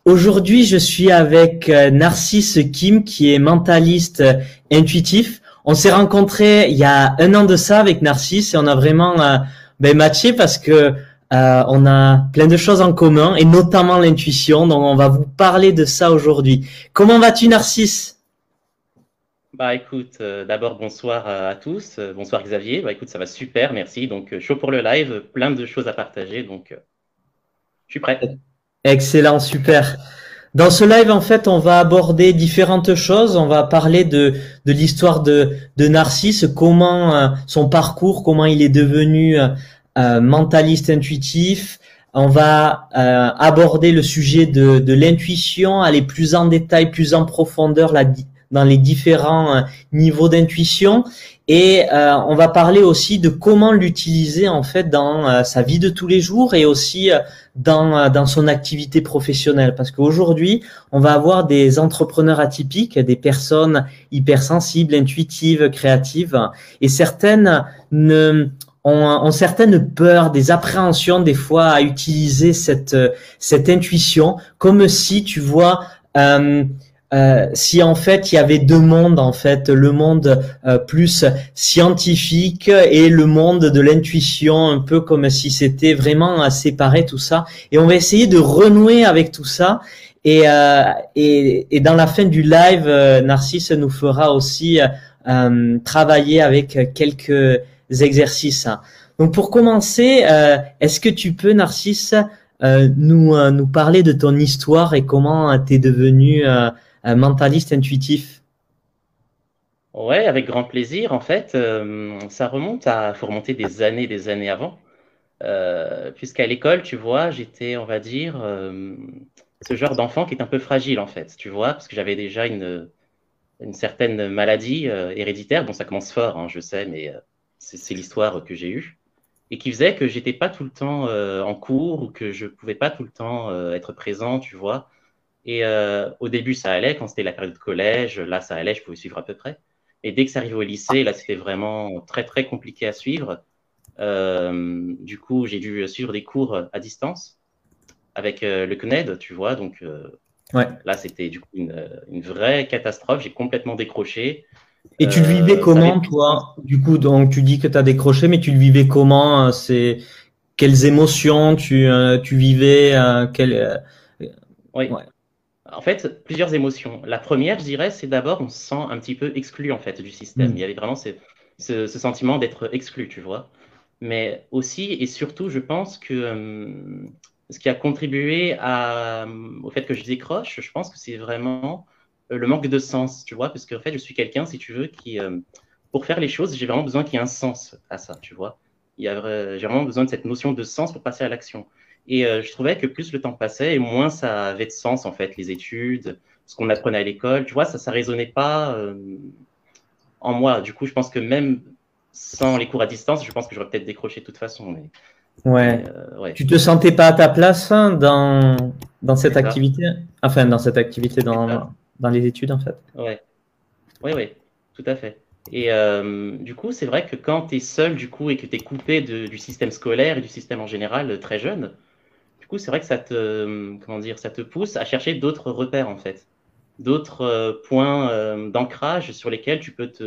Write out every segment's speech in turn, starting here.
Aujourd'hui, je suis avec Narcisse Kim, qui est mentaliste intuitif. On s'est rencontrés il y a un an de ça avec Narcisse et on a vraiment matché parce que on a plein de choses en commun et notamment l'intuition. Donc, on va vous parler de ça aujourd'hui. Comment vas-tu, Narcisse? Bah écoute, d'abord bonsoir à tous, bonsoir Xavier. Bah écoute, ça va super, merci. Donc chaud pour le live, plein de choses à partager, donc je suis prêt. Excellent, super. Dans ce live, en fait, on va aborder différentes choses. On va parler de l'histoire de Narcisse, comment son parcours, comment il est devenu mentaliste intuitif. On va aborder le sujet de l'intuition, aller plus en détail, plus en profondeur dans les différents niveaux d'intuition. Et on va parler aussi de comment l'utiliser en fait dans sa vie de tous les jours et aussi dans son activité professionnelle. Parce qu'aujourd'hui, on va avoir des entrepreneurs atypiques, des personnes hypersensibles, intuitives, créatives, et certaines ont certaines peurs, des appréhensions des fois à utiliser cette intuition, comme si tu vois si en fait il y avait deux mondes, en fait le monde plus scientifique et le monde de l'intuition, un peu comme si c'était vraiment séparé tout ça. Et on va essayer de renouer avec tout ça. Et dans la fin du live, Narcisse nous fera aussi travailler avec quelques exercices. Donc pour commencer, est-ce que tu peux, Narcisse, nous parler de ton histoire et comment t'es devenu mentaliste intuitif? Ouais, avec grand plaisir. En fait, ça remonte faut remonter des années avant, puisqu'à l'école, tu vois, j'étais, on va dire, ce genre d'enfant qui est un peu fragile en fait, tu vois, parce que j'avais déjà une certaine maladie héréditaire. Bon, ça commence fort, hein, je sais, mais c'est l'histoire que j'ai eue. Et qui faisait que j'étais pas tout le temps en cours ou que je pouvais pas tout le temps être présent, tu vois. Et au début, ça allait, quand c'était la période de collège, là, ça allait, je pouvais suivre à peu près. Et dès que ça arrivait au lycée, là, c'était vraiment très, très compliqué à suivre. Du coup, j'ai dû suivre des cours à distance avec le CNED, tu vois. Donc Ouais. là, c'était du coup une vraie catastrophe. J'ai complètement décroché. Et tu le vivais Ça avait comment, du sens. toi? Du coup, donc tu dis que tu as décroché, mais tu le vivais comment? C'est quelles émotions tu vivais? Oui. Ouais. En fait, plusieurs émotions. La première, je dirais, c'est d'abord, on se sent un petit peu exclu en fait du système. Il y Hmm. avait vraiment ce sentiment d'être exclu, tu vois. Mais aussi et surtout, je pense que ce qui a contribué au fait que je décroche, je pense que c'est vraiment le manque de sens, tu vois, parce qu'en fait, je suis quelqu'un, si tu veux, qui, pour faire les choses, j'ai vraiment besoin qu'il y ait un sens à ça, tu vois. J'ai vraiment besoin de cette notion de sens pour passer à l'action. Et je trouvais que plus le temps passait et moins ça avait de sens, en fait, les études, ce qu'on apprenait à l'école, tu vois, ça résonnait pas en moi. Du coup, je pense que même sans les cours à distance, je pense que j'aurais peut-être décroché de toute façon. Ouais. Ouais, Tu te sentais pas à ta place hein, dans cette c'est ça, activité? Enfin, dans cette activité, c'est ça. dans les études, en fait. Ouais, ouais, ouais, tout à fait. Et du coup, c'est vrai que quand tu es seul, du coup, et que tu es coupé du système scolaire et du système en général très jeune, du coup, c'est vrai que comment dire, ça te pousse à chercher d'autres repères, en fait. D'autres points d'ancrage sur lesquels tu peux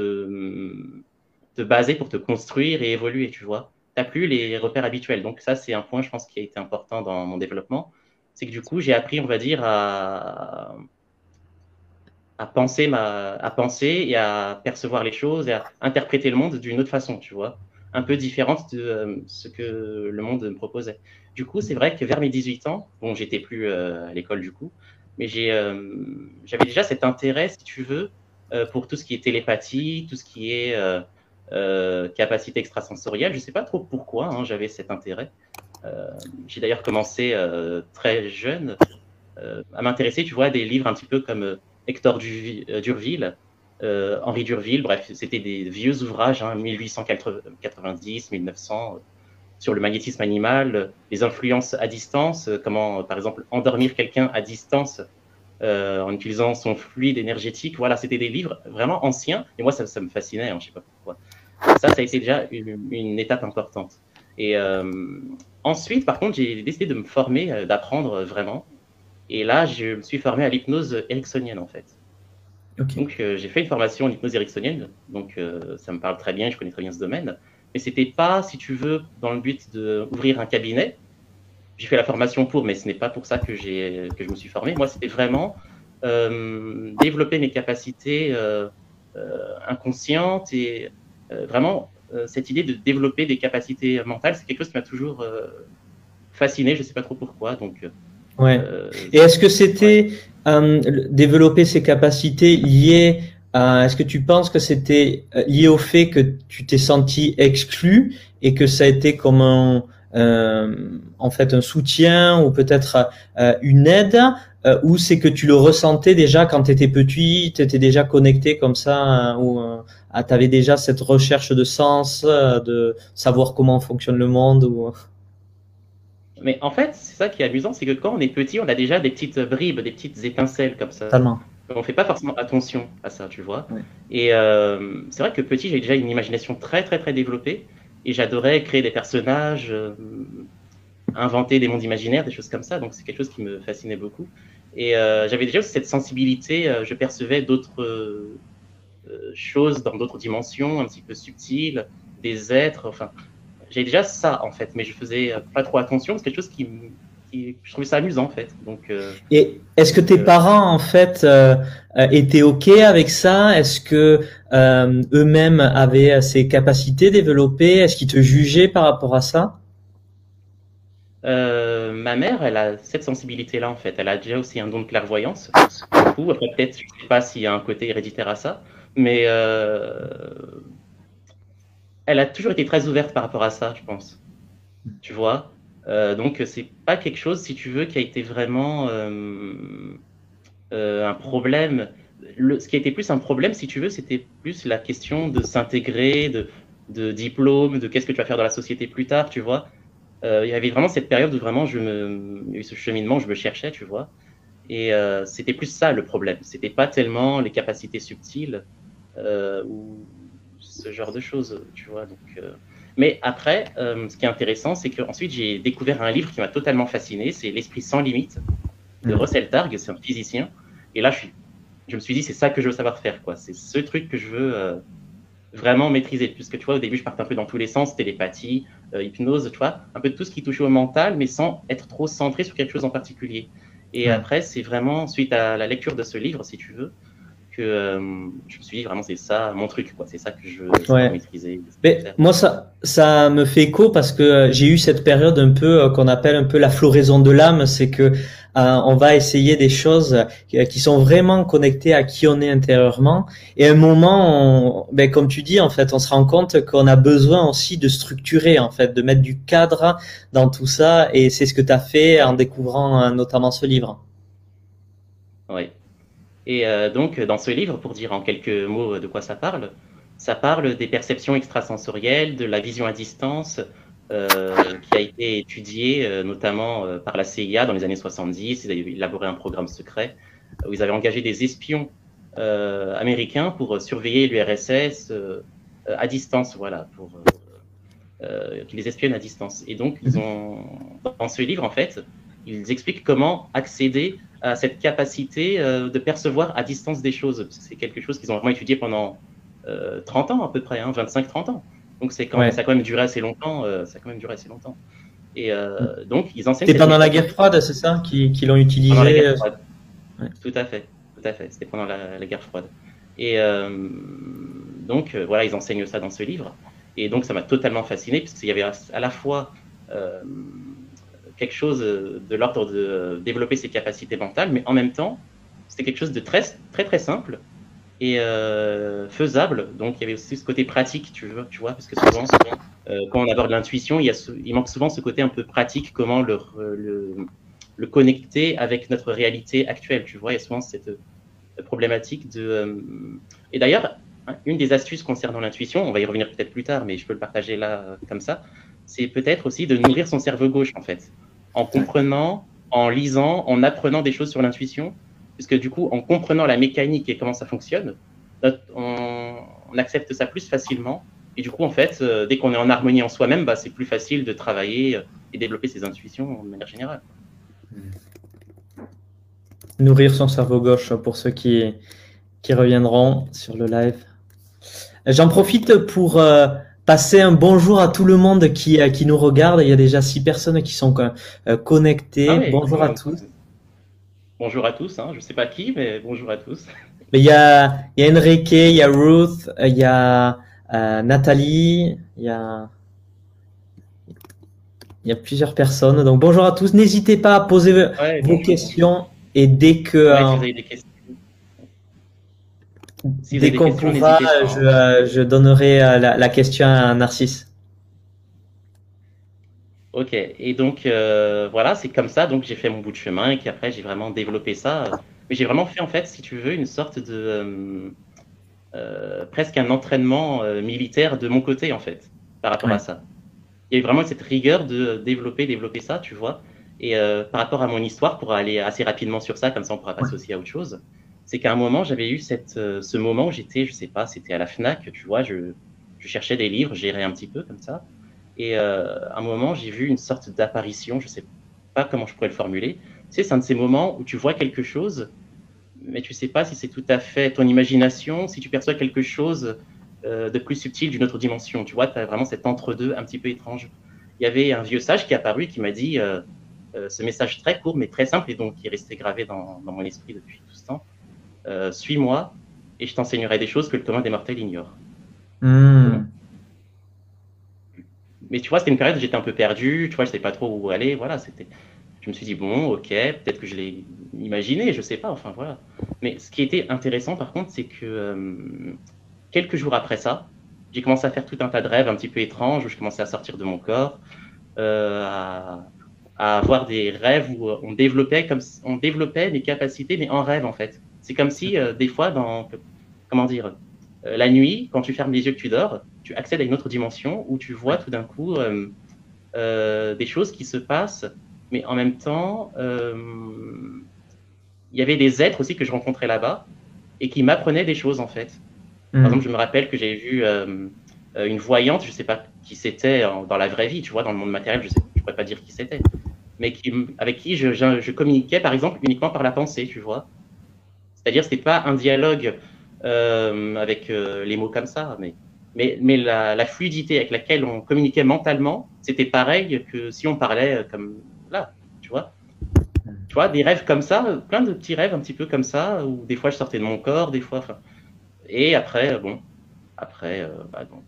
te baser pour te construire et évoluer, tu vois. Tu n'as plus les repères habituels. Donc ça, c'est un point, je pense, qui a été important dans mon développement. C'est que du coup, j'ai appris, on va dire, à penser et à percevoir les choses et à interpréter le monde d'une autre façon, tu vois, un peu différente de ce que le monde me proposait. Du coup, c'est vrai que vers mes 18 ans, bon, j'étais plus à l'école du coup, mais j'avais déjà cet intérêt, si tu veux, pour tout ce qui est télépathie, tout ce qui est capacité extrasensorielle. Je ne sais pas trop pourquoi hein, j'avais cet intérêt. J'ai d'ailleurs commencé très jeune à m'intéresser, tu vois, à des livres un petit peu comme Hector Durville, Henri Durville, bref, c'était des vieux ouvrages, hein, 1890, 1900, sur le magnétisme animal, les influences à distance, comment, par exemple, endormir quelqu'un à distance en utilisant son fluide énergétique. Voilà, c'était des livres vraiment anciens, et moi, ça me fascinait, hein, je ne sais pas pourquoi. Ça a été déjà une étape importante. Et ensuite, par contre, j'ai décidé de me former, d'apprendre vraiment. Et là, je me suis formé à l'hypnose ericksonienne, en fait. Ok. Donc, j'ai fait une formation en hypnose ericksonienne, donc ça me parle très bien, je connais très bien ce domaine. Mais c'était pas, si tu veux, dans le but d'ouvrir un cabinet. J'ai fait la formation pour, mais ce n'est pas pour ça que je me suis formé. Moi, c'était vraiment développer mes capacités inconscientes et vraiment cette idée de développer des capacités mentales, c'est quelque chose qui m'a toujours fasciné. Je ne sais pas trop pourquoi. Donc, Ouais. Et est-ce que ouais. c'était développer ces capacités liées à, est-ce que tu penses que c'était lié au fait que tu t'es senti exclu et que ça a été comme en fait un soutien ou peut-être une aide, ou c'est que tu le ressentais déjà quand tu étais petit, tu étais déjà connecté comme ça, ou tu avais déjà cette recherche de sens, de savoir comment fonctionne le monde ou... Mais en fait, c'est ça qui est amusant, c'est que quand on est petit, on a déjà des petites bribes, des petites étincelles comme ça. Totalement. On ne fait pas forcément attention à ça, tu vois. Ouais. Et c'est vrai que petit, j'ai déjà une imagination très, très, très développée. Et j'adorais créer des personnages, inventer des mondes imaginaires, des choses comme ça. Donc, c'est quelque chose qui me fascinait beaucoup. Et j'avais déjà aussi cette sensibilité. Je percevais d'autres choses dans d'autres dimensions, un petit peu subtiles, des êtres. Enfin, j'ai déjà ça, en fait. Mais je faisais pas trop attention. C'est quelque chose je trouvais ça amusant, en fait. Donc, Et est-ce que tes parents, en fait, étaient OK avec ça? Est-ce que eux-mêmes avaient ces capacités développées? Est-ce qu'ils te jugeaient par rapport à ça? ma mère, elle a cette sensibilité-là, en fait. Elle a déjà aussi un don de clairvoyance. Du coup, après, peut-être, je ne sais pas s'il y a un côté héréditaire à ça, mais elle a toujours été très ouverte par rapport à ça, je pense. Tu vois? Donc, c'est pas quelque chose, si tu veux, qui a été vraiment un problème. Ce qui a été plus un problème, si tu veux, c'était plus la question de s'intégrer, de diplôme, de qu'est-ce que tu vas faire dans la société plus tard, tu vois? Il y avait vraiment cette période où vraiment il y a eu ce cheminement où je me cherchais, tu vois. Et c'était plus ça le problème. C'était pas tellement les capacités subtiles ou ce genre de choses, tu vois. Donc, mais après, ce qui est intéressant, c'est qu'ensuite j'ai découvert un livre qui m'a totalement fasciné, c'est L'Esprit sans limite de Russell Targ, c'est un physicien. Et là, je me suis dit, c'est ça que je veux savoir faire, quoi. C'est ce truc que je veux vraiment maîtriser. Puisque tu vois, au début, je partais un peu dans tous les sens, télépathie, hypnose, tu vois, un peu de tout ce qui touchait au mental, mais sans être trop centré sur quelque chose en particulier. Et après, c'est vraiment suite à la lecture de ce livre, si tu veux, que je me suis dit vraiment c'est ça mon truc, quoi. C'est ça que je veux maîtriser. Mais moi, ça me fait écho parce que j'ai eu cette période un peu qu'on appelle un peu la floraison de l'âme. C'est que on va essayer des choses qui sont vraiment connectées à qui on est intérieurement. Et à un moment, comme tu dis, en fait, on se rend compte qu'on a besoin aussi de structurer, en fait, de mettre du cadre dans tout ça. Et c'est ce que tu as fait en découvrant notamment ce livre. Oui. Et donc, dans ce livre, pour dire en quelques mots de quoi ça parle des perceptions extrasensorielles, de la vision à distance, qui a été étudiée notamment par la CIA dans les années 70. Ils avaient élaboré un programme secret où ils avaient engagé des espions américains pour surveiller l'URSS à distance, voilà, pour qu'ils les espionnent à distance. Et donc, dans ce livre, en fait, ils expliquent comment accéder à cette capacité de percevoir à distance des choses. C'est quelque chose qu'ils ont vraiment étudié pendant 30 ans à peu près, hein, 25-30 ans. Donc ça a quand même duré assez longtemps. Et donc ils enseignent. C'était pendant la guerre froide, c'est ça, qui l'ont utilisé. Pendant la guerre froide. Ouais. Tout à fait. C'était pendant la guerre froide. Et donc voilà, ils enseignent ça dans ce livre. Et donc ça m'a totalement fasciné parce qu'il y avait à la fois quelque chose de l'ordre de développer ses capacités mentales, mais en même temps, c'était quelque chose de très, très, très simple et faisable. Donc, il y avait aussi ce côté pratique, tu vois, parce que souvent, quand on aborde l'intuition, il manque souvent ce côté un peu pratique, comment le connecter avec notre réalité actuelle, tu vois. Il y a souvent cette problématique et d'ailleurs, une des astuces concernant l'intuition, on va y revenir peut-être plus tard, mais je peux le partager là, comme ça, c'est peut-être aussi de nourrir son cerveau gauche, en fait, en comprenant, en lisant, en apprenant des choses sur l'intuition, puisque du coup, en comprenant la mécanique et comment ça fonctionne, on accepte ça plus facilement. Et du coup, en fait, dès qu'on est en harmonie en soi-même, c'est plus facile de travailler et développer ses intuitions de manière générale. nourrir son cerveau gauche pour ceux qui reviendront sur le live. J'en profite pour passer un bonjour à tout le monde qui nous regarde. Il y a déjà 6 personnes qui sont connectées. Ah oui, Bonjour à tous. bonjour à tous, hein. Je ne sais pas qui, mais bonjour à tous. Mais il y a Enrique, il y a Ruth, il y a Nathalie, il y a plusieurs personnes. Donc bonjour à tous. N'hésitez pas à poser vos questions et dès que si vous avez des questions. Si dès qu'on pourra, je donnerai la question à Narcisse. Ok, et donc voilà, c'est comme ça, donc j'ai fait mon bout de chemin et qu'après j'ai vraiment développé ça. Mais j'ai vraiment fait en fait, si tu veux, une sorte de presque un entraînement militaire de mon côté en fait, par rapport à ça. Il y a eu vraiment cette rigueur de développer ça, tu vois. Et par rapport à mon histoire, pour aller assez rapidement sur ça, comme ça on pourra passer aussi à autre chose, c'est qu'à un moment j'avais eu ce moment où j'étais, je sais pas, c'était à la Fnac, tu vois, je cherchais des livres, j'errais un petit peu comme ça. Et à un moment, j'ai vu une sorte d'apparition, je ne sais pas comment je pourrais le formuler. Tu sais, c'est un de ces moments où tu vois quelque chose, mais tu ne sais pas si c'est tout à fait ton imagination, si tu perçois quelque chose de plus subtil d'une autre dimension. Tu vois, tu as vraiment cet entre-deux un petit peu étrange. Il y avait un vieux sage qui est apparu qui m'a dit ce message très court, mais très simple, et donc qui est resté gravé dans mon esprit depuis tout ce temps. Suis-moi, et je t'enseignerai des choses que le commun des mortels ignore. Mais tu vois, c'était une période où j'étais un peu perdu, tu vois, je ne savais pas trop où aller, voilà, je me suis dit, bon, ok, peut-être que je l'ai imaginé, je ne sais pas, enfin, voilà. Mais ce qui était intéressant, par contre, c'est que quelques jours après ça, j'ai commencé à faire tout un tas de rêves un petit peu étranges, où je commençais à sortir de mon corps, à avoir des rêves où on développait mes capacités, mais en rêve, en fait. C'est comme si, des fois, comment dire, la nuit, quand tu fermes les yeux que tu dors, tu accèdes à une autre dimension où tu vois tout d'un coup des choses qui se passent, mais en même temps, il y avait des êtres aussi que je rencontrais là-bas et qui m'apprenaient des choses en fait. Par exemple, je me rappelle que j'ai vu une voyante, je ne sais pas qui c'était dans la vraie vie, tu vois, dans le monde matériel, je ne pourrais pas dire qui c'était, mais avec qui je communiquais par exemple uniquement par la pensée, tu vois. C'est-à-dire, c'était pas un dialogue avec les mots comme ça, mais la fluidité avec laquelle on communiquait mentalement, c'était pareil que si on parlait comme là, tu vois. Tu vois, des rêves comme ça, plein de petits rêves un petit peu comme ça, où des fois je sortais de mon corps, des fois, enfin. Et après, donc.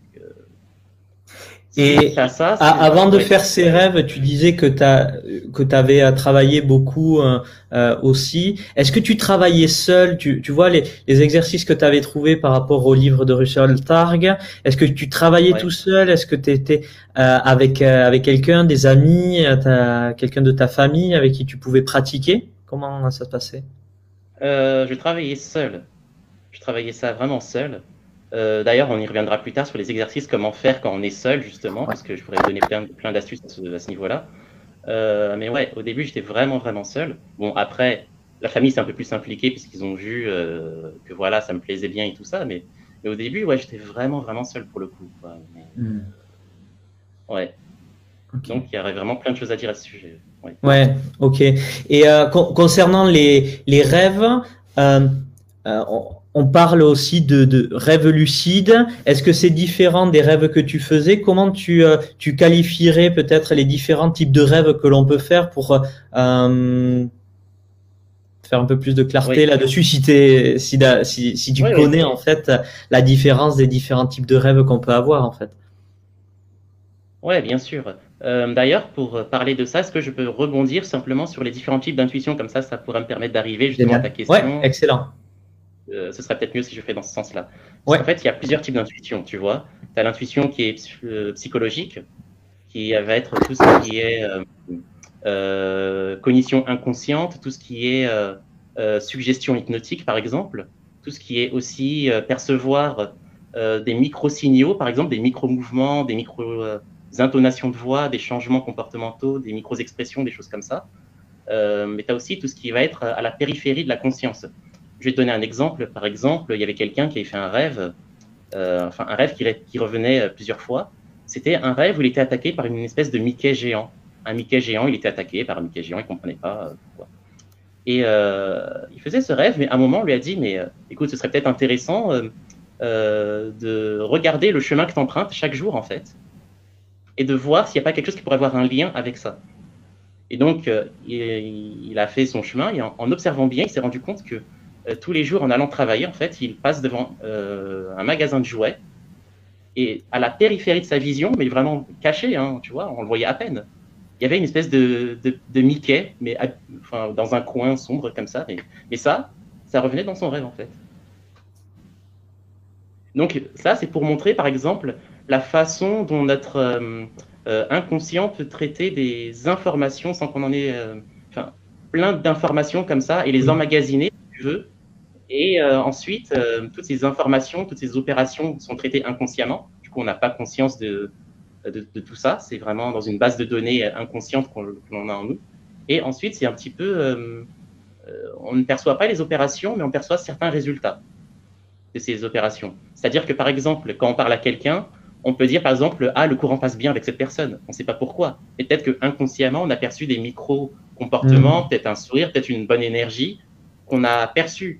Et ça, avant de faire ces rêves, tu disais que tu avais travaillé beaucoup aussi. Est-ce que tu travaillais seul? Tu vois les exercices que tu avais trouvés par rapport au livre de Russell Targ. Est-ce que tu travaillais tout seul? Est-ce que tu étais avec quelqu'un, des amis, quelqu'un de ta famille avec qui tu pouvais pratiquer? Comment ça se passait? Je travaillais seul. Je travaillais ça vraiment seul. D'ailleurs, on y reviendra plus tard sur les exercices, comment faire quand on est seul, justement, parce que je pourrais vous donner plein d'astuces à ce niveau-là. Mais ouais, au début, j'étais vraiment seul. Bon, après, la famille s'est un peu plus impliquée, puisqu'ils ont vu que voilà, ça me plaisait bien et tout ça. Mais au début, ouais, j'étais vraiment seul pour le coup, quoi. Ouais. Okay. Donc, il y aurait vraiment plein de choses à dire à ce sujet. Ouais, ok. Et concernant les rêves, on parle aussi de rêves lucides. Est-ce que c'est différent des rêves que tu faisais? Comment tu qualifierais peut-être les différents types de rêves que l'on peut faire pour faire un peu plus de clarté là-dessus, si tu connais en fait la différence des différents types de rêves qu'on peut avoir en fait? Ouais, bien sûr. D'ailleurs, pour parler de ça, est-ce que je peux rebondir simplement sur les différents types d'intuition? Comme ça pourrait me permettre d'arriver justement à ta question. Ouais, excellent. Ce serait peut-être mieux si je fais dans ce sens-là. En fait, il y a plusieurs types d'intuition, tu vois. Tu as l'intuition qui est psychologique, qui va être tout ce qui est cognition inconsciente, tout ce qui est suggestion hypnotique, par exemple, tout ce qui est aussi percevoir des micro-signaux, par exemple, des micro-mouvements, des micro-intonations de voix, des changements comportementaux, des micro-expressions, des choses comme ça. Mais tu as aussi tout ce qui va être à la périphérie de la conscience. Je vais te donner un exemple. Par exemple, il y avait quelqu'un qui avait fait un rêve, un rêve qui revenait plusieurs fois. C'était un rêve où il était attaqué par une espèce de Mickey géant. Un Mickey géant, il était attaqué par un Mickey géant, il ne comprenait pas pourquoi. Et il faisait ce rêve, mais à un moment, on lui a dit, mais écoute, ce serait peut-être intéressant de regarder le chemin que tu empruntes chaque jour, en fait, et de voir s'il n'y a pas quelque chose qui pourrait avoir un lien avec ça. Et donc, il a fait son chemin, et en observant bien, il s'est rendu compte que tous les jours, en allant travailler, en fait, il passe devant un magasin de jouets, et à la périphérie de sa vision, mais vraiment caché, hein, tu vois, on le voyait à peine, il y avait une espèce de Mickey, mais enfin, dans un coin sombre comme ça. Mais ça revenait dans son rêve, en fait. Donc ça, c'est pour montrer, par exemple, la façon dont notre inconscient peut traiter des informations sans qu'on en ait enfin, plein d'informations comme ça et les Oui. emmagasiner, si tu veux. Et ensuite, toutes ces informations, toutes ces opérations sont traitées inconsciemment. Du coup, on n'a pas conscience de tout ça. C'est vraiment dans une base de données inconsciente qu'on a en nous. Et ensuite, c'est un petit peu, on ne perçoit pas les opérations, mais on perçoit certains résultats de ces opérations. C'est-à-dire que, par exemple, quand on parle à quelqu'un, on peut dire, par exemple, ah, le courant passe bien avec cette personne. On ne sait pas pourquoi. Et peut-être qu'inconsciemment, on a perçu des micro-comportements, Mm. peut-être un sourire, peut-être une bonne énergie, qu'on a perçu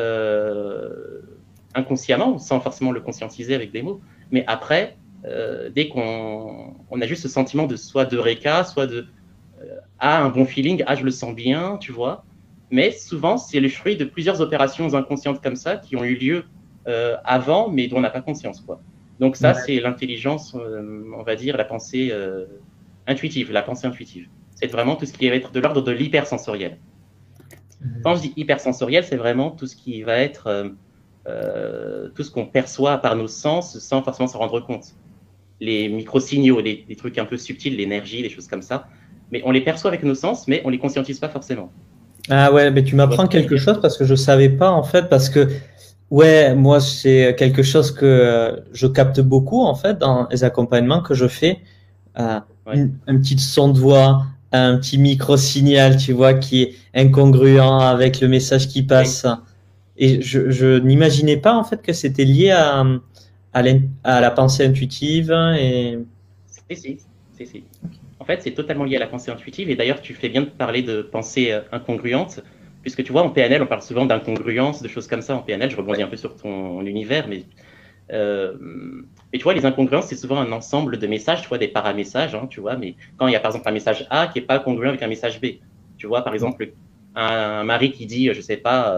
inconsciemment, sans forcément le conscientiser avec des mots. Mais après, dès qu'on a juste ce sentiment de soit d'eureka, soit de ah, un bon feeling, ah, je le sens bien, tu vois. Mais souvent, c'est le fruit de plusieurs opérations inconscientes comme ça qui ont eu lieu avant, mais dont on n'a pas conscience, quoi. Donc ça, Ouais. c'est l'intelligence, on va dire, la pensée intuitive, la pensée intuitive. C'est vraiment tout ce qui va être de l'ordre de l'hypersensoriel. Quand je dis hypersensoriel, c'est vraiment tout ce qui va être tout ce qu'on perçoit par nos sens sans forcément s'en rendre compte. Les micro-signaux, les trucs un peu subtils, l'énergie, des choses comme ça. Mais on les perçoit avec nos sens, mais on les conscientise pas forcément. Ah ouais, mais tu Tu vois ce m'apprends que je veux quelque dire? chose parce que je savais pas en fait, parce que ouais, moi c'est quelque chose que je capte beaucoup en fait dans les accompagnements que je fais. Ouais. Un petit son de voix, un petit micro-signal, tu vois, qui est incongruent avec le message qui Oui. passe. Et je n'imaginais pas en fait que c'était lié à la pensée intuitive et Si, si, si, si. En fait, c'est totalement lié à la pensée intuitive. Et d'ailleurs, tu fais bien de parler de pensée incongruente, puisque tu vois, en PNL, on parle souvent d'incongruence, de choses comme ça. En PNL, je rebondis un peu sur ton univers, euh, mais tu vois, les incongruences, c'est souvent un ensemble de messages, tu vois, des paramessages, hein, tu vois. Mais quand il y a par exemple un message A qui n'est pas congruent avec un message B, tu vois, par exemple, un mari qui dit, je sais pas,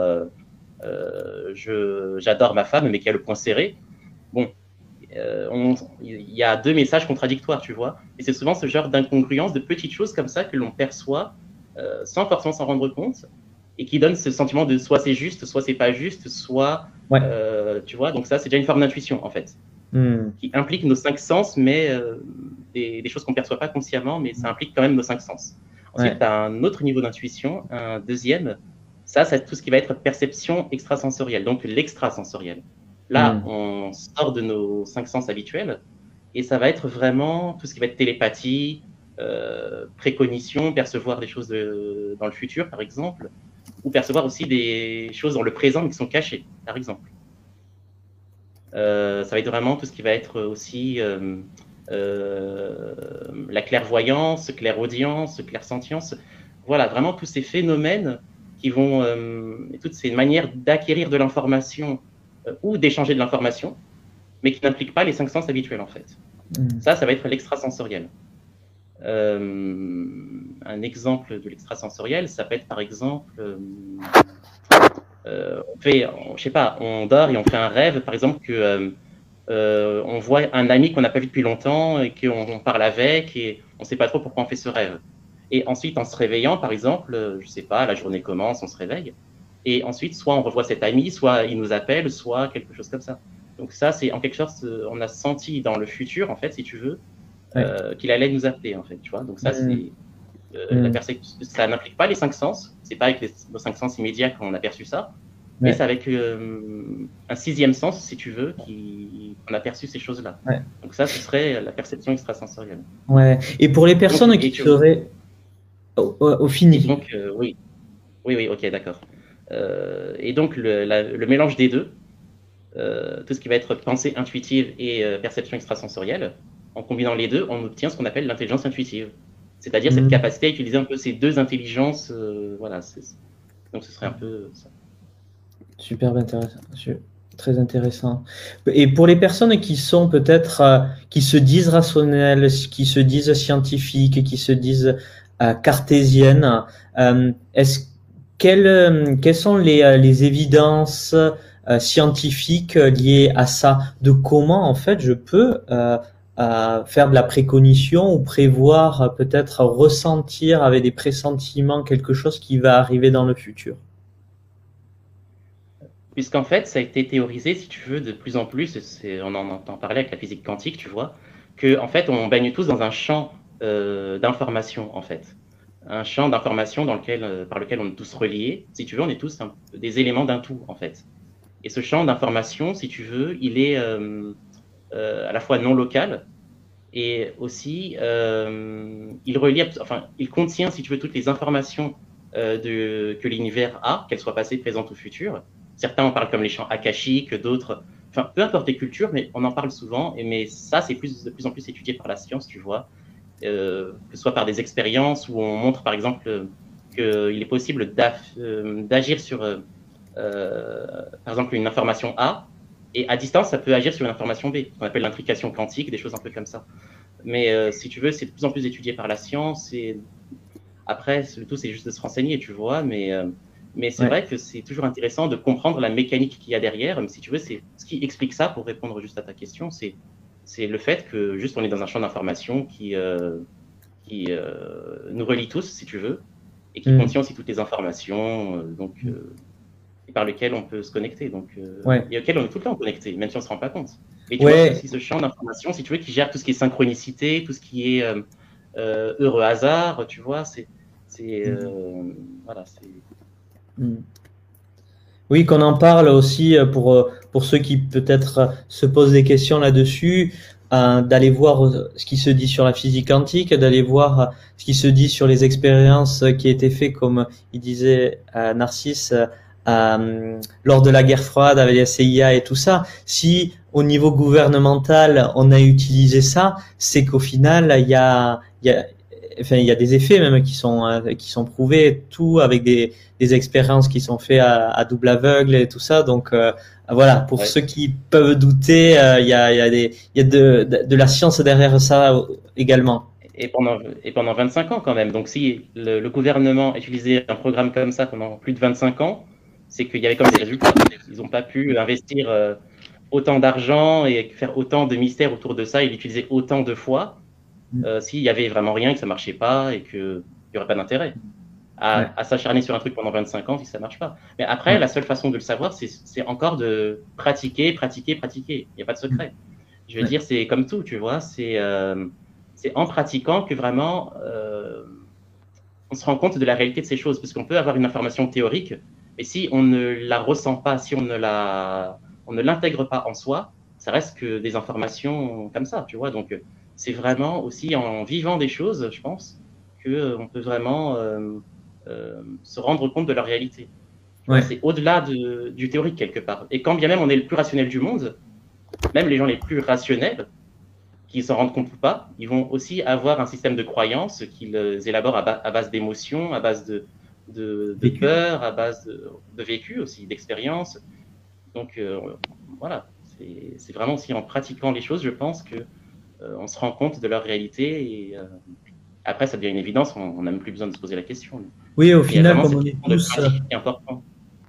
j'adore ma femme, mais qui a le point serré. Bon, il y a deux messages contradictoires, tu vois. Et c'est souvent ce genre d'incongruence, de petites choses comme ça que l'on perçoit sans forcément s'en rendre compte et qui donne ce sentiment de soit c'est juste, soit c'est pas juste, soit, ouais. tu vois, donc ça c'est déjà une forme d'intuition en fait, Hmm. qui implique nos cinq sens, mais des choses qu'on ne perçoit pas consciemment, mais ça implique quand même nos cinq sens. Ensuite, Ouais. tu as un autre niveau d'intuition, un deuxième, ça c'est tout ce qui va être perception extrasensorielle, donc l'extrasensoriel. Là, Hmm. on sort de nos cinq sens habituels et ça va être vraiment tout ce qui va être télépathie, précognition, percevoir des choses dans le futur, par exemple, ou percevoir aussi des choses dans le présent mais qui sont cachées, par exemple. Ça va être vraiment tout ce qui va être aussi la clairvoyance, clairaudience, clairsentience. Voilà, vraiment tous ces phénomènes qui vont, toutes ces manières d'acquérir de l'information ou d'échanger de l'information, mais qui n'impliquent pas les cinq sens habituels en fait. Hmm. Ça va être l'extrasensoriel. Un exemple de l'extrasensoriel, ça peut être par exemple, je sais pas, on dort et on fait un rêve, par exemple que on voit un ami qu'on n'a pas vu depuis longtemps et qu'on parle avec et on ne sait pas trop pourquoi on fait ce rêve. Et ensuite, en se réveillant, par exemple, je ne sais pas, la journée commence, on se réveille, et ensuite, soit on revoit cet ami, soit il nous appelle, soit quelque chose comme ça. Donc ça, c'est en quelque sorte, on a senti dans le futur, en fait, si tu veux, Ouais. qu'il allait nous appeler, en fait, tu vois. Donc ça, Hmm. c'est Hmm. ça n'implique pas les cinq sens. C'est pas avec nos cinq sens immédiats qu'on a perçu ça, mais c'est Ouais. avec un sixième sens, si tu veux, qu'on a perçu ces choses-là. Ouais. Donc ça, ce serait la perception extrasensorielle. Ouais. Et pour les Donc, personnes qui seraient au et fini. donc oui, oui, oui, ok, d'accord. Et donc le mélange des deux, tout ce qui va être pensée intuitive et perception extrasensorielle, en combinant les deux, on obtient ce qu'on appelle l'intelligence intuitive. C'est-à-dire cette Hmm. capacité à utiliser un peu ces deux intelligences, voilà, Donc ce serait un peu ça. Super intéressant. Très intéressant. Et pour les personnes qui sont peut-être, qui se disent rationnelles, qui se disent scientifiques, qui se disent cartésiennes, quelles sont les évidences scientifiques liées à ça? De comment, en fait, je peux faire de la précognition ou prévoir, peut-être ressentir avec des pressentiments quelque chose qui va arriver dans le futur? Puisqu'en fait, ça a été théorisé, si tu veux, de plus en plus, on en entend parler avec la physique quantique, tu vois, que en fait, on baigne tous dans un champ d'information, en fait. Un champ d'information par lequel on est tous reliés. Si tu veux, on est tous des éléments d'un tout, en fait. Et ce champ d'information, si tu veux, il est à la fois non local et aussi il contient, si tu veux, toutes les informations que l'univers a, qu'elles soient passées, présentes ou futures. Certains en parlent comme les champs akashiques, d'autres, enfin, peu importe les cultures, mais on en parle souvent. Mais ça, c'est de plus en plus étudié par la science, tu vois, que ce soit par des expériences où on montre, par exemple, qu'il est possible d'agir sur, par exemple, une information A, et à distance, ça peut agir sur une information B, qu'on appelle l'intrication quantique, des choses un peu comme ça. Mais si tu veux, c'est de plus en plus étudié par la science. Et après, le tout, c'est juste de se renseigner, tu vois, mais c'est vrai que c'est toujours intéressant de comprendre la mécanique qu'il y a derrière. Mais si tu veux, c'est ce qui explique ça, pour répondre juste à ta question, c'est le fait que juste on est dans un champ d'information qui nous relie tous, si tu veux, et qui contient aussi toutes les informations, et par lequel on peut se connecter, et auquel on est tout le temps connecté, même si on ne se rend pas compte. Et tu vois, c'est aussi ce champ d'information, si tu veux, qui gère tout ce qui est synchronicité, tout ce qui est heureux hasard, tu vois, voilà, c'est... Oui, qu'on en parle aussi pour ceux qui peut-être se posent des questions là-dessus, d'aller voir ce qui se dit sur la physique quantique, d'aller voir ce qui se dit sur les expériences qui étaient faites, comme il disait Narcisse, lors de la guerre froide avec la CIA et tout ça. Si au niveau gouvernemental on a utilisé ça, c'est qu'au final il y a des effets même qui sont prouvés, tout avec des expériences qui sont faites à double aveugle et tout ça. Donc voilà, pour ceux qui peuvent douter, il y a de la science derrière ça également. Et pendant 25 ans quand même. Donc si le gouvernement utilisait un programme comme ça pendant plus de 25 ans, c'est qu'il y avait quand même des résultats. Ils n'ont pas pu investir autant d'argent et faire autant de mystères autour de ça et l'utiliser autant de fois s'il y avait vraiment rien, que ça marchait pas et qu'il n'y aurait pas d'intérêt à s'acharner sur un truc pendant 25 ans si ça marche pas. Mais après, la seule façon de le savoir, c'est encore de pratiquer. Il n'y a pas de secret. Je veux dire, c'est comme tout, tu vois. C'est en pratiquant que vraiment on se rend compte de la réalité de ces choses. Parce qu'on peut avoir une information théorique, mais si on ne la ressent pas, si on ne l'intègre pas en soi, ça reste que des informations comme ça, tu vois. Donc, c'est vraiment aussi en vivant des choses, je pense, qu'on peut vraiment se rendre compte de leur réalité. C'est au-delà du théorique, quelque part. Et quand bien même on est le plus rationnel du monde, même les gens les plus rationnels, qu'ils s'en rendent compte ou pas, ils vont aussi avoir un système de croyances qu'ils élaborent à base d'émotions, à base de peur, à base de vécu aussi, d'expérience. Donc voilà, c'est vraiment aussi en pratiquant les choses, je pense, que on se rend compte de leur réalité et après ça devient une évidence, on n'a même plus besoin de se poser la question. Oui, au final, comme on est tous, important.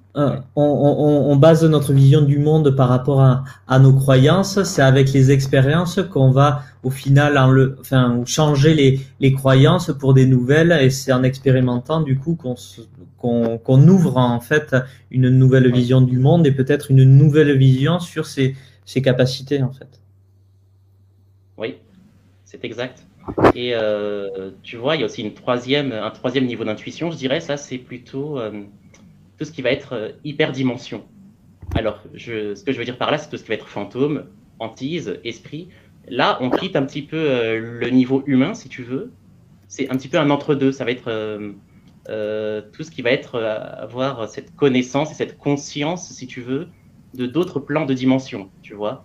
On base notre vision du monde par rapport à nos croyances. C'est avec les expériences qu'on va au final changer les croyances pour des nouvelles, et c'est en expérimentant du coup qu'on ouvre en fait une nouvelle vision du monde et peut-être une nouvelle vision sur ses capacités en fait. Oui, c'est exact. Et tu vois, il y a aussi un troisième niveau d'intuition, je dirais. Ça, c'est plutôt tout ce qui va être hyperdimension. Alors, ce que je veux dire par là, c'est tout ce qui va être fantôme, hantise, esprit. Là, on quitte un petit peu le niveau humain, si tu veux. C'est un petit peu un entre-deux. Ça va être tout ce qui va être avoir cette connaissance et cette conscience, si tu veux, de d'autres plans de dimension, tu vois.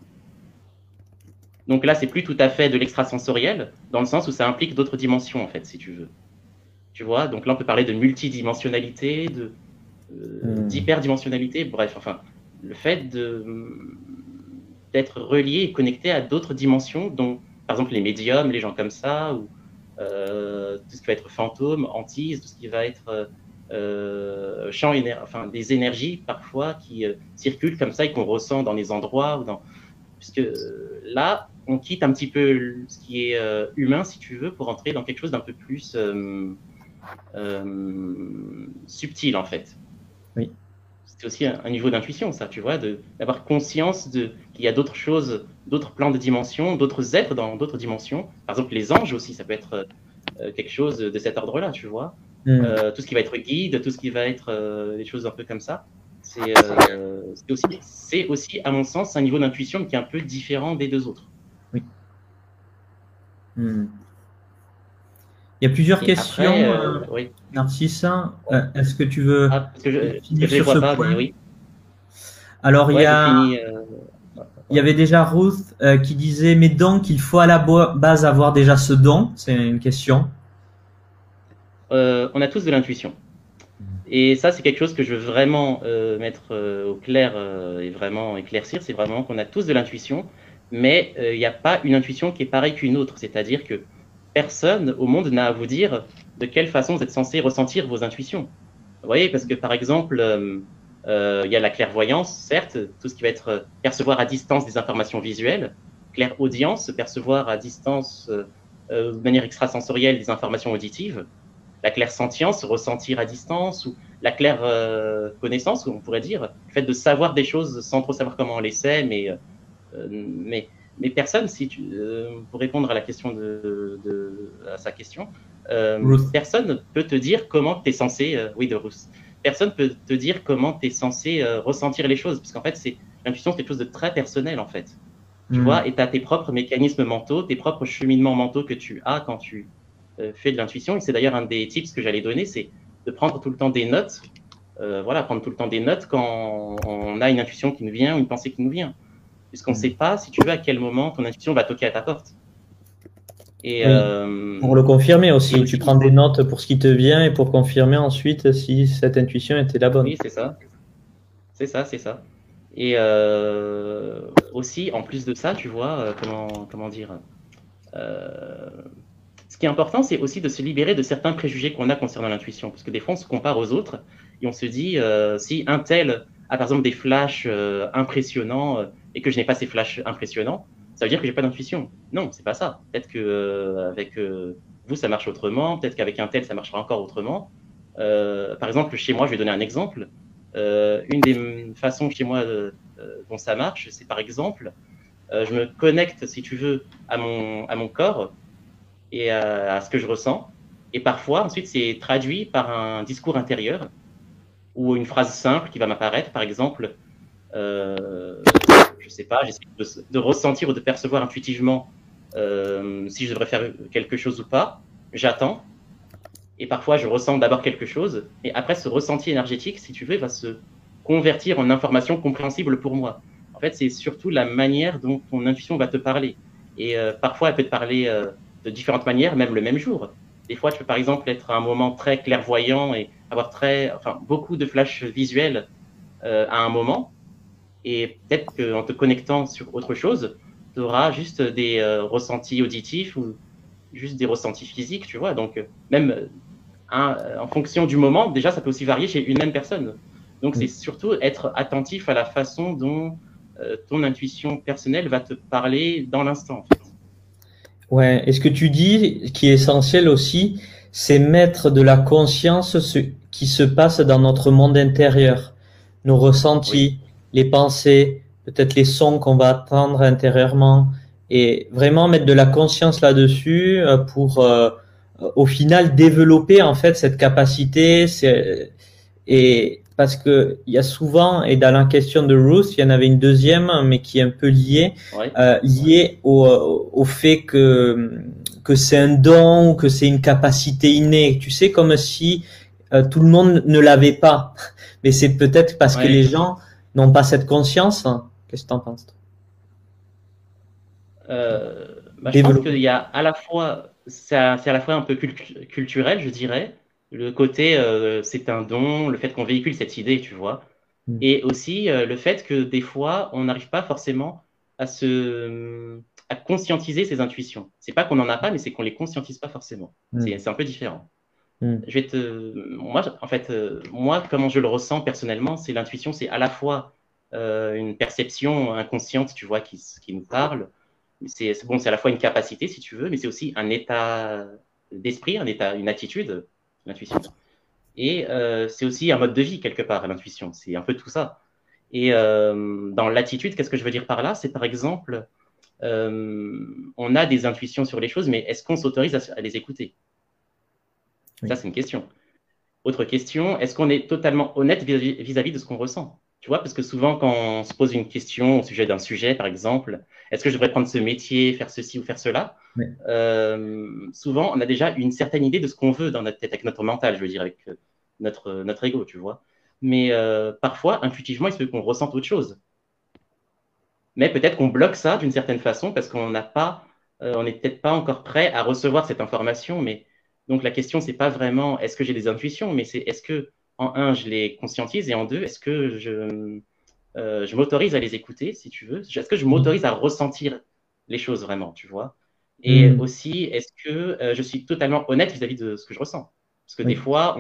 Donc là, c'est plus tout à fait de l'extrasensoriel, dans le sens où ça implique d'autres dimensions, en fait, si tu veux. Tu vois, donc là, on peut parler de multidimensionnalité, d'hyperdimensionnalité, bref, enfin, le fait d'être relié et connecté à d'autres dimensions, dont, par exemple, les médiums, les gens comme ça, ou tout ce qui va être fantôme, hantise, tout ce qui va être champ enfin, des énergies parfois qui circulent comme ça et qu'on ressent dans les endroits, ou dans... puisque là, on quitte un petit peu ce qui est humain, si tu veux, pour entrer dans quelque chose d'un peu plus subtil, en fait. Oui. C'est aussi un niveau d'intuition, ça, tu vois, d'avoir conscience qu'il y a d'autres choses, d'autres plans de dimension, d'autres êtres dans d'autres dimensions. Par exemple, les anges aussi, ça peut être quelque chose de cet ordre-là, tu vois. Tout ce qui va être guide, tout ce qui va être des choses un peu comme ça. C'est aussi, à mon sens, un niveau d'intuition qui est un peu différent des deux autres. Oui. Il y a plusieurs questions, après, oui. Narcisse. Est-ce que tu veux finir sur ce point? Oui. Alors, ouais, il y avait déjà Ruth qui disait, mais donc, il faut à la base avoir déjà ce don? C'est une question. On a tous de l'intuition. Et ça, c'est quelque chose que je veux vraiment mettre au clair et vraiment éclaircir. C'est vraiment qu'on a tous de l'intuition, mais il n'y a pas une intuition qui est pareille qu'une autre. C'est-à-dire que personne au monde n'a à vous dire de quelle façon vous êtes censé ressentir vos intuitions. Vous voyez, parce que par exemple, il y a la clairvoyance, certes, tout ce qui va être percevoir à distance des informations visuelles, clairaudience, percevoir à distance de manière extrasensorielle des informations auditives, la clairsentience, ressentir à distance, ou la claire connaissance, on pourrait dire, le fait de savoir des choses sans trop savoir comment on les sait, mais personne, pour répondre à la question à sa question, personne peut te dire comment tu es censé, oui, de Ruth, personne peut te dire comment tu es censé ressentir les choses, parce qu'en fait, l'intuition, c'est quelque chose de très personnel, en fait. Tu vois, et tu as tes propres mécanismes mentaux, tes propres cheminements mentaux que tu as quand tu fais de l'intuition. Et c'est d'ailleurs un des tips que j'allais donner, c'est de prendre tout le temps des notes. Voilà, prendre tout le temps des notes quand on a une intuition qui nous vient ou une pensée qui nous vient. Puisqu'on ne sait pas, si tu veux, à quel moment ton intuition va toquer à ta porte. Et, oui. Pour le confirmer aussi, tu prends des notes pour ce qui te vient et pour confirmer ensuite si cette intuition était la bonne. Oui, c'est ça. C'est ça, c'est ça. Et aussi, en plus de ça, tu vois, comment dire, ce qui est important, c'est aussi de se libérer de certains préjugés qu'on a concernant l'intuition. Parce que des fois, on se compare aux autres et on se dit, si un tel a par exemple des flashs impressionnants et que je n'ai pas ces flashs impressionnants, ça veut dire que j'ai pas d'intuition. Non, c'est pas ça. Peut-être que avec vous, ça marche autrement. Peut-être qu'avec un tel, ça marchera encore autrement. Par exemple, chez moi, je vais donner un exemple. Une des façons chez moi dont ça marche, c'est par exemple, je me connecte, si tu veux, à mon corps et à ce que je ressens. Et parfois, ensuite, c'est traduit par un discours intérieur ou une phrase simple qui va m'apparaître. Par exemple, je sais pas, j'essaie de ressentir ou de percevoir intuitivement si je devrais faire quelque chose ou pas. J'attends. Et parfois, je ressens d'abord quelque chose. Et après, ce ressenti énergétique, si tu veux, va se convertir en information compréhensible pour moi. En fait, c'est surtout la manière dont ton intuition va te parler. Et parfois, elle peut te parler de différentes manières, même le même jour. Des fois, tu peux par exemple être à un moment très clairvoyant et avoir beaucoup de flashs visuels à un moment. Et peut-être qu'en te connectant sur autre chose, tu auras juste des ressentis auditifs ou juste des ressentis physiques, tu vois. Donc, même en fonction du moment, déjà, ça peut aussi varier chez une même personne. Donc, c'est surtout être attentif à la façon dont ton intuition personnelle va te parler dans l'instant, en fait. Ouais, et ce que tu dis, qui est essentiel aussi, c'est mettre de la conscience ce qui se passe dans notre monde intérieur, nos ressentis, les pensées, peut-être les sons qu'on va entendre intérieurement, et vraiment mettre de la conscience là-dessus pour, au final, développer en fait cette capacité. Et parce que il y a souvent, et dans la question de Ruth, il y en avait une deuxième, mais qui est un peu liée, au fait que c'est un don ou que c'est une capacité innée. Tu sais, comme si tout le monde ne l'avait pas. Mais c'est peut-être parce que les gens n'ont pas cette conscience. Qu'est-ce que tu en penses? Je pense qu'il y a à la fois, c'est à la fois un peu culturel, je dirais, Le côté, c'est un don, le fait qu'on véhicule cette idée, tu vois. Mm. Et aussi le fait que des fois, on n'arrive pas forcément à conscientiser ses intuitions. C'est pas qu'on n'en a pas, mais c'est qu'on les conscientise pas forcément. Mm. C'est un peu différent. Mm. Moi, en fait, moi, comment je le ressens personnellement, c'est l'intuition, c'est à la fois une perception inconsciente, tu vois, qui nous parle. C'est bon, c'est à la fois une capacité, si tu veux, mais c'est aussi un état d'esprit, une attitude, l'intuition. Et c'est aussi un mode de vie, quelque part, l'intuition. C'est un peu tout ça. Et dans l'attitude, qu'est-ce que je veux dire par là? C'est par exemple, on a des intuitions sur les choses, mais est-ce qu'on s'autorise à les écouter? Ça, Oui. c'est une question. Autre question, est-ce qu'on est totalement honnête vis-à-vis de ce qu'on ressent? Tu vois, parce que souvent, quand on se pose une question au sujet d'un sujet, par exemple, est-ce que je devrais prendre ce métier, faire ceci ou faire cela? Oui. Souvent, on a déjà une certaine idée de ce qu'on veut dans notre tête, avec notre mental, je veux dire, avec notre ego, tu vois. Mais parfois, intuitivement, il se peut qu'on ressente autre chose. Mais peut-être qu'on bloque ça d'une certaine façon parce qu'on n'a pas, on n'est peut-être pas encore prêt à recevoir cette information. Mais donc la question, c'est pas vraiment est-ce que j'ai des intuitions, mais c'est est-ce que en un, je les conscientise et en deux, est-ce que je m'autorise à les écouter, si tu veux. Est-ce que je m'autorise à ressentir les choses vraiment, tu vois. Et Mm. aussi, est-ce que je suis totalement honnête vis-à-vis de ce que je ressens. Parce que des Oui. fois,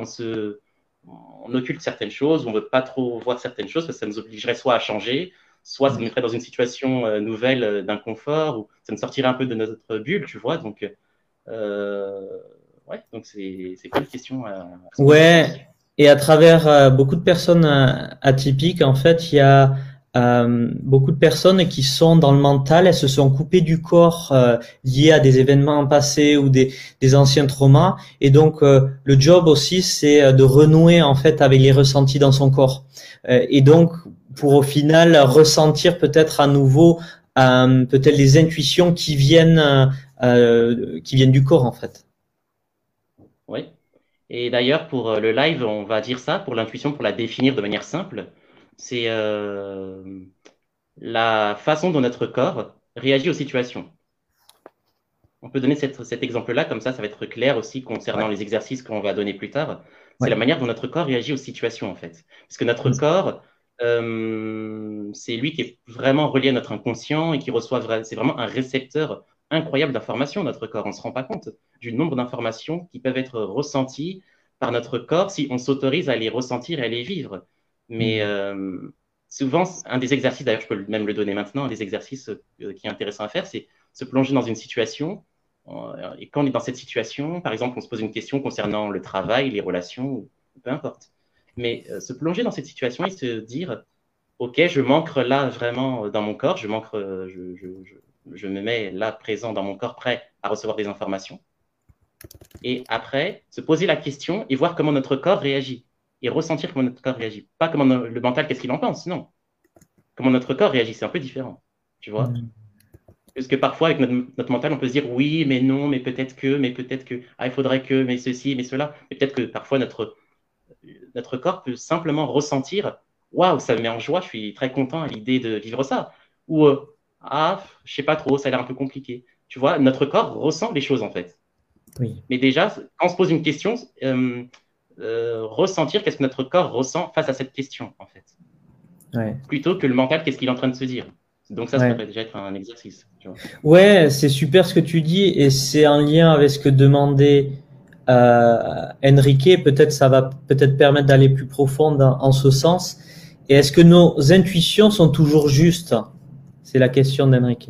on occulte certaines choses, on ne veut pas trop voir certaines choses parce que ça nous obligerait soit à changer, soit ça nous Mm. mettrait dans une situation nouvelle d'inconfort, ou ça nous sortirait un peu de notre bulle, tu vois. Donc, euh, ouais, donc c'est pas une question à se poser, je pense. Ouais, et à travers beaucoup de personnes atypiques, en fait, il y a beaucoup de personnes qui sont dans le mental, elles se sont coupées du corps liés à des événements passés ou des anciens traumas. Et donc, le job aussi, c'est de renouer en fait avec les ressentis dans son corps. Et donc, pour au final ressentir peut-être à nouveau peut-être les intuitions qui viennent du corps en fait. Oui. Et d'ailleurs, pour le live, on va dire ça, pour l'intuition, pour la définir de manière simple, c'est la façon dont notre corps réagit aux situations. On peut donner cet exemple-là, comme ça va être clair aussi concernant Ouais, les exercices qu'on va donner plus tard. C'est ouais. la manière dont notre corps réagit aux situations, en fait. Parce que notre corps, c'est lui qui est vraiment relié à notre inconscient et qui reçoit, c'est vraiment un récepteur incroyable d'informations, notre corps. On ne se rend pas compte du nombre d'informations qui peuvent être ressenties par notre corps si on s'autorise à les ressentir et à les vivre. Mais Mm. souvent, un des exercices, d'ailleurs, je peux même le donner maintenant, un des exercices qui est intéressant à faire, c'est se plonger dans une situation. Et quand on est dans cette situation, par exemple, on se pose une question concernant le travail, les relations, peu importe. Mais se plonger dans cette situation et se dire, OK, je manque là vraiment dans mon corps, je me mets là présent dans mon corps, prêt à recevoir des informations. Et après, se poser la question et voir comment notre corps réagit. Et ressentir comment notre corps réagit. Pas comment le mental, qu'est-ce qu'il en pense, non. Comment notre corps réagit, c'est un peu différent. Tu vois. Mm. Parce que parfois, avec notre mental, on peut se dire oui, mais non, mais peut-être que, ah, il faudrait que, mais ceci, mais cela. Mais peut-être que parfois, notre corps peut simplement ressentir waouh, ça me met en joie, je suis très content à l'idée de vivre ça. Ou ah, je sais pas trop, ça a l'air un peu compliqué. Tu vois, notre corps ressent les choses en fait. Oui. Mais déjà, quand on se pose une question, ressentir qu'est-ce que notre corps ressent face à cette question en fait, Ouais. plutôt que le mental, qu'est-ce qu'il est en train de se dire. Donc ça Ouais. pourrait déjà être un exercice. Tu vois. Ouais, c'est super ce que tu dis et c'est en lien avec ce que demandait Enrique. Peut-être ça va peut-être permettre d'aller plus profond en ce sens. Et est-ce que nos intuitions sont toujours justes? C'est la question d'Enrique.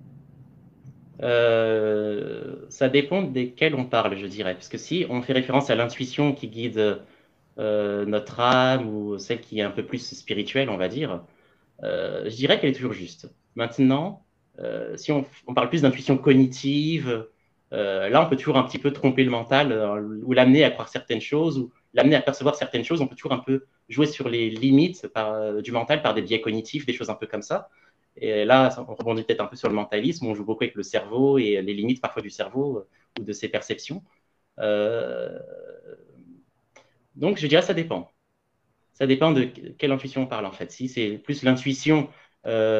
Ça dépend desquels on parle, je dirais. Parce que si on fait référence à l'intuition qui guide notre âme ou celle qui est un peu plus spirituelle, on va dire, je dirais qu'elle est toujours juste. Maintenant, si on parle plus d'intuition cognitive, là, on peut toujours un petit peu tromper le mental ou l'amener à croire certaines choses ou l'amener à percevoir certaines choses. On peut toujours un peu jouer sur les limites du mental par des biais cognitifs, des choses un peu comme ça. Et là, on rebondit peut-être un peu sur le mentalisme, on joue beaucoup avec le cerveau et les limites parfois du cerveau ou de ses perceptions. Euh, donc, je dirais que ça dépend. Ça dépend de quelle intuition on parle en fait. Si c'est plus l'intuition,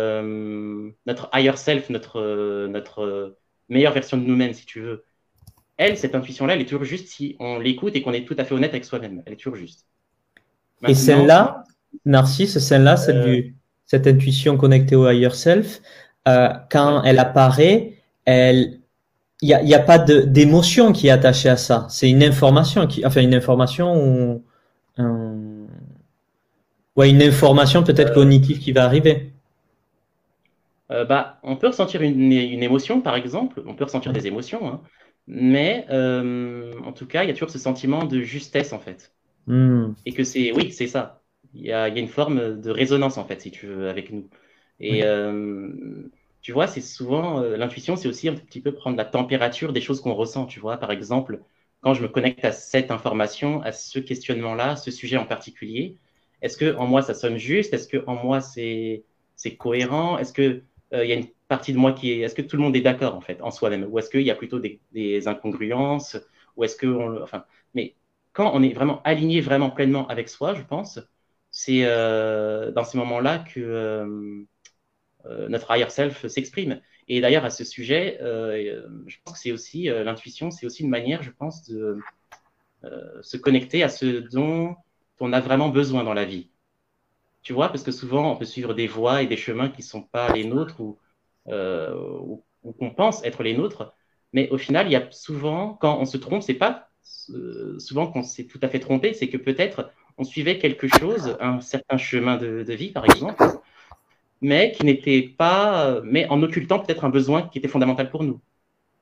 notre higher self, notre meilleure version de nous-mêmes, si tu veux, cette intuition-là, elle est toujours juste si on l'écoute et qu'on est tout à fait honnête avec soi-même. Elle est toujours juste. Et Maintenant, celle-là, Narcisse, celle-là, euh, cette intuition connectée au higher self, quand ouais. elle apparaît, il y a pas d'émotion qui est attachée à ça. C'est une information enfin une information ou un- ouais, une information peut-être Euh, cognitive qui va arriver. Bah, on peut ressentir une émotion, par exemple. On peut ressentir des émotions, hein. Mais en tout cas, il y a toujours ce sentiment de justesse, en fait. Hmm. Et que c'est, oui, c'est ça. Il y a une forme de résonance, en fait, si tu veux, avec nous. Et Oui. tu vois, c'est souvent, l'intuition, c'est aussi un petit peu prendre la température des choses qu'on ressent, tu vois. Par exemple, quand je me connecte à cette information, à ce questionnement-là, ce sujet en particulier, est-ce que en moi, ça sonne juste? Est-ce que en moi, c'est cohérent? Est-ce que il y a une partie de moi qui est, est-ce que tout le monde est d'accord, en fait, en soi-même? Ou est-ce qu'il y a plutôt des incongruences? Ou est-ce que, enfin, mais quand on est vraiment aligné vraiment pleinement avec soi, je pense, c'est dans ces moments-là que notre higher self s'exprime. Et d'ailleurs, à ce sujet, je pense que c'est aussi l'intuition, c'est aussi une manière, je pense, de se connecter à ce dont on a vraiment besoin dans la vie. Tu vois, parce que souvent, on peut suivre des voies et des chemins qui ne sont pas les nôtres ou qu'on pense être les nôtres. Mais au final, il y a souvent, quand on se trompe, c'est pas souvent qu'on s'est tout à fait trompé, c'est que peut-être on suivait quelque chose, un certain chemin de vie, par exemple, mais qui n'était pas, mais en occultant peut-être un besoin qui était fondamental pour nous.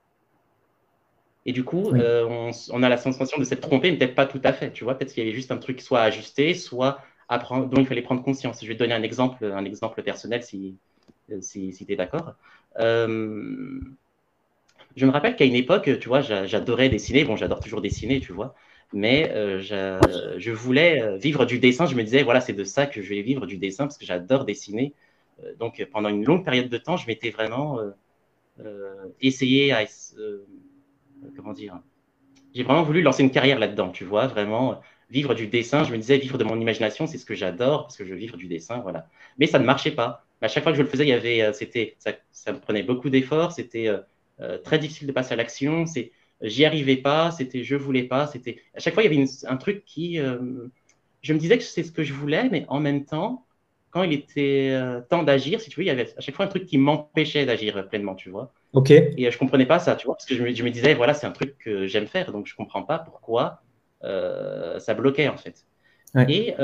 Et du coup, Oui. on a la sensation de s'être trompé, mais peut-être pas tout à fait. Tu vois, peut-être qu'il y avait juste un truc soit ajusté, soit apprendre, dont il fallait prendre conscience. Je vais te donner un exemple personnel si tu es d'accord. Euh, je me rappelle qu'à une époque, tu vois, j'adorais dessiner. Bon, j'adore toujours dessiner, tu vois. Mais je voulais vivre du dessin. Je me disais, voilà, c'est de ça que je vais vivre du dessin parce que j'adore dessiner. Donc, pendant une longue période de temps, je m'étais vraiment essayé à, comment dire, j'ai vraiment voulu lancer une carrière là-dedans, tu vois, vraiment vivre du dessin. Je me disais, vivre de mon imagination, c'est ce que j'adore parce que je veux vivre du dessin, voilà. Mais ça ne marchait pas. À chaque fois que je le faisais, il y avait, ça me prenait beaucoup d'efforts, c'était très difficile de passer à l'action, j'y arrivais pas, je voulais pas, à chaque fois, il y avait un truc qui, je me disais que c'est ce que je voulais, mais en même temps, quand il était temps d'agir, si tu veux, il y avait à chaque fois un truc qui m'empêchait d'agir pleinement, tu vois. Ok. Et je comprenais pas ça, tu vois, parce que je me disais, voilà, c'est un truc que j'aime faire, donc je comprends pas pourquoi ça bloquait, en fait. Ouais. Et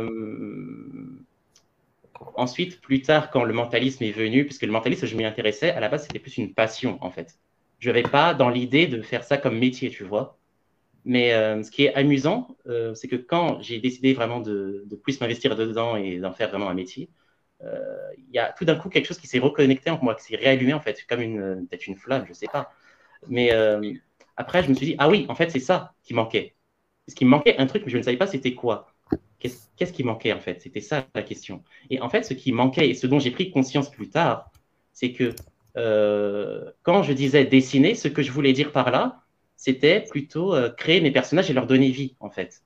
ensuite, plus tard, quand le mentalisme est venu, puisque le mentalisme, je m'y intéressais, à la base, c'était plus une passion, en fait. Je n'avais pas dans l'idée de faire ça comme métier, tu vois. Mais ce qui est amusant, c'est que quand j'ai décidé vraiment de plus m'investir dedans et d'en faire vraiment un métier, il y a tout d'un coup quelque chose qui s'est reconnecté en moi, qui s'est réallumé, en fait, comme peut-être une flamme, je sais pas. Mais après, je me suis dit, ah oui, en fait, c'est ça qui manquait. Parce qu'il me manquait un truc, mais je ne savais pas c'était quoi. Qu'est-ce qui manquait, en fait? C'était ça la question. Et en fait, ce qui manquait et ce dont j'ai pris conscience plus tard, c'est que quand je disais dessiner, ce que je voulais dire par là, c'était plutôt créer mes personnages et leur donner vie, en fait.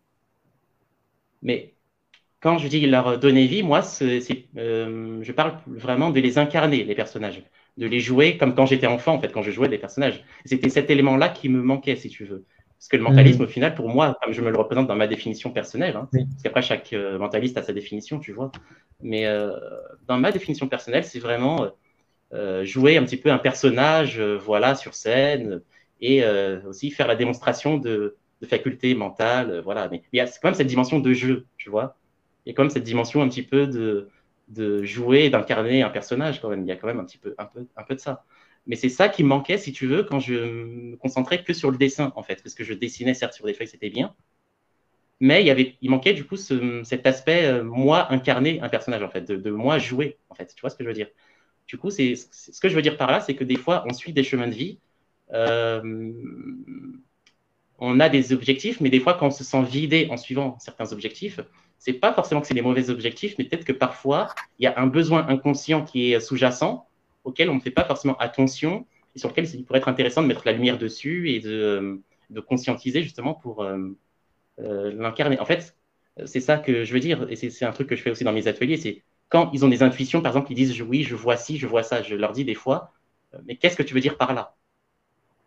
Mais quand je dis leur donner vie, moi, je parle vraiment de les incarner, les personnages, de les jouer comme quand j'étais enfant, en fait, quand je jouais des personnages. C'était cet élément-là qui me manquait, si tu veux. Parce que le mentalisme, au Hmm. final, pour moi, comme je me le représente dans ma définition personnelle, hein, Oui. parce qu'après, chaque mentaliste a sa définition, tu vois. Mais dans ma définition personnelle, c'est vraiment jouer un petit peu un personnage, voilà, sur scène, et aussi faire la démonstration de facultés mentales, voilà. Mais il y a quand même cette dimension de jeu, tu vois. Il y a quand même cette dimension un petit peu de jouer, d'incarner un personnage quand même. Il y a quand même un peu de ça. Mais c'est ça qui me manquait, si tu veux, quand je me concentrais que sur le dessin, en fait. Parce que je dessinais, certes, sur des feuilles, c'était bien. Mais il manquait du coup cet aspect, moi, incarner un personnage, en fait, de moi jouer, en fait. Tu vois ce que je veux dire? Du coup, ce que je veux dire par là, c'est que des fois, on suit des chemins de vie. Euh, on a des objectifs, mais des fois, quand on se sent vidé en suivant certains objectifs, c'est pas forcément que c'est des mauvais objectifs, mais peut-être que parfois, il y a un besoin inconscient qui est sous-jacent, auquel on ne fait pas forcément attention, et sur lequel il pourrait être intéressant de mettre la lumière dessus et de conscientiser justement pour l'incarner. En fait, c'est ça que je veux dire, et c'est un truc que je fais aussi dans mes ateliers, c'est quand ils ont des intuitions, par exemple, ils disent oui, je vois ci, je vois ça, je leur dis des fois, mais qu'est-ce que tu veux dire par là?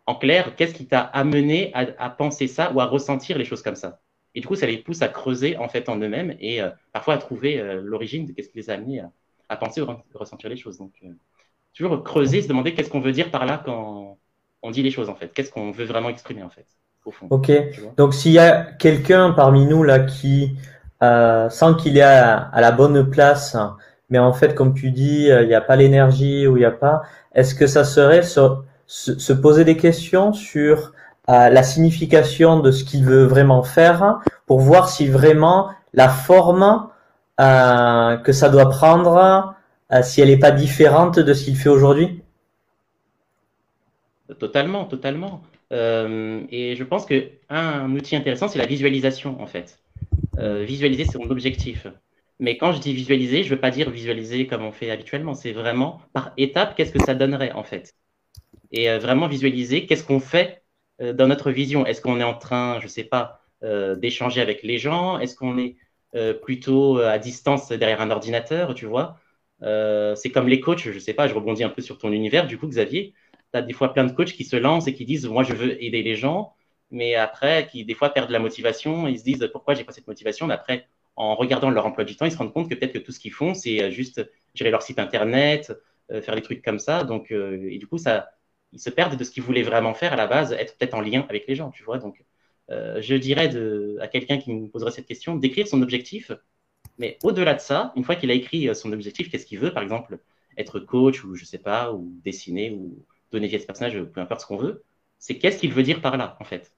en clair, qu'est-ce qui t'a amené à penser ça ou à ressentir les choses comme ça? Et du coup, ça les pousse à creuser en fait en eux-mêmes et parfois à trouver l'origine de qu'est-ce qui les a amenés à penser ou ressentir les choses. Donc, toujours creuser, se demander qu'est-ce qu'on veut dire par là quand on dit les choses en fait. Qu'est-ce qu'on veut vraiment exprimer en fait, au fond. Ok. Tu vois. Donc s'il y a quelqu'un parmi nous là qui sent qu'il est à la bonne place, hein, mais en fait, comme tu dis, il n'y a pas l'énergie ou il n'y a pas, est-ce que ça serait se poser des questions sur la signification de ce qu'il veut vraiment faire pour voir si vraiment la forme que ça doit prendre, si elle n'est pas différente de ce qu'il fait aujourd'hui? Totalement, totalement. Et je pense qu'un outil intéressant, c'est la visualisation, en fait. Visualiser son objectif. Mais quand je dis visualiser, je ne veux pas dire visualiser comme on fait habituellement. C'est vraiment par étape, qu'est-ce que ça donnerait, en fait. Et vraiment visualiser qu'est-ce qu'on fait dans notre vision. Est-ce qu'on est en train, je ne sais pas, d'échanger avec les gens? Est-ce qu'on est plutôt à distance derrière un ordinateur, tu vois? C'est comme les coachs, je ne sais pas, je rebondis un peu sur ton univers, du coup, Xavier. Tu as des fois plein de coachs qui se lancent et qui disent, moi, je veux aider les gens, mais après, qui des fois perdent la motivation, ils se disent, pourquoi j'ai pas cette motivation? Mais après, en regardant leur emploi du temps, ils se rendent compte que peut-être que tout ce qu'ils font, c'est juste gérer leur site internet, faire des trucs comme ça. Donc, et du coup, ils se perdent de ce qu'ils voulaient vraiment faire à la base, être peut-être en lien avec les gens, tu vois. Donc, je dirais à quelqu'un qui me poserait cette question, d'écrire son objectif, mais au-delà de ça, une fois qu'il a écrit son objectif, qu'est-ce qu'il veut, par exemple, être coach ou je sais pas, ou dessiner ou donner vie à ce personnage, peu importe ce qu'on veut, c'est qu'est-ce qu'il veut dire par là, en fait.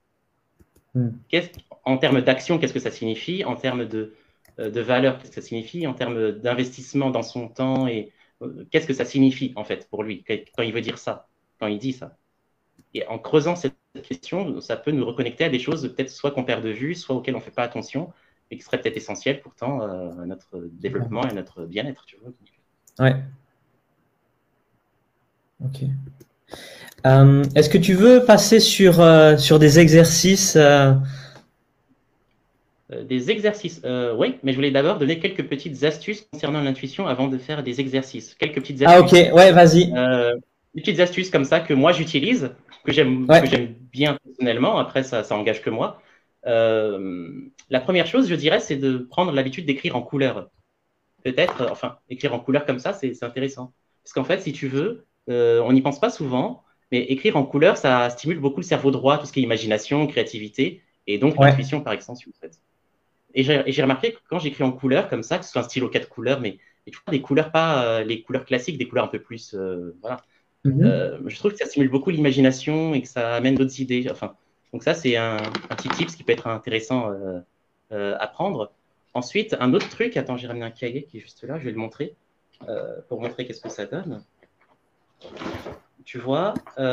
En termes d'action, qu'est-ce que ça signifie? En termes de valeur, qu'est-ce que ça signifie? En termes d'investissement dans son temps, et qu'est-ce que ça signifie, en fait, pour lui, quand il veut dire ça, quand il dit ça? Et en creusant cette question, ça peut nous reconnecter à des choses peut-être soit qu'on perd de vue, soit auxquelles on ne fait pas attention, et qui seraient peut-être essentielles pourtant à notre développement et à notre bien-être. Tu vois. Ouais. Ok. Est-ce que tu veux passer sur des exercices Des exercices, oui, mais je voulais d'abord donner quelques petites astuces concernant l'intuition avant de faire des exercices. Quelques petites Ah astuces. ok, ouais, vas-y. Des petites astuces comme ça que moi j'utilise, que j'aime Ouais. bien personnellement, après ça engage que moi. La première chose, je dirais, c'est de prendre l'habitude d'écrire en couleur. Peut-être, enfin, écrire en couleur comme ça, c'est intéressant. Parce qu'en fait, si tu veux, on n'y pense pas souvent, mais écrire en couleur, ça stimule beaucoup le cerveau droit, tout ce qui est imagination, créativité, et donc Ouais. l'intuition par extension. En fait. Et j'ai remarqué que quand j'écris en couleur comme ça, que ce soit un stylo 4 couleurs, mais tu vois, des couleurs pas les couleurs classiques, des couleurs un peu plus, voilà. Je trouve que ça stimule beaucoup l'imagination et que ça amène d'autres idées. Enfin, donc ça, c'est un petit tips qui peut être intéressant à prendre. Ensuite, un autre truc, attends, j'ai ramené un cahier qui est juste là, je vais le montrer pour montrer qu'est-ce que ça donne. Tu vois,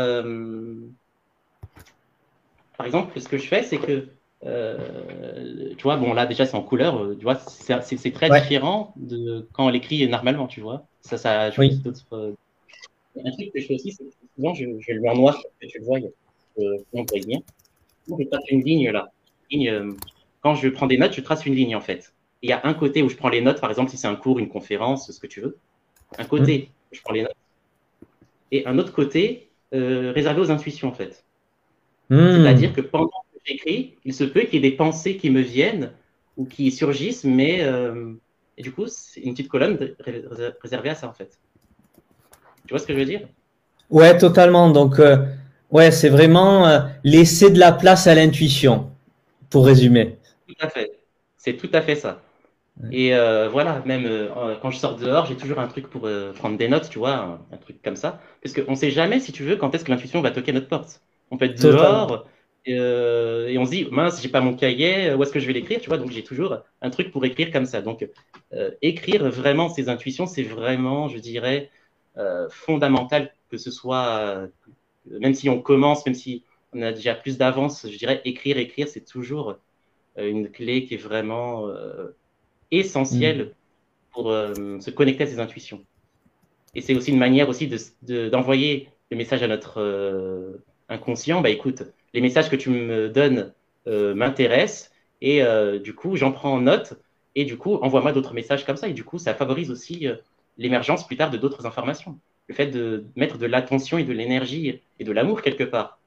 par exemple, ce que je fais, c'est que, tu vois, bon là déjà c'est en couleur, tu vois, c'est très différent de quand on l'écrit normalement, tu vois. Ça ajoute d'autres. Un truc que je fais aussi, c'est que souvent je le mets en noir pour que tu le vois, on voit bien. Je trace une ligne là. Quand je prends des notes, je trace une ligne en fait. Il y a un côté où je prends les notes, par exemple, si c'est un cours, une conférence, ce que tu veux. Un côté où je prends les notes. Et un autre côté réservé aux intuitions en fait. C'est-à-dire que pendant que j'écris, il se peut qu'il y ait des pensées qui me viennent ou qui surgissent, mais et du coup, c'est une petite colonne réservée à ça en fait. Tu vois ce que je veux dire? Ouais, totalement. Donc, ouais, c'est vraiment laisser de la place à l'intuition, pour résumer. Tout à fait. C'est tout à fait ça. Et voilà, même quand je sors dehors, j'ai toujours un truc pour prendre des notes, tu vois, un truc comme ça. Parce qu'on ne sait jamais, si tu veux, quand est-ce que l'intuition va toquer à notre porte. On peut être Totalement. dehors et on se dit, mince, j'ai pas mon cahier, où est-ce que je vais l'écrire, tu vois. Donc j'ai toujours un truc pour écrire comme ça. Donc écrire vraiment ses intuitions, c'est vraiment, je dirais, fondamental que ce soit, même si on commence, même si on a déjà plus d'avance, je dirais, écrire, c'est toujours une clé qui est vraiment essentielle pour se connecter à ses intuitions. Et c'est aussi une manière aussi d'envoyer le message à notre inconscient. Bah écoute, les messages que tu me donnes m'intéressent et du coup j'en prends en note et du coup envoie-moi d'autres messages comme ça et du coup ça favorise aussi l'émergence plus tard de d'autres informations. Le fait de mettre de l'attention et de l'énergie et de l'amour quelque part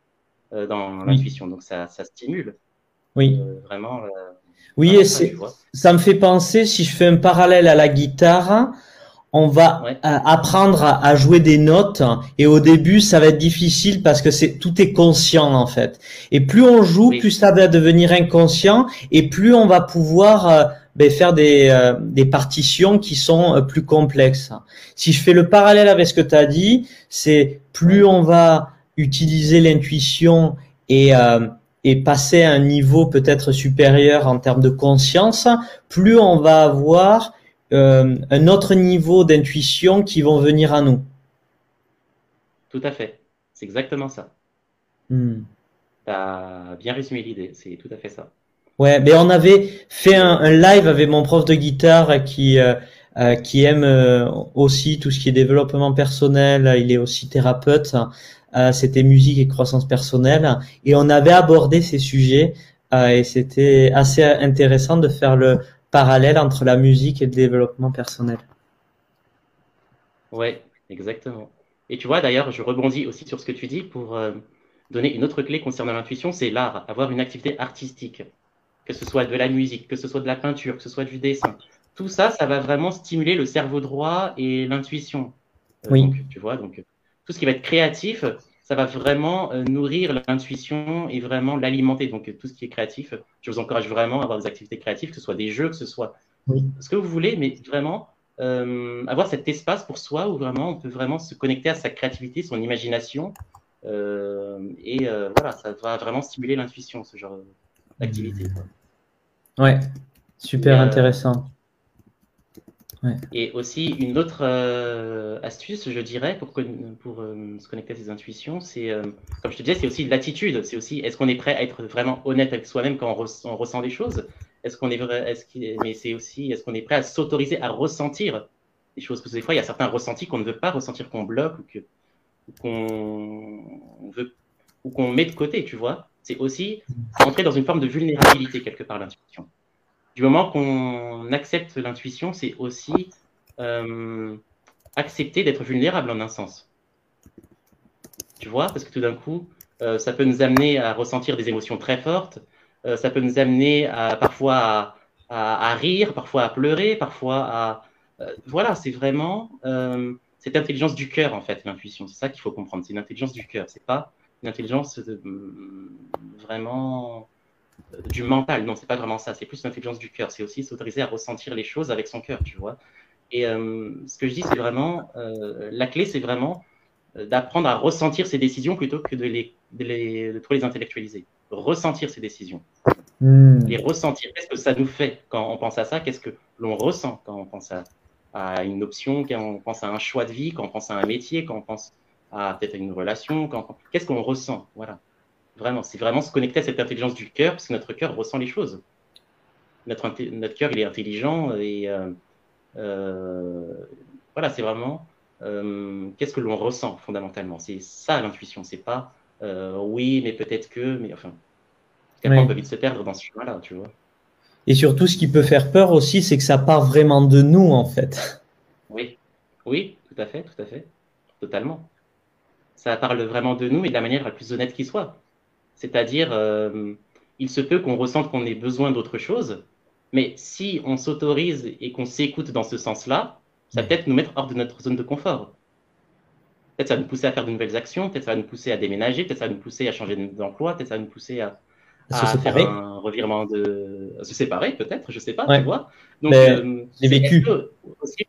dans Oui, l'intuition. Donc ça stimule oui. vraiment, Oui, vraiment ça, tu vois. ça me fait penser, si je fais un parallèle à la guitare, on va Ouais, apprendre à jouer des notes et au début ça va être difficile parce que tout est conscient en fait. Et plus on joue, plus oui, ça va devenir inconscient et plus on va pouvoir faire des partitions qui sont plus complexes. Si je fais le parallèle avec ce que tu as dit, c'est plus ouais, on va utiliser l'intuition et et passer à un niveau peut-être supérieur en termes de conscience, plus on va avoir un autre niveau d'intuition qui vont venir à nous. tout à fait. C'est exactement ça. Hmm. Tu as bien résumé l'idée, c'est tout à fait ça. Ouais, mais on avait fait Et, un live avec mon prof de guitare qui aime aussi tout ce qui est développement personnel. Il est aussi thérapeute. C'était musique et croissance personnelle, et on avait abordé ces sujets et c'était assez intéressant de faire le parallèle entre la musique et le développement personnel. ouais, exactement. Et tu vois, d'ailleurs, je rebondis aussi sur ce que tu dis pour donner une autre clé concernant l'intuition, c'est l'art, avoir une activité artistique, que ce soit de la musique, que ce soit de la peinture, que ce soit du dessin. Tout ça, ça va vraiment stimuler le cerveau droit et l'intuition. Oui. Donc, tu vois, donc tout ce qui va être créatif, ça va vraiment nourrir l'intuition et vraiment l'alimenter. Donc, tout ce qui est créatif, je vous encourage vraiment à avoir des activités créatives, que ce soit des jeux, que ce soit Oui. ce que vous voulez, mais vraiment avoir cet espace pour soi où vraiment on peut vraiment se connecter à sa créativité, son imagination. Voilà, ça va vraiment stimuler l'intuition, ce genre d'activité, quoi. Ouais. Et, Super intéressant. Ouais. et aussi, une autre astuce, je dirais, pour se connecter à ses intuitions, c'est, comme je te disais, c'est aussi de l'attitude. C'est aussi, est-ce qu'on est prêt à être vraiment honnête avec soi-même quand on ressent des choses? Est-ce qu'on est vrai, mais c'est aussi, est-ce qu'on est prêt à s'autoriser à ressentir des choses? Parce que des fois, il y a certains ressentis qu'on ne veut pas ressentir, qu'on bloque ou qu'on veut, ou qu'on met de côté, tu vois. C'est aussi entrer dans une forme de vulnérabilité quelque part, l'intuition. Du moment qu'on accepte l'intuition, c'est aussi euh, accepter d'être vulnérable en un sens. Tu vois, parce que tout d'un coup, ça peut nous amener à ressentir des émotions très fortes, ça peut nous amener parfois à rire, parfois à pleurer, parfois à... voilà, c'est vraiment cette intelligence du cœur, en fait, l'intuition. C'est ça qu'il faut comprendre. C'est une intelligence du cœur. C'est pas une intelligence vraiment du mental. Non, c'est pas vraiment ça. C'est plus l'intelligence du cœur. C'est aussi s'autoriser à ressentir les choses avec son cœur, tu vois. Et ce que je dis, c'est vraiment la clé, c'est vraiment d'apprendre à ressentir ses décisions plutôt que de trop les intellectualiser. Ressentir ses décisions. Les Hmm. ressentir. Qu'est-ce que ça nous fait quand on pense à ça? Qu'est-ce que l'on ressent quand on pense à une option, quand on pense à un choix de vie, quand on pense à un métier, quand on pense à peut-être une relation? Qu'est-ce qu'on ressent? Voilà. Vraiment, c'est vraiment se connecter à cette intelligence du cœur, parce que notre cœur ressent les choses. Notre cœur, il est intelligent et voilà, c'est vraiment qu'est-ce que l'on ressent fondamentalement. C'est ça l'intuition, c'est pas oui, mais peut-être que, mais enfin, parce qu'après on Oui. peut vite se perdre dans ce chemin-là, tu vois. Et surtout, ce qui peut faire peur aussi, c'est que ça part vraiment de nous, en fait. Oui, oui, tout à fait, totalement. Ça parle vraiment de nous, mais de la manière la plus honnête qui soit. C'est-à-dire, il se peut qu'on ressente qu'on ait besoin d'autre chose, mais si on s'autorise et qu'on s'écoute dans ce sens-là, ça va peut-être nous mettre hors de notre zone de confort. Peut-être ça va nous pousser à faire de nouvelles actions, peut-être ça va nous pousser à déménager, peut-être ça va nous pousser à changer d'emploi, peut-être ça va nous pousser À se à faire séparer. un revirement à se séparer, peut-être, je sais pas, tu Ouais. vois. Donc, Ben, je l'ai c'est est-ce vécu. que aussi...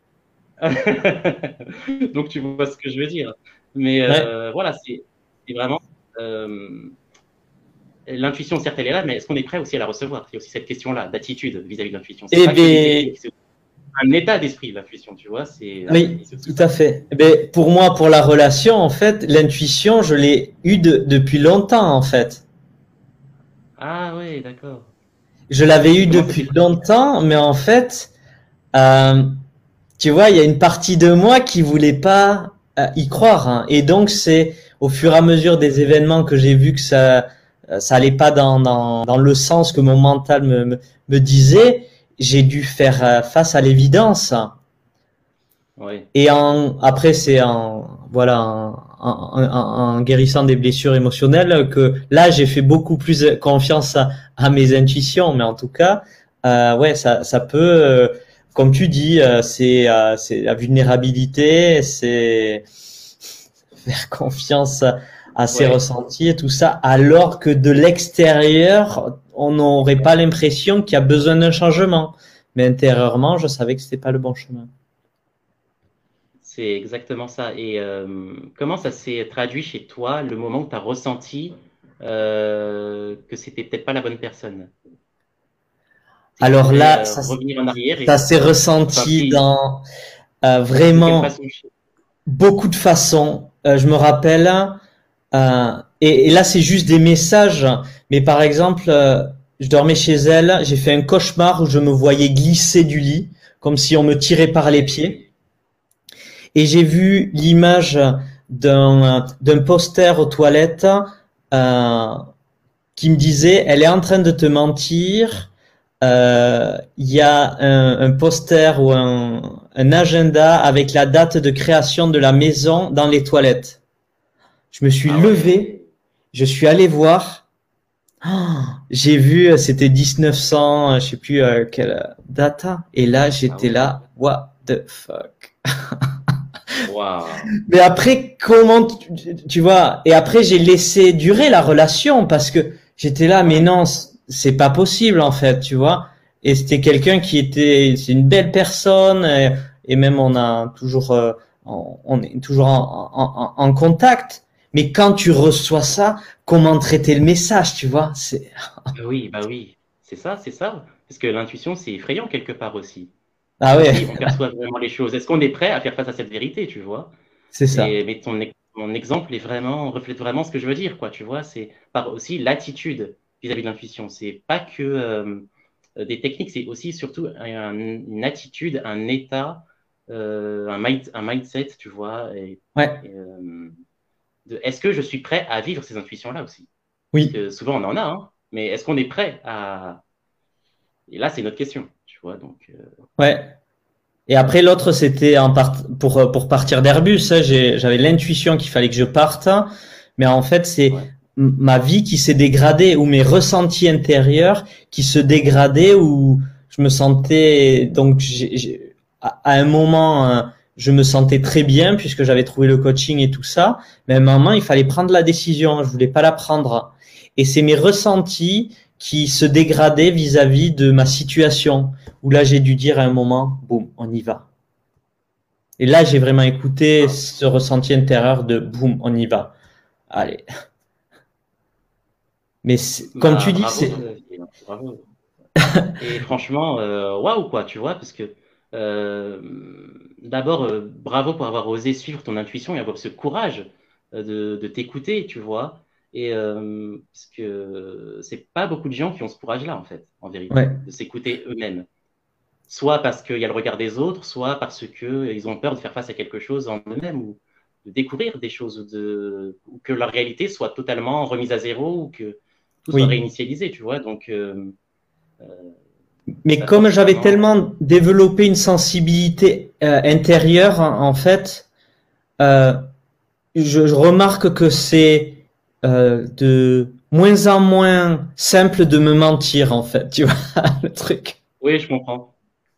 Donc, tu vois ce que je veux dire. Mais Ouais. voilà, c'est vraiment l'intuition, certes, elle est là, mais est-ce qu'on est prêt aussi à la recevoir? Il y a aussi cette question-là d'attitude vis-à-vis de l'intuition. C'est Eh pas que des ben, techniques, c'est un état d'esprit, l'intuition, tu vois. oui, C'est tout tout à ça. fait. Eh ben, pour moi, pour la relation, en fait, l'intuition, je l'ai eue depuis longtemps, en fait. Ah ouais, d'accord. Je l'avais Et eue comment ça depuis s'est traduit? longtemps, mais en fait, euh, tu vois, il y a une partie de moi qui voulait pas y croire, hein. Et donc, c'est au fur et à mesure des événements que j'ai vu que ça allait pas dans le sens que mon mental me disait, j'ai dû faire face à l'évidence. Ouais. Après, c'est voilà, en guérissant des blessures émotionnelles que là, j'ai fait beaucoup plus confiance à mes intuitions. Mais en tout cas, ouais, ça peut, comme tu dis, c'est la vulnérabilité, c'est faire confiance à ses Ouais. ressentis et tout ça, alors que de l'extérieur, on n'aurait pas l'impression qu'il y a besoin d'un changement. Mais intérieurement, je savais que c'était pas le bon chemin. C'est exactement ça. Et comment ça s'est traduit chez toi le moment où tu as ressenti que c'était peut-être pas la bonne personne? Si tu Alors pouvais là, revenir en arrière ça et s'est enfin, ressenti dans de quelle vraiment façon? beaucoup de façons. Je me rappelle, et là c'est juste des messages, mais par exemple, je dormais chez elle, j'ai fait un cauchemar où je me voyais glisser du lit, comme si on me tirait par les pieds, et j'ai vu l'image d'un poster aux toilettes euh, qui me disait, elle est en train de te mentir. Il y a un poster ou un agenda avec la date de création de la maison dans les toilettes. Je me suis Ah ouais. levé, je suis allé voir. J'ai vu, c'était 1900, je sais plus quelle date. Et là, Ah j'étais ouais. là, what the fuck. Waouh. Mais après, comment, tu vois, et après, j'ai laissé durer la relation parce que j'étais là, mais Ouais. non, c'est pas possible, en fait, tu vois. Et c'était quelqu'un qui était, c'est une belle personne, et même on a toujours, on est toujours en contact. Mais quand tu reçois ça, comment traiter le message, tu vois, c'est, Bah oui. C'est ça, c'est ça. Parce que l'intuition, c'est effrayant quelque part aussi. ah Comme ouais, si on perçoit vraiment les choses. Est-ce qu'on est prêt à faire face à cette vérité, tu vois? c'est ça. Et mais ton exemple est vraiment reflète vraiment ce que je veux dire, quoi. Tu vois, c'est par aussi l'attitude vis-à-vis de l'intuition. C'est pas que des techniques, c'est aussi surtout une attitude, un état, un mindset, tu vois. Ouais, Est-ce que je suis prêt à vivre ces intuitions-là aussi? Parce oui, que souvent on en a, hein, mais est-ce qu'on est prêt à... Et là, c'est notre question, tu vois. Donc, ouais. Et après, l'autre, c'était pour partir d'Airbus. Hein, j'avais l'intuition qu'il fallait que je parte. Mais en fait, c'est ouais, ma vie qui s'est dégradée ou mes ressentis intérieurs qui se dégradaient où je me sentais, donc, à un moment, je me sentais très bien puisque j'avais trouvé le coaching et tout ça. Mais à un moment, il fallait prendre la décision. Je voulais pas la prendre. Et c'est mes ressentis qui se dégradaient vis-à-vis de ma situation où là j'ai dû dire à un moment, boum, on y va. Et là j'ai vraiment écouté ah, ce ressenti intérieur de boum, on y va. Allez. Mais comme tu bah, dis, bravo, c'est bravo. Et franchement, waouh, quoi, tu vois, parce que euh, d'abord, bravo pour avoir osé suivre ton intuition et avoir ce courage de t'écouter, tu vois. Et parce que c'est pas beaucoup de gens qui ont ce courage-là, en fait, en vérité, ouais, de s'écouter eux-mêmes. Soit parce qu'il y a le regard des autres, soit parce qu'ils ont peur de faire face à quelque chose en eux-mêmes ou de découvrir des choses ou que leur réalité soit totalement remise à zéro ou que tout soit oui. réinitialisé, tu vois. Donc, Mais ça comme force j'avais vraiment. tellement développé une sensibilité intérieure, en fait, euh, je remarque que c'est de moins en moins simple de me mentir, en fait, tu vois, le truc. Oui, je comprends.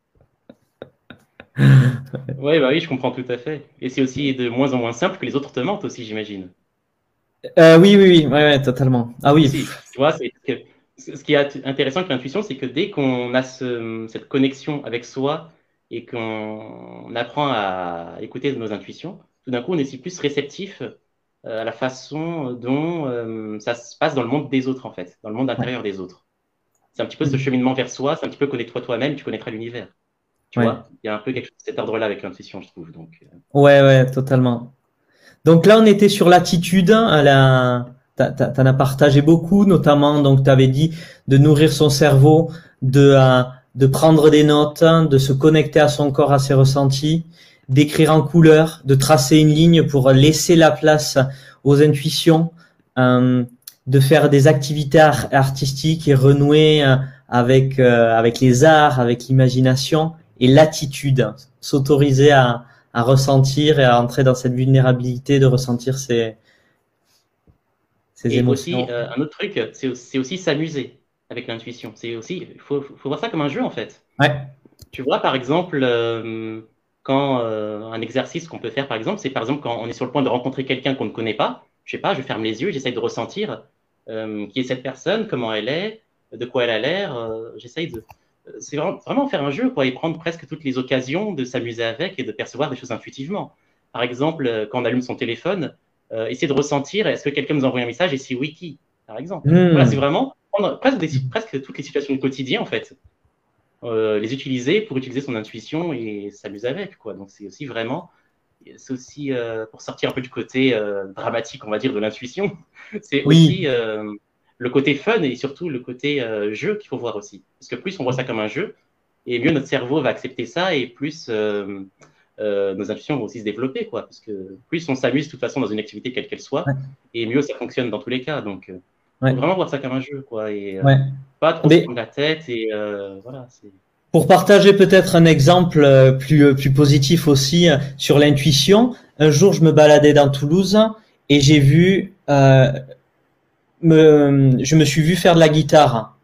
Oui, bah oui, je comprends tout à fait. Et c'est aussi de moins en moins simple que les autres te mentent aussi, j'imagine. Oui, oui, oui, ouais, ouais, totalement. Ah oui, Aussi, tu vois, c'est que ce qui est intéressant avec l'intuition, c'est que dès qu'on a cette connexion avec soi et qu'on apprend à écouter nos intuitions, tout d'un coup, on est aussi plus réceptif à la façon dont ça se passe dans le monde des autres, en fait, dans le monde ouais, intérieur des autres. C'est un petit peu ce cheminement vers soi, c'est un petit peu connais-toi toi-même, tu connaîtras l'univers. Tu ouais, vois, il y a un peu quelque chose de cet ordre-là avec l'intuition, je trouve. Donc, ouais, ouais, totalement. Donc là, on était sur l'attitude. T'en as partagé beaucoup, notamment. Donc, t'avais dit de nourrir son cerveau, de prendre des notes, de se connecter à son corps, à ses ressentis, d'écrire en couleur, de tracer une ligne pour laisser la place aux intuitions, euh, de faire des activités artistiques et renouer avec les arts, avec l'imagination et l'attitude, s'autoriser à ressentir et à entrer dans cette vulnérabilité de ressentir ses Et aussi, émotions. un autre truc, c'est aussi s'amuser avec l'intuition. C'est aussi, faut voir ça comme un jeu en fait. Ouais. Tu vois, par exemple, quand un exercice qu'on peut faire, par exemple, c'est par exemple quand on est sur le point de rencontrer quelqu'un qu'on ne connaît pas, je sais pas, je ferme les yeux, j'essaye de ressentir qui est cette personne, comment elle est, de quoi elle a l'air. J'essaye de. C'est vraiment faire un jeu, quoi, et prendre presque toutes les occasions de s'amuser avec et de percevoir des choses intuitivement. Par exemple, quand on allume son téléphone, essayer de ressentir est-ce que quelqu'un nous envoie un message et si oui, qui, par exemple. Voilà, c'est vraiment prendre presque toutes les situations du quotidien, en fait, les utiliser pour utiliser son intuition et s'amuser avec, quoi. Donc c'est aussi pour sortir un peu du côté dramatique, on va dire, de l'intuition. C'est Oui. aussi le côté fun et surtout le côté jeu qu'il faut voir aussi. Parce que plus on voit ça comme un jeu, et mieux notre cerveau va accepter ça et plus nos intuitions vont aussi se développer, quoi. Parce que plus on s'amuse de toute façon dans une activité quelle qu'elle soit, Ouais. et mieux ça fonctionne dans tous les cas. Donc, Ouais. faut vraiment voir ça comme un jeu, quoi. Et Ouais. pas trop se Mais prendre la tête. Et voilà. pour partager peut-être un exemple plus positif aussi sur l'intuition, un jour je me baladais dans Toulouse et je me suis vu faire de la guitare.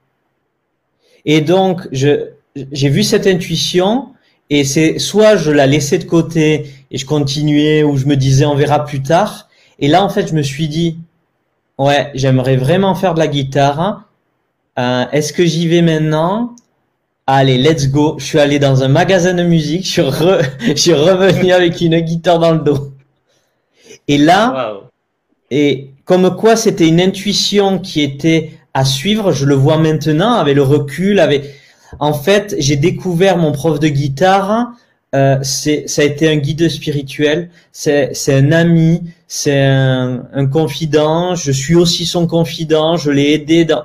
Et donc j'ai vu cette intuition et c'est soit je la laissais de côté et je continuais ou je me disais on verra plus tard. Et là en fait je me suis dit ouais j'aimerais vraiment faire de la guitare. Est-ce que j'y vais maintenant? Allez, let's go. Je suis allé dans un magasin de musique, je suis revenu avec une guitare dans le dos. Et là, Waouh. et comme quoi c'était une intuition qui était à suivre, je le vois maintenant avec le recul, en fait, j'ai découvert mon prof de guitare, ça a été un guide spirituel, c'est un ami, c'est un confident, je suis aussi son confident, je l'ai aidé dans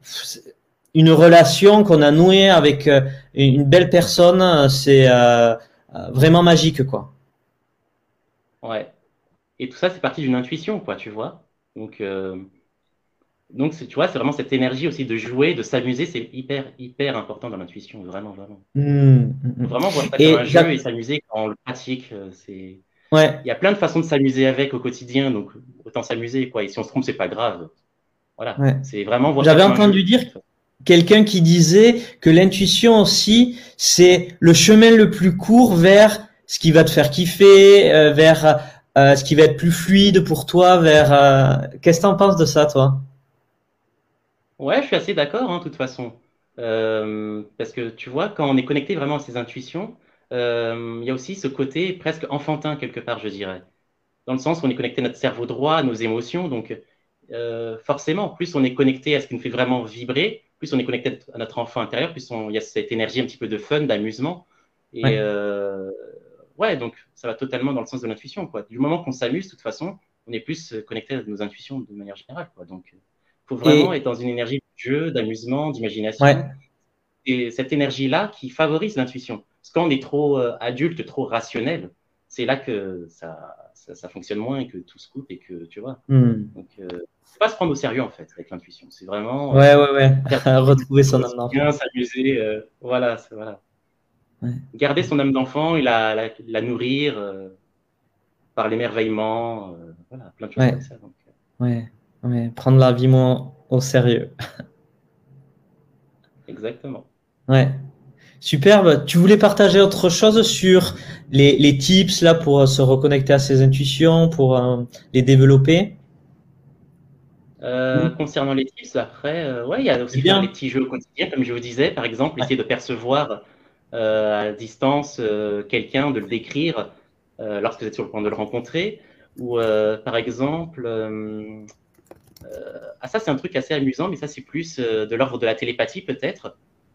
une relation qu'on a nouée avec une belle personne, c'est vraiment magique, quoi. Ouais. Et tout ça, c'est parti d'une intuition, quoi, tu vois. Donc, tu vois, c'est vraiment cette énergie aussi de jouer, de s'amuser, c'est hyper, hyper important dans l'intuition, vraiment, vraiment. Faut vraiment voir ça comme un Et jeu et s'amuser quand on le pratique. ouais, Il y a plein de façons de s'amuser avec au quotidien, donc autant s'amuser, quoi. Et si on se trompe, c'est pas grave. Voilà. ouais. C'est vraiment voir ça J'avais comme un entendu jeu. dire quelqu'un qui disait que l'intuition aussi, c'est le chemin le plus court vers ce qui va te faire kiffer, vers ce qui va être plus fluide pour toi, vers... Qu'est-ce que t'en penses de ça, toi? Ouais, je suis assez d'accord, hein, de toute façon. Parce que tu vois, quand on est connecté vraiment à ses intuitions, il y a aussi ce côté presque enfantin quelque part, je dirais. Dans le sens où on est connecté à notre cerveau droit, à nos émotions. Donc, forcément, plus on est connecté à ce qui nous fait vraiment vibrer, plus on est connecté à notre enfant intérieur, il y a cette énergie un petit peu de fun, d'amusement. Et Ouais, ouais, donc ça va totalement dans le sens de l'intuition, quoi. Du moment qu'on s'amuse, de toute façon, on est plus connecté à nos intuitions de manière générale, quoi. Donc, il faut vraiment et être dans une énergie de jeu, d'amusement, ouais, d'imagination. Et cette énergie-là qui favorise l'intuition. Parce que quand on est trop adulte, trop rationnel, c'est là que ça fonctionne moins et que tout se coupe et que, tu vois. hmm. Donc, faut pas se prendre au sérieux, en fait, avec l'intuition. C'est vraiment Ouais, ouais, ouais. faire Retrouver au son âme quotidien, d'enfant. s'amuser. Voilà, voilà. Ouais, Garder son âme d'enfant et la nourrir par l'émerveillement. Voilà, plein de choses ouais, comme ça. Donc, ouais, ouais. Prendre la vie moins au sérieux. exactement. Ouais. Superbe. Tu voulais partager autre chose sur les tips là pour se reconnecter à ses intuitions, pour les développer? Hmm. Concernant les tips, après, ouais, il y a C'est aussi faire les bien. petits jeux au quotidien, comme je vous disais, par exemple, Ouais. essayer de percevoir à distance quelqu'un, de le décrire lorsque vous êtes sur le point de le rencontrer, ou par exemple, ah ça c'est un truc assez amusant, mais ça c'est plus de l'ordre de la télépathie peut-être.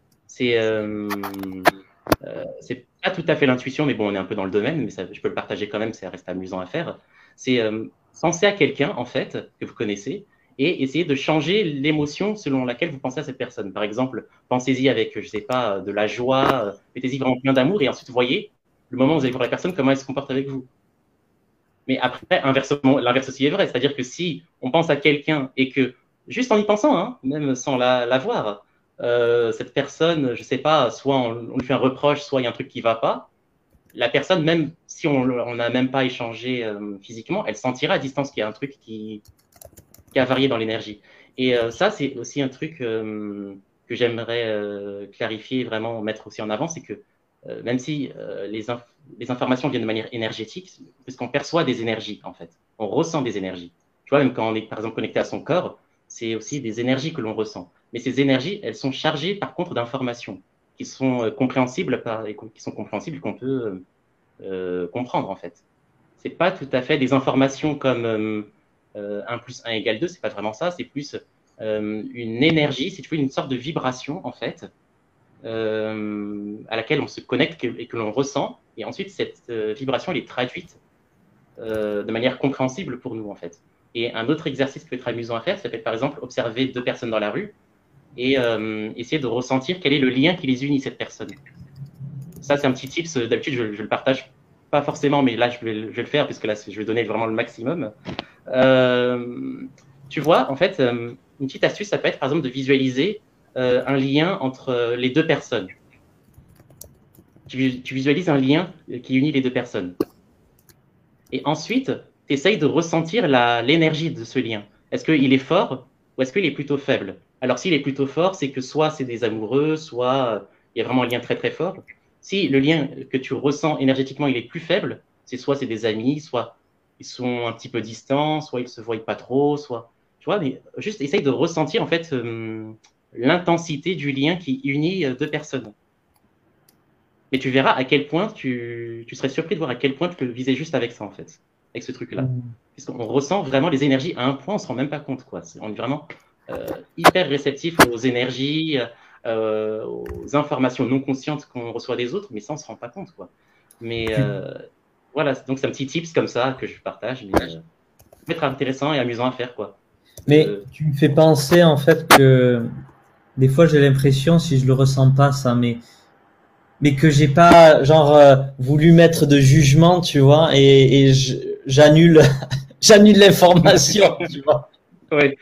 C'est pas tout à fait l'intuition, mais bon, on est un peu dans le domaine, mais ça, je peux le partager quand même, ça reste amusant à faire. C'est penser à quelqu'un, en fait, que vous connaissez, et essayer de changer l'émotion selon laquelle vous pensez à cette personne. Par exemple, pensez-y avec, je sais pas, de la joie, mettez-y vraiment plein d'amour, et ensuite voyez, le moment où vous allez voir la personne, comment elle se comporte avec vous. Mais après, inversement, l'inverse aussi est vrai, c'est-à-dire que si on pense à quelqu'un et que, juste en y pensant, hein, même sans la voir, cette personne, je sais pas, soit on lui fait un reproche, soit il y a un truc qui va pas, la personne, même si on n'a même pas échangé physiquement, elle sentira à distance qu'il y a un truc qui a varié dans l'énergie. Et ça, c'est aussi un truc que j'aimerais clarifier, vraiment mettre aussi en avant, c'est que même si les informations viennent de manière énergétique, puisqu'on perçoit des énergies, en fait. On ressent des énergies. Tu vois, même quand on est, par exemple, connecté à son corps, c'est aussi des énergies que l'on ressent. Mais ces énergies, elles sont chargées, par contre, d'informations qui sont compréhensibles qui sont compréhensibles, qu'on peut comprendre, en fait. C'est pas tout à fait des informations comme 1 plus 1 égale 2, c'est pas vraiment ça, c'est plus une énergie, si tu veux, une sorte de vibration, en fait, à laquelle on se connecte et que l'on ressent. Et ensuite, cette vibration, elle est traduite de manière compréhensible pour nous, en fait. Et un autre exercice qui peut être amusant à faire, ça peut être par exemple observer 2 personnes dans la rue et essayer de ressentir quel est le lien qui les unit, cette personne. Ça, c'est un petit tips. D'habitude, je le partage pas forcément, mais là, je vais le faire, puisque là, je vais donner vraiment le maximum. Tu vois, en fait, une petite astuce, ça peut être par exemple de visualiser un lien entre les 2 personnes. Tu visualises un lien qui unit les 2 personnes. Et ensuite, tu essayes de ressentir l'énergie de ce lien. Est-ce qu'il est fort ou est-ce qu'il est plutôt faible? Alors, s'il est plutôt fort, c'est que soit c'est des amoureux, soit il y a vraiment un lien très très fort. Si le lien que tu ressens énergétiquement, il est plus faible, c'est soit c'est des amis, soit ils sont un petit peu distants, soit ils se voient pas trop, soit... Tu vois, mais juste essaye de ressentir en fait l'intensité du lien qui unit 2 personnes. Mais tu verras à quel point tu serais surpris de voir à quel point tu peux le viser juste avec ça, en fait, avec ce truc-là. Puisqu'on ressent vraiment les énergies à un point, on ne se rend même pas compte, quoi. On est vraiment hyper réceptif aux énergies, aux informations non conscientes qu'on reçoit des autres, mais ça, on ne se rend pas compte, quoi. Mais voilà, donc c'est un petit tips comme ça que je partage, mais ça peut être intéressant et amusant à faire, quoi. Mais tu me fais penser en fait que des fois j'ai l'impression, si je le ressens pas ça, mais que j'ai pas genre voulu mettre de jugement, tu vois, et j'annule j'annule l'information, tu vois. Oui.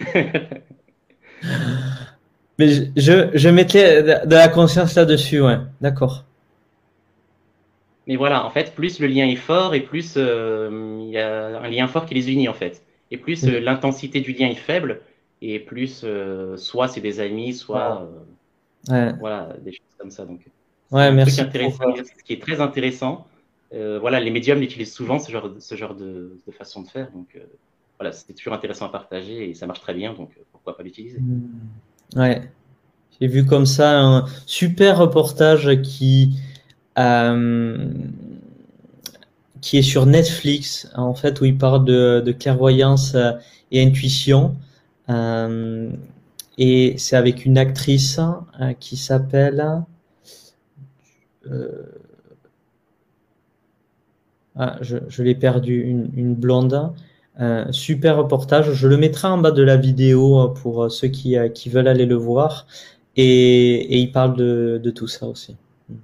Mais je mettais de la conscience là-dessus, ouais, d'accord. Mais voilà, en fait, plus le lien est fort et plus il y a un lien fort qui les unit, en fait. Et plus l'intensité du lien est faible, et plus soit c'est des amis, soit Ouais, voilà, des choses comme ça. Donc, c'est ouais, un truc merci intéressant, un exercice qui est très intéressant. Voilà, les médiums utilisent souvent ce genre de façon de faire. Donc, voilà, c'est toujours intéressant à partager et ça marche très bien, donc pourquoi pas l'utiliser. Ouais, j'ai vu comme ça un super reportage euh, qui est sur Netflix, en fait, où il parle de clairvoyance et intuition. Euh, et c'est avec une actrice qui s'appelle... Euh, je l'ai perdu, une blonde. Super reportage. Je le mettrai en bas de la vidéo pour ceux qui veulent aller le voir. Et il parle de tout ça aussi.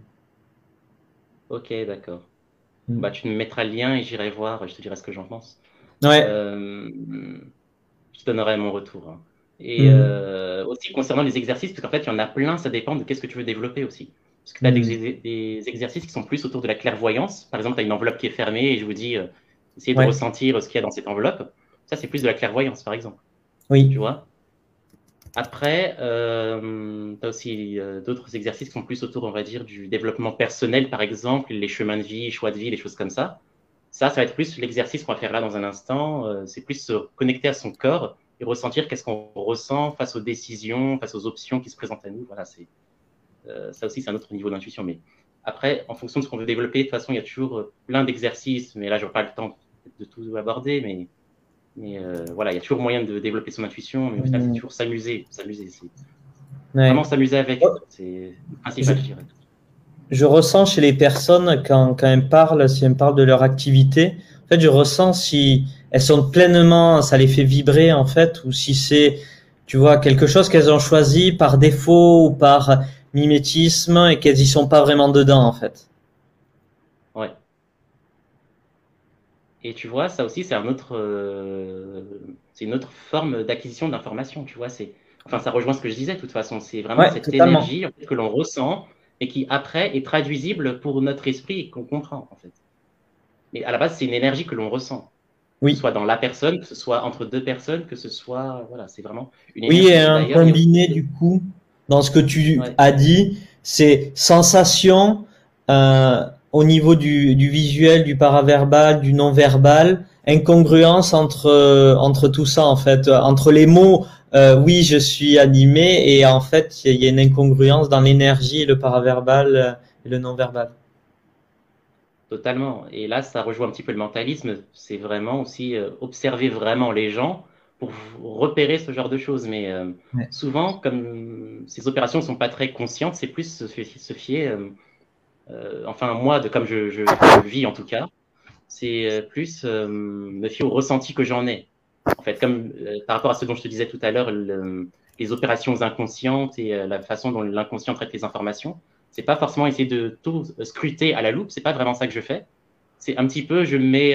Ok, d'accord. Bah, tu me mettras le lien et j'irai voir, je te dirai ce que j'en pense. Ouais. Euh, je donnerai mon retour, hein. Et Mm. aussi concernant les exercices, parce qu'en fait, il y en a plein, ça dépend de qu'est-ce que tu veux développer aussi. Parce que tu as Mm. des exercices qui sont plus autour de la clairvoyance. Par exemple, tu as une enveloppe qui est fermée et je vous dis, essayez de Ouais. ressentir ce qu'il y a dans cette enveloppe. Ça, c'est plus de la clairvoyance, par exemple. Tu Oui. vois? Après, tu as aussi d'autres exercices qui sont plus autour, on va dire, du développement personnel, par exemple, les chemins de vie, choix de vie, les choses comme ça. Ça va être plus l'exercice qu'on va faire là dans un instant. C'est plus se connecter à son corps et ressentir qu'est-ce qu'on ressent face aux décisions, face aux options qui se présentent à nous. Voilà, ça aussi, c'est un autre niveau d'intuition. Mais après, en fonction de ce qu'on veut développer, de toute façon, il y a toujours plein d'exercices. Mais là, je n'aurai pas le temps de tout aborder. Mais voilà, il y a toujours moyen de développer son intuition. Mais au final, c'est Mm. toujours s'amuser. S'amuser, c'est vraiment Ouais. s'amuser avec. C'est le Je, principal, je dirais. je ressens chez les personnes quand elles parlent, si elles parlent de leur activité, en fait, je ressens si elles sont pleinement, ça les fait vibrer en fait, ou si c'est, tu vois, quelque chose qu'elles ont choisi par défaut ou par mimétisme et qu'elles y sont pas vraiment dedans en fait. Ouais. Et tu vois, ça aussi, c'est une autre forme d'acquisition d'information. Tu vois, enfin, ça rejoint ce que je disais. De toute façon, c'est vraiment Ouais, cette totalement. énergie en fait, que l'on ressent et qui après est traduisible pour notre esprit et qu'on comprend en fait. Mais à la base, c'est une énergie que l'on ressent, que ce Oui. soit dans la personne, que ce soit entre deux personnes, que ce soit, voilà, c'est vraiment une Oui, et énergie. Et un d'ailleurs, il y a combiné aussi, du coup, dans ce que tu ouais, as dit, c'est sensation au niveau du visuel, du paraverbal, du non-verbal, incongruence entre tout ça en fait, entre les mots. Oui, je suis animé et en fait, il y a une incongruence dans l'énergie, le paraverbal et le non-verbal. totalement. Et là, ça rejoint un petit peu le mentalisme. C'est vraiment aussi observer vraiment les gens pour repérer ce genre de choses. Mais Ouais. souvent, comme ces opérations ne sont pas très conscientes, c'est plus se fier, enfin moi, de comme je le vis en tout cas, c'est plus me fier au ressenti que j'en ai. En fait, comme par rapport à ce dont je te disais tout à l'heure, les opérations inconscientes et la façon dont l'inconscient traite les informations, c'est pas forcément essayer de tout scruter à la loupe, c'est pas vraiment ça que je fais. C'est un petit peu, je mets,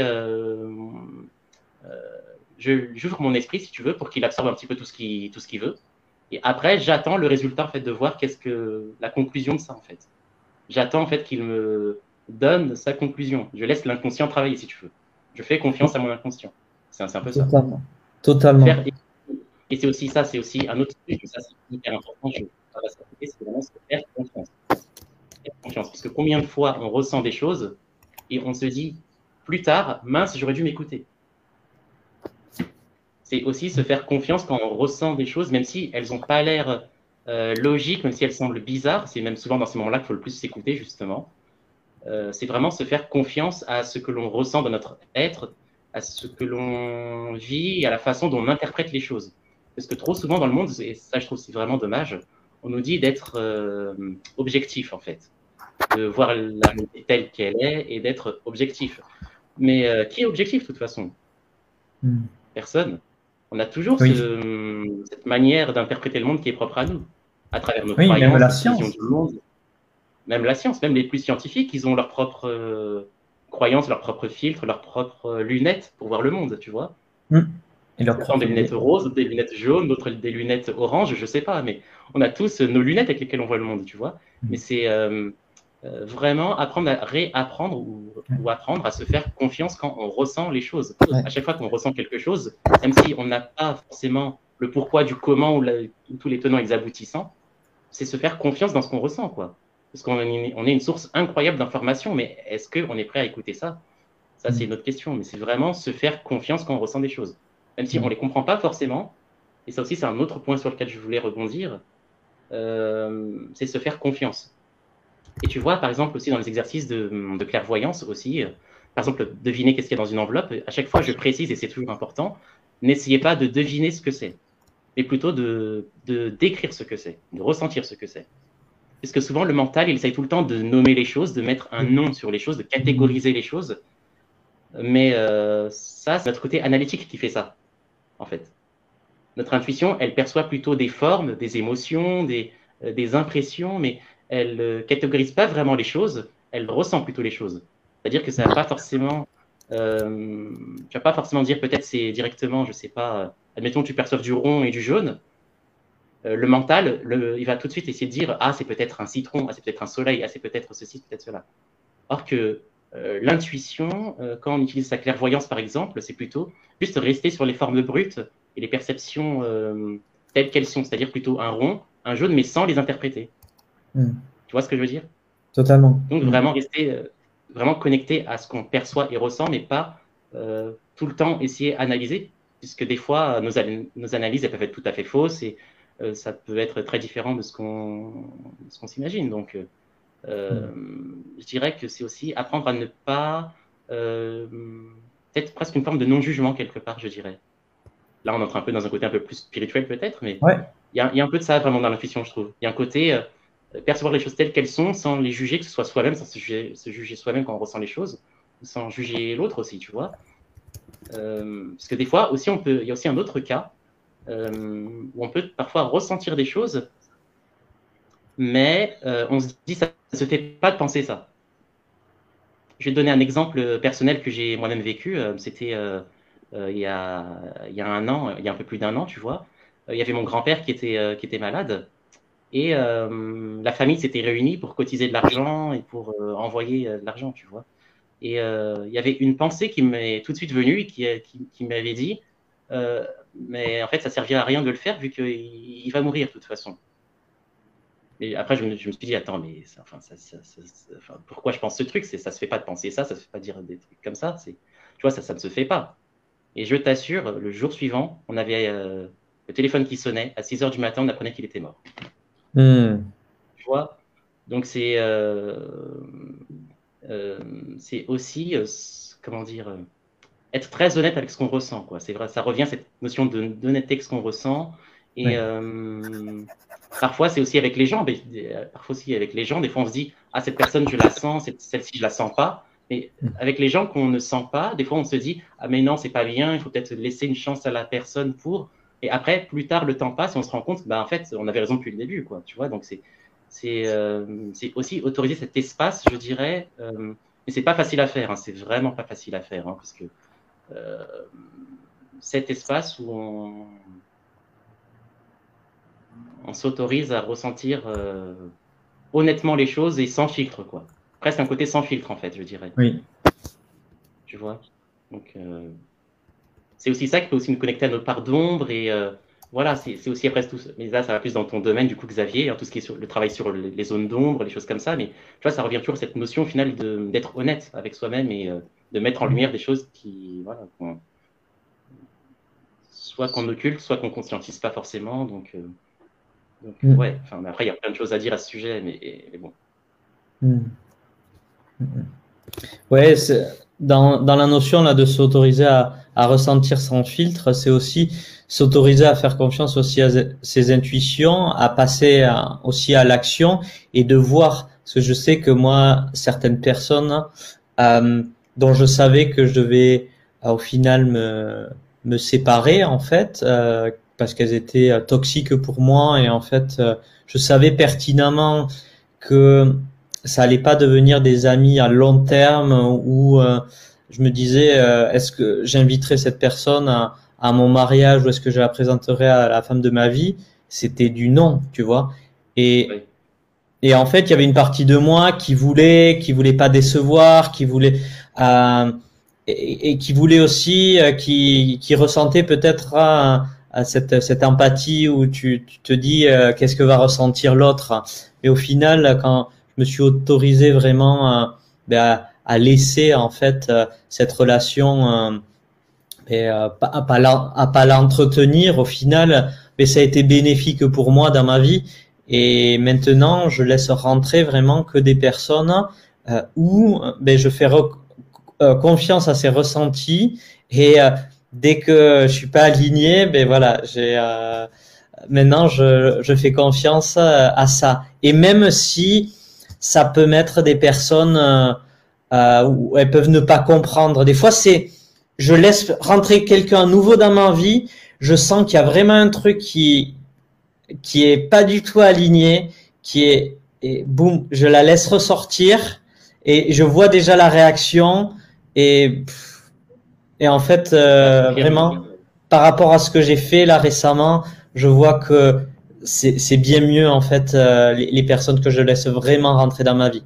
j'ouvre mon esprit, si tu veux, pour qu'il absorbe un petit peu tout ce qu'il veut. Et après, j'attends le résultat, en fait, de voir qu'est-ce que la conclusion de ça, en fait. J'attends, en fait, qu'il me donne sa conclusion. Je laisse l'inconscient travailler, si tu veux. Je fais confiance à mon inconscient. C'est un peu ça. Totalement. Totalement. Faire, et c'est aussi ça, c'est aussi un autre truc, ça c'est hyper important, c'est vraiment se faire confiance. Faire confiance. Parce que combien de fois on ressent des choses et on se dit plus tard, mince, j'aurais dû m'écouter. C'est aussi se faire confiance quand on ressent des choses, même si elles n'ont pas l'air logiques, même si elles semblent bizarres. C'est même souvent dans ces moments-là qu'il faut le plus s'écouter, justement. C'est vraiment se faire confiance à ce que l'on ressent dans notre être, à ce que l'on vit et à la façon dont on interprète les choses. Parce que trop souvent dans le monde, et ça je trouve c'est vraiment dommage, on nous dit d'être objectif en fait, de voir la réalité telle qu'elle est et d'être objectif. Mais qui est objectif de toute façon? Mm. Personne. On a toujours Oui. cette manière d'interpréter le monde qui est propre à nous, à travers nos Oui, même croyances, la notre vision science. du monde. Même la science, même les plus scientifiques, ils ont leurs propres croyances, leurs propres filtres, leurs propres lunettes pour voir le monde, tu vois. Mm. Et leur Certains des propre lunettes biais. roses, des lunettes jaunes, d'autres des lunettes oranges, je sais pas, mais on a tous nos lunettes avec lesquelles on voit le monde, tu vois. Mais Mm. c'est vraiment apprendre à réapprendre ou apprendre à se faire confiance quand on ressent les choses. Ouais. À chaque fois qu'on ressent quelque chose, même si on n'a pas forcément le pourquoi du comment ou tous les tenants et les aboutissants, c'est se faire confiance dans ce qu'on ressent, quoi. Parce qu'on est une source incroyable d'informations, mais est-ce qu'on est prêt à écouter ça? Ça, c'est Mm. une autre question, mais c'est vraiment se faire confiance quand on ressent des choses. Même si on ne Mm. les comprend pas forcément, et ça aussi, c'est un autre point sur lequel je voulais rebondir, c'est se faire confiance. Et tu vois, par exemple, aussi dans les exercices de clairvoyance aussi, par exemple, deviner qu'est-ce qu'il y a dans une enveloppe, à chaque fois, je précise, et c'est toujours important, n'essayez pas de deviner ce que c'est, mais plutôt de décrire ce que c'est, de ressentir ce que c'est. Parce que souvent, le mental, il essaye tout le temps de nommer les choses, de mettre un nom sur les choses, de catégoriser les choses. Mais ça, c'est notre côté analytique qui fait ça, en fait. Notre intuition, elle perçoit plutôt des formes, des émotions, des impressions, mais elle ne catégorise pas vraiment les choses, elle ressent plutôt les choses. C'est-à-dire que ça va pas forcément, tu vas pas forcément dire peut-être c'est directement, je sais pas, admettons tu perçois du rond et du jaune, le mental, il va tout de suite essayer de dire ah c'est peut-être un citron, ah c'est peut-être un soleil, ah c'est peut-être ceci, peut-être cela. Or que l'intuition, quand on utilise sa clairvoyance par exemple, c'est plutôt juste rester sur les formes brutes et les perceptions telles qu'elles sont, c'est-à-dire plutôt un rond, un jaune, mais sans les interpréter. Mm. Tu vois ce que je veux dire? Totalement. Donc Mm. vraiment rester vraiment connecté à ce qu'on perçoit et ressent, mais pas tout le temps essayer d'analyser, puisque des fois nos analyses elles peuvent être tout à fait fausses et ça peut être très différent de ce qu'on s'imagine. Donc Mm. je dirais que c'est aussi apprendre à ne pas euh, peut-être presque une forme de non-jugement quelque part, je dirais. Là, on entre un peu dans un côté un peu plus spirituel peut-être, mais Ouais. il y a un peu de ça vraiment dans l'intuition, je trouve. Il y a un côté percevoir les choses telles qu'elles sont sans les juger, que ce soit soi-même, sans se juger soi-même quand on ressent les choses, sans juger l'autre aussi, tu vois. Parce que des fois aussi, il y a aussi un autre cas où on peut parfois ressentir des choses, mais on se dit ça ne se fait pas de penser ça. Je vais te donner un exemple personnel que j'ai moi-même vécu. C'était il y a un an, il y a un peu plus d'un an, tu vois. Il y avait mon grand-père qui était malade. et la famille s'était réunie pour cotiser de l'argent et pour envoyer de l'argent, tu vois. Et il y avait une pensée qui m'est tout de suite venue et qui m'avait dit, mais en fait, ça servira à rien de le faire vu qu'il va mourir de toute façon. Et après, je me suis dit, attends, mais pourquoi je pense ce truc? Ça se fait pas de penser ça se fait pas de dire des trucs comme ça. Tu vois, ça ne se fait pas. Et je t'assure, le jour suivant, on avait le téléphone qui sonnait. À 6 h du matin, on apprenait qu'il était mort. Tu vois? Donc, c'est aussi, comment dire, être très honnête avec ce qu'on ressent, quoi. C'est vrai, ça revient, cette notion d'honnêteté avec ce qu'on ressent. Et parfois, c'est aussi avec les gens. Parfois aussi avec les gens, des fois, on se dit, ah, cette personne, je la sens, celle-ci, je la sens pas. Mais avec les gens qu'on ne sent pas, des fois, on se dit, ah, mais non, c'est pas bien, il faut peut-être laisser une chance à la personne pour. Et après, plus tard, le temps passe et on se rend compte que, bah, en fait, on avait raison depuis le début, quoi. Tu vois, donc c'est aussi autoriser cet espace, je dirais. Mais c'est pas facile à faire, hein, c'est vraiment pas facile à faire, hein, parce que cet espace où on s'autorise à ressentir honnêtement les choses et sans filtre, quoi. Presque un côté sans filtre, en fait, je dirais. Oui. Tu vois? Donc, c'est aussi ça qui peut aussi nous connecter à notre part d'ombre et voilà, c'est aussi après tout. Mais là, ça va plus dans ton domaine, du coup, Xavier, hein, tout ce qui est sur le travail sur les zones d'ombre, les choses comme ça. Mais tu vois, ça revient toujours à cette notion, au final, d'être honnête avec soi-même et de mettre en lumière des choses qui, voilà, soit qu'on occulte, soit qu'on conscientise pas forcément. Donc ouais, enfin, après, il y a plein de choses à dire à ce sujet, mais bon. Ouais, dans la notion là de s'autoriser à ressentir sans filtre, c'est aussi s'autoriser à faire confiance aussi à ses intuitions, à passer aussi à l'action et de voir. Parce que je sais que moi, certaines personnes dont je savais que je devais au final me séparer en fait, parce qu'elles étaient toxiques pour moi et en fait, je savais pertinemment que ça allait pas devenir des amis à long terme où je me disais est-ce que j'inviterais cette personne à mon mariage ou est-ce que je la présenterais à la femme de ma vie? C'était du non, tu vois. Et en fait, il y avait une partie de moi qui voulait pas décevoir, qui voulait et qui voulait aussi qui ressentait peut-être à cette empathie où tu te dis qu'est-ce que va ressentir l'autre. Et au final, quand je me suis autorisé vraiment à laisser en fait cette relation à pas l'entretenir, au final, mais ça a été bénéfique pour moi dans ma vie. Et maintenant, je laisse rentrer vraiment que des personnes où je fais confiance à ces ressentis et dès que je suis pas aligné, voilà, maintenant je fais confiance à ça. Et même si ça peut mettre des personnes où elles peuvent ne pas comprendre. Des fois, je laisse rentrer quelqu'un nouveau dans ma vie, je sens qu'il y a vraiment un truc qui est pas du tout aligné, et boum, je la laisse ressortir et je vois déjà la réaction et en fait vraiment par rapport à ce que j'ai fait là récemment, je vois que c'est bien mieux en fait les personnes que je laisse vraiment rentrer dans ma vie.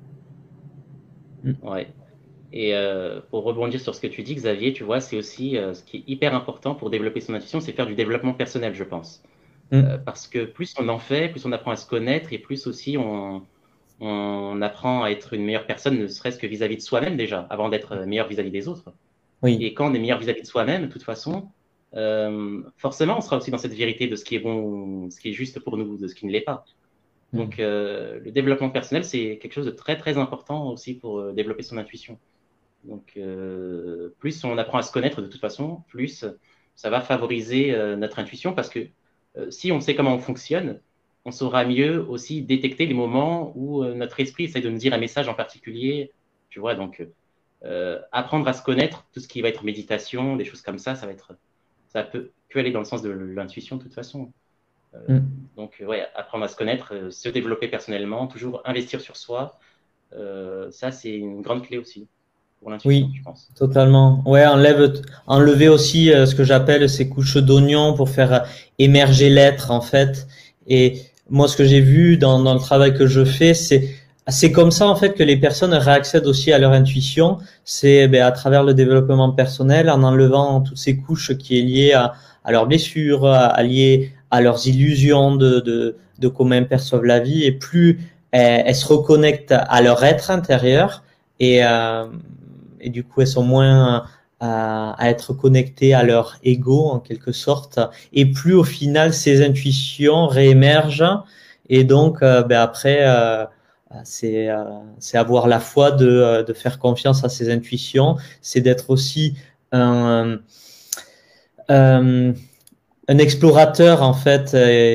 Ouais. Et pour rebondir sur ce que tu dis, Xavier, tu vois, c'est aussi ce qui est hyper important pour développer son intuition, c'est faire du développement personnel, je pense. Parce que plus on en fait, plus on apprend à se connaître et plus aussi on apprend à être une meilleure personne, ne serait-ce que vis-à-vis de soi-même déjà, avant d'être meilleur vis-à-vis des autres. Oui. Et quand on est meilleur vis-à-vis de soi-même, de toute façon, forcément, on sera aussi dans cette vérité de ce qui est bon, ce qui est juste pour nous, de ce qui ne l'est pas. Donc, le développement personnel, c'est quelque chose de très, très important aussi pour développer son intuition. Donc, plus on apprend à se connaître de toute façon, plus ça va favoriser notre intuition parce que si on sait comment on fonctionne, on saura mieux aussi détecter les moments où notre esprit essaie de nous dire un message en particulier. Tu vois, donc apprendre à se connaître, tout ce qui va être méditation, des choses comme ça ça peut que aller dans le sens de l'intuition de toute façon. Donc, ouais, apprendre à se connaître, se développer personnellement, toujours investir sur soi, ça, c'est une grande clé aussi pour l'intuition, je pense. Totalement. Ouais, enlever aussi ce que j'appelle ces couches d'oignon pour faire émerger l'être, en fait. Et moi, ce que j'ai vu dans le travail que je fais, c'est comme ça en fait que les personnes réaccèdent aussi à leur intuition. C'est à travers le développement personnel, en enlevant toutes ces couches qui est liées à leurs blessures, liées à leurs illusions de comment elles perçoivent la vie, et plus elles se reconnectent à leur être intérieur, et du coup elles sont moins à être connectées à leur ego en quelque sorte, et plus au final ces intuitions réémergent, et donc après c'est avoir la foi de faire confiance à ses intuitions, c'est d'être aussi un, un, un explorateur en fait,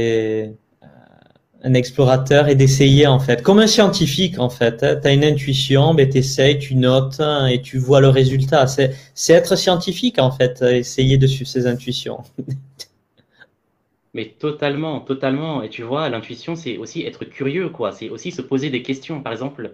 un explorateur, et d'essayer en fait, comme un scientifique en fait. Hein, tu as une intuition, ben t'essayes, tu notes, hein, et tu vois le résultat. C'est être scientifique en fait, essayer de suivre ses intuitions. Mais totalement, totalement. Et tu vois, l'intuition, c'est aussi être curieux, quoi. C'est aussi se poser des questions. Par exemple,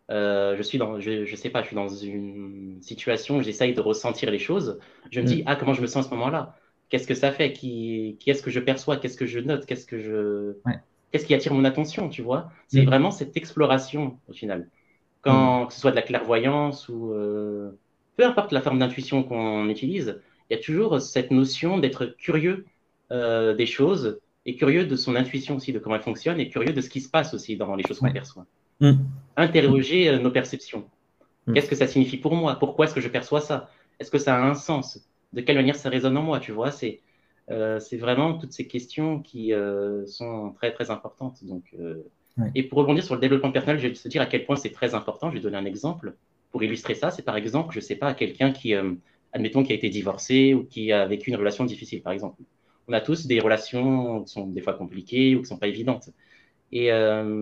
je sais pas, je suis dans une situation où j'essaye de ressentir les choses. Je me dis, Mm. ah, comment je me sens à ce moment-là? Qu'est-ce que ça fait? Qui est-ce que je perçois? Qu'est-ce que je note? Ouais. Qu'est-ce qui attire mon attention, tu vois? C'est Mm. vraiment cette exploration, au final. Mm. Que ce soit de la clairvoyance ou peu importe la forme d'intuition qu'on utilise, il y a toujours cette notion d'être curieux des choses et curieux de son intuition aussi, de comment elle fonctionne et curieux de ce qui se passe aussi dans les choses qu'on Ouais. perçoit. Mm. Mm. Interroger nos perceptions. Mm. Qu'est-ce que ça signifie pour moi? Pourquoi est-ce que je perçois ça? Est-ce que ça a un sens? De quelle manière ça résonne en moi? Tu vois, c'est vraiment toutes ces questions qui sont très, très importantes. Ouais. Et pour rebondir sur le développement personnel, je vais te dire à quel point c'est très important. Je vais donner un exemple pour illustrer ça. C'est par exemple, je ne sais pas, quelqu'un qui, admettons, qui a été divorcé ou qui a vécu une relation difficile, par exemple. On a tous des relations qui sont des fois compliquées ou qui ne sont pas évidentes. Et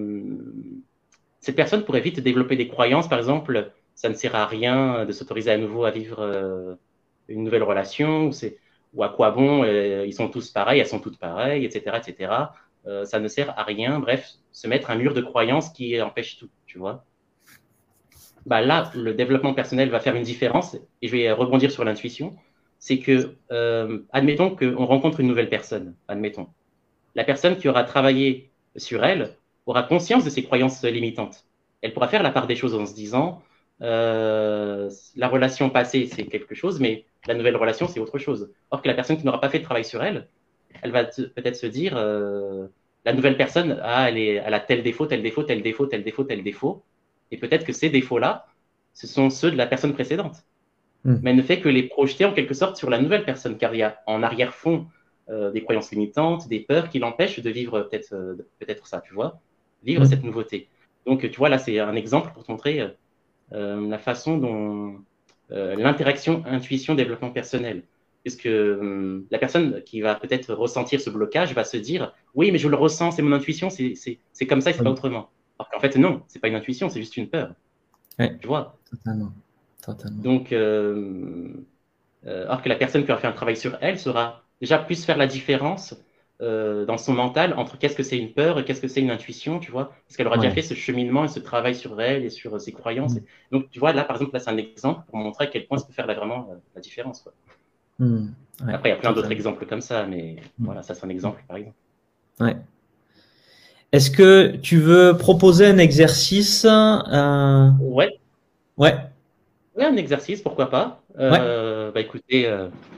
cette personne pourrait vite développer des croyances, par exemple, ça ne sert à rien de s'autoriser à nouveau à vivre une nouvelle relation, ou à quoi bon, ils sont tous pareils, elles sont toutes pareilles, etc., etc. Ça ne sert à rien, bref, se mettre un mur de croyances qui empêche tout, tu vois. Bah là, le développement personnel va faire une différence, et je vais rebondir sur l'intuition, c'est que, admettons qu'on rencontre une nouvelle personne, admettons. La personne qui aura travaillé sur elle aura conscience de ses croyances limitantes. Elle pourra faire la part des choses en se disant la relation passée, c'est quelque chose, mais la nouvelle relation, c'est autre chose. Or que la personne qui n'aura pas fait de travail sur elle, elle va peut-être se dire la nouvelle personne, ah, elle a tel défaut, tel défaut, tel défaut, tel défaut, tel défaut. Et peut-être que ces défauts-là, ce sont ceux de la personne précédente, Mm. mais elle ne fait que les projeter en quelque sorte sur la nouvelle personne, car il y a en arrière-fond des croyances limitantes, des peurs qui l'empêchent de vivre peut-être ça, tu vois, vivre cette Mm. nouveauté. Donc, tu vois, là, c'est un exemple pour te montrer la façon dont l'interaction intuition-développement personnel. Puisque la personne qui va peut-être ressentir ce blocage va se dire oui, mais je le ressens, c'est mon intuition, c'est comme ça et c'est pas Oui. autrement. Alors qu'en fait, non, c'est pas une intuition, c'est juste une peur, Ouais. tu vois. Totalement. Totalement. Donc, alors que la personne qui aura fait un travail sur elle saura déjà plus faire la différence dans son mental entre qu'est-ce que c'est une peur et qu'est-ce que c'est une intuition, tu vois, parce qu'elle aura déjà Ouais. fait ce cheminement et ce travail sur elle et sur ses croyances. Mm. Donc, tu vois, là, par exemple, là, c'est un exemple pour montrer à quel point ça peut faire vraiment la différence, quoi. Mm. Ouais. Après, il y a plein d'autres Totalement. exemples comme ça, mais Mm. voilà, ça, c'est un exemple, par exemple. Ouais. Est-ce que tu veux proposer un exercice? Ouais, Ouais. ouais, un exercice, pourquoi pas. Ouais. Bah, écoutez,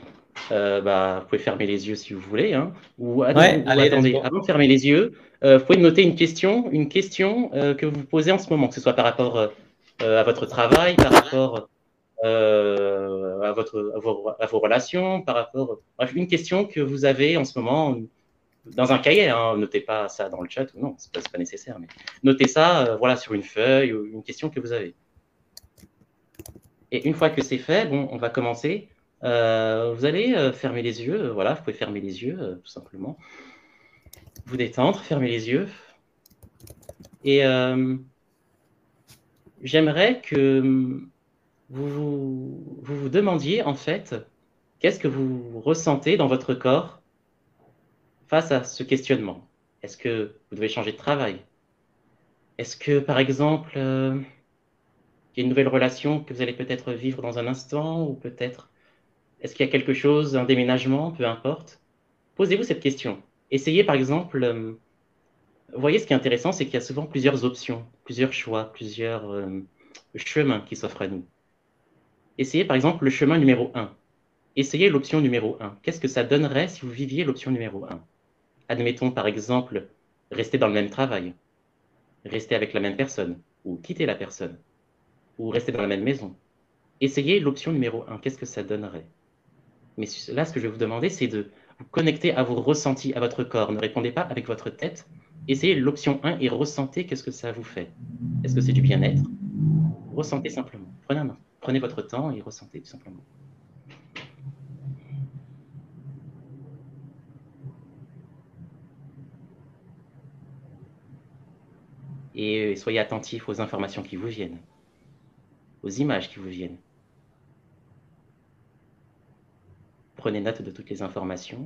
vous pouvez fermer les yeux si vous voulez, hein. Ouais. Ou Allez, let's attendez, go. avant de fermer les yeux, vous pouvez noter une question que vous posez en ce moment, que ce soit par rapport à votre travail, par rapport à vos relations, par rapport, bref, une question que vous avez en ce moment dans un cahier. Hein, notez pas ça dans le chat ou non, c'est pas nécessaire, mais notez ça, voilà, sur une feuille ou une question que vous avez. Et une fois que c'est fait, bon, on va commencer. Vous allez fermer les yeux, voilà, vous pouvez fermer les yeux, tout simplement. Vous détendre, fermer les yeux. Et j'aimerais que vous demandiez, en fait, qu'est-ce que vous ressentez dans votre corps face à ce questionnement. Est-ce que vous devez changer de travail? Est-ce que, par exemple, il y a une nouvelle relation que vous allez peut-être vivre dans un instant, ou peut-être, est-ce qu'il y a quelque chose, un déménagement, peu importe. Posez-vous cette question. Essayez, par exemple, Vous voyez, ce qui est intéressant, c'est qu'il y a souvent plusieurs options, plusieurs choix, plusieurs chemins qui s'offrent à nous. Essayez par exemple le chemin numéro 1. Essayez l'option numéro 1. Qu'est-ce que ça donnerait si vous viviez l'option numéro 1? Admettons par exemple, rester dans le même travail, rester avec la même personne, ou quitter la personne, ou rester dans la même maison. Essayez l'option numéro 1. Qu'est-ce que ça donnerait? Mais là, ce que je vais vous demander, c'est de vous connecter à vos ressentis, à votre corps. Ne répondez pas avec votre tête. Essayez l'option 1 et ressentez qu'est-ce que ça vous fait. Est-ce que c'est du bien-être? Ressentez simplement. Prenez votre temps et ressentez tout simplement. Et soyez attentifs aux informations qui vous viennent, aux images qui vous viennent. Prenez note de toutes les informations.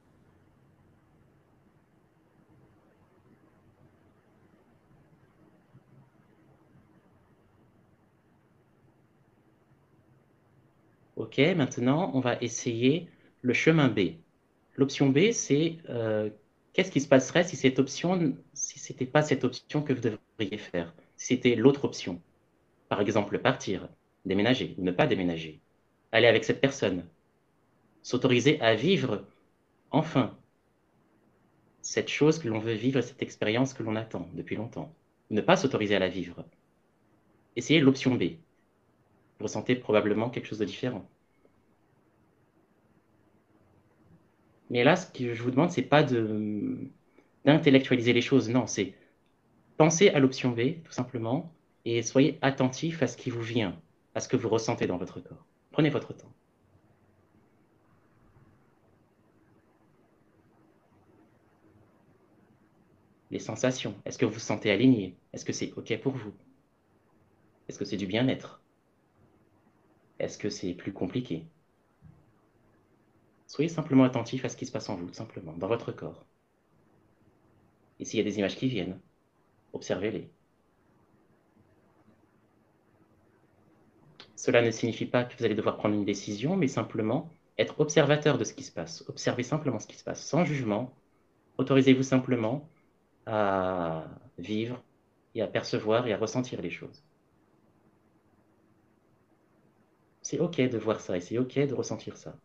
Ok, maintenant, on va essayer le chemin B. L'option B, c'est qu'est-ce qui se passerait si cette option, si ce n'était pas cette option que vous devriez faire, si c'était l'autre option. Par exemple, partir, déménager ou ne pas déménager, aller avec cette personne, s'autoriser à vivre, enfin, cette chose que l'on veut vivre, cette expérience que l'on attend depuis longtemps, ou ne pas s'autoriser à la vivre. Essayez l'option B. Vous ressentez probablement quelque chose de différent. Mais là, ce que je vous demande, c'est pas d'intellectualiser les choses, non, c'est pensez à l'option B, tout simplement, et soyez attentif à ce qui vous vient, à ce que vous ressentez dans votre corps. Prenez votre temps. Les sensations, est-ce que vous vous sentez aligné? Est-ce que c'est OK pour vous? Est-ce que c'est du bien-être? Est-ce que c'est plus compliqué? Soyez simplement attentif à ce qui se passe en vous, tout simplement, dans votre corps. Et s'il y a des images qui viennent, observez-les. Cela ne signifie pas que vous allez devoir prendre une décision, mais simplement être observateur de ce qui se passe. Observez simplement ce qui se passe, sans jugement. Autorisez-vous simplement à vivre et à percevoir et à ressentir les choses. C'est OK de voir ça et c'est OK de ressentir ça.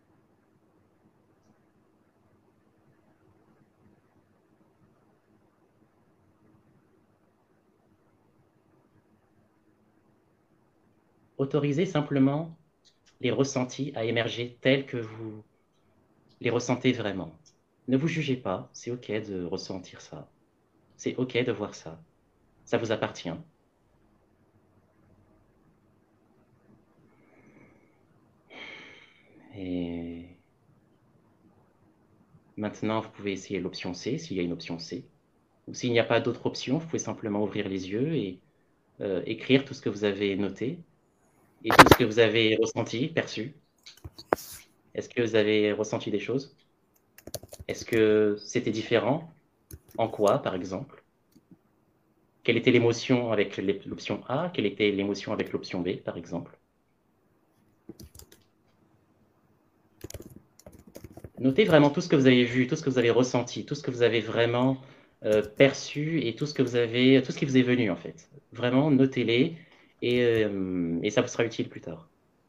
Autorisez simplement les ressentis à émerger tels que vous les ressentez vraiment. Ne vous jugez pas, c'est OK de ressentir ça. C'est OK de voir ça. Ça vous appartient. Et maintenant, vous pouvez essayer l'option C, s'il y a une option C. Ou s'il n'y a pas d'autre option, vous pouvez simplement ouvrir les yeux et écrire tout ce que vous avez noté et tout ce que vous avez ressenti, perçu. Est-ce que vous avez ressenti des choses? Est-ce que c'était différent? En quoi, par exemple? Quelle était l'émotion avec l'option A? Quelle était l'émotion avec l'option B, par exemple? Notez vraiment tout ce que vous avez vu, tout ce que vous avez ressenti, tout ce que vous avez vraiment perçu et tout ce que vous avez, tout ce qui vous est venu en fait. Vraiment, notez-les et ça vous sera utile plus tard.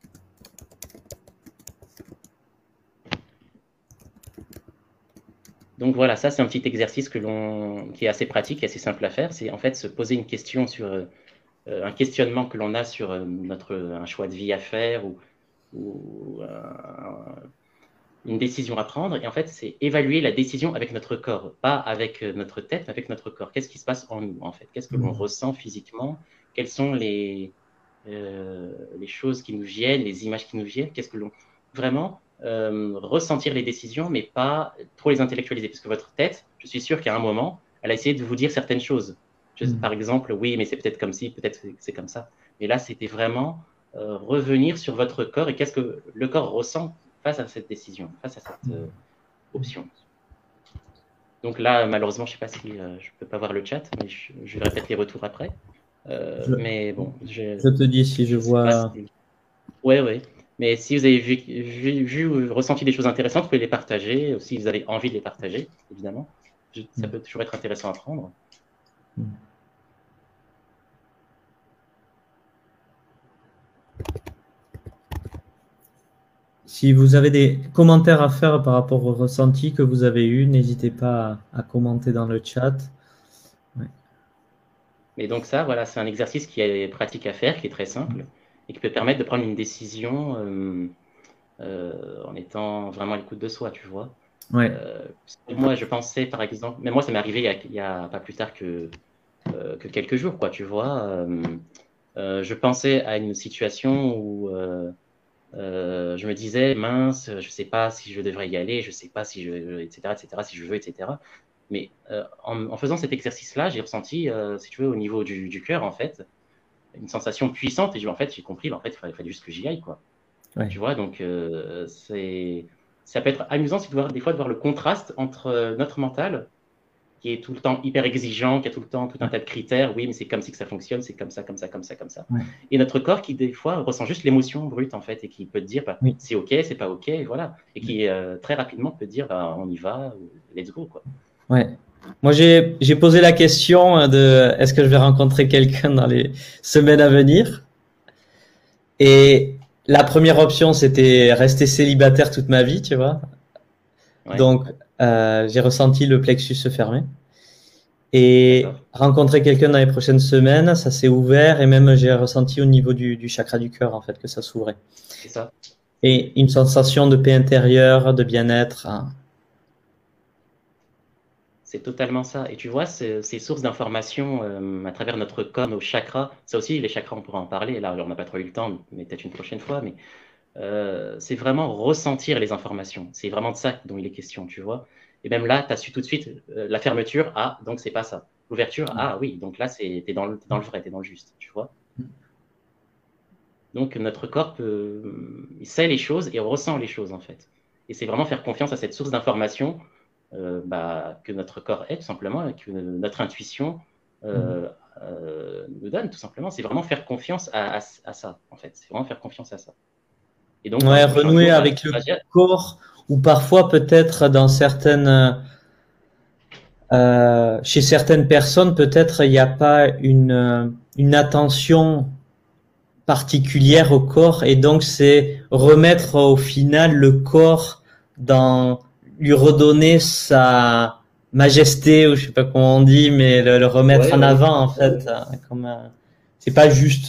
Donc voilà, ça c'est un petit exercice qui est assez pratique et assez simple à faire. C'est en fait se poser une question sur un questionnement que l'on a sur un choix de vie à faire ou une décision à prendre. Et en fait, c'est évaluer la décision avec notre corps, pas avec notre tête, mais avec notre corps. Qu'est-ce qui se passe en nous, en fait? Qu'est-ce que l'on ressent physiquement? Quelles sont les choses qui nous viennent, les images qui nous viennent? Qu'est-ce que l'on... Vraiment, ressentir les décisions, mais pas trop les intellectualiser. Parce que votre tête, je suis sûr qu'à un moment, elle a essayé de vous dire certaines choses. Par exemple, oui, mais c'est peut-être comme ci, peut-être c'est comme ça. Mais là, c'était vraiment revenir sur votre corps et qu'est-ce que le corps ressent face à cette décision, face à cette option. Donc là, malheureusement, je ne sais pas si je ne peux pas voir le chat, mais je verrai peut-être les retours après. Mais bon, je te dis si je vois. Oui, oui. Mais si vous avez vu ou ressenti des choses intéressantes, vous pouvez les partager, ou si vous avez envie de les partager, évidemment. Ça peut toujours être intéressant à prendre. Si vous avez des commentaires à faire par rapport au ressenti que vous avez eu, n'hésitez pas à commenter dans le chat. Ouais. Mais donc ça, voilà, c'est un exercice qui est pratique à faire, qui est très simple, et qui peut permettre de prendre une décision en étant vraiment à l'écoute de soi, tu vois. Ouais. Moi, je pensais, par exemple, mais moi, ça m'est arrivé il y a pas plus tard que quelques jours, quoi, tu vois. Je pensais à une situation où je me disais, mince, je sais pas si je devrais y aller, je sais pas si je, etc., si je veux, etc. Mais en faisant cet exercice-là, j'ai ressenti, si tu veux, au niveau du cœur, en fait, une sensation puissante. Et en fait, j'ai compris, en fait, il fallait juste que j'y aille, quoi. Ouais. Tu vois, donc ça peut être amusant des fois de voir le contraste entre notre mental, qui est tout le temps hyper exigeant, qui a tout le temps tout un tas de critères. Oui, mais c'est comme si que ça fonctionne, c'est comme ça, comme ça, comme ça, comme ça. Ouais. Et notre corps qui, des fois, ressent juste l'émotion brute, en fait, et qui peut te dire, bah, Oui. c'est OK, c'est pas OK, et voilà. Et qui, très rapidement, peut te dire, bah, on y va, let's go, quoi. Ouais. Moi, j'ai posé la question de est-ce que je vais rencontrer quelqu'un dans les semaines à venir? Et la première option, c'était rester célibataire toute ma vie, tu vois. Ouais. Donc, j'ai ressenti le plexus se fermer. Et rencontrer quelqu'un dans les prochaines semaines, ça s'est ouvert et même j'ai ressenti au niveau du chakra du cœur, en fait, que ça s'ouvrait. C'est ça. Et une sensation de paix intérieure, de bien-être. Hein. C'est totalement ça. Et tu vois, ces sources d'informations à travers notre corps, nos chakras, ça aussi, les chakras, on pourra en parler. Là, on n'a pas trop eu le temps, mais peut-être une prochaine fois. Mais c'est vraiment ressentir les informations. C'est vraiment de ça dont il est question, tu vois. Et même là, tu as su tout de suite la fermeture, ah, donc c'est pas ça. L'ouverture, ah oui, donc là, t'es dans le vrai, t'es dans le juste, tu vois. Donc notre corps il sait les choses et ressent les choses, en fait. Et c'est vraiment faire confiance à cette source d'information que notre corps est, tout simplement, et que notre intuition nous donne, tout simplement. C'est vraiment faire confiance à ça, en fait. C'est vraiment faire confiance à ça. Et donc, ouais, renouer avec le corps, ou parfois peut-être dans certaines, chez certaines personnes, peut-être il n'y a pas une attention particulière au corps, et donc c'est remettre au final le corps dans, lui redonner sa majesté, ou je sais pas comment on dit, mais le remettre en avant, en fait, comme c'est pas juste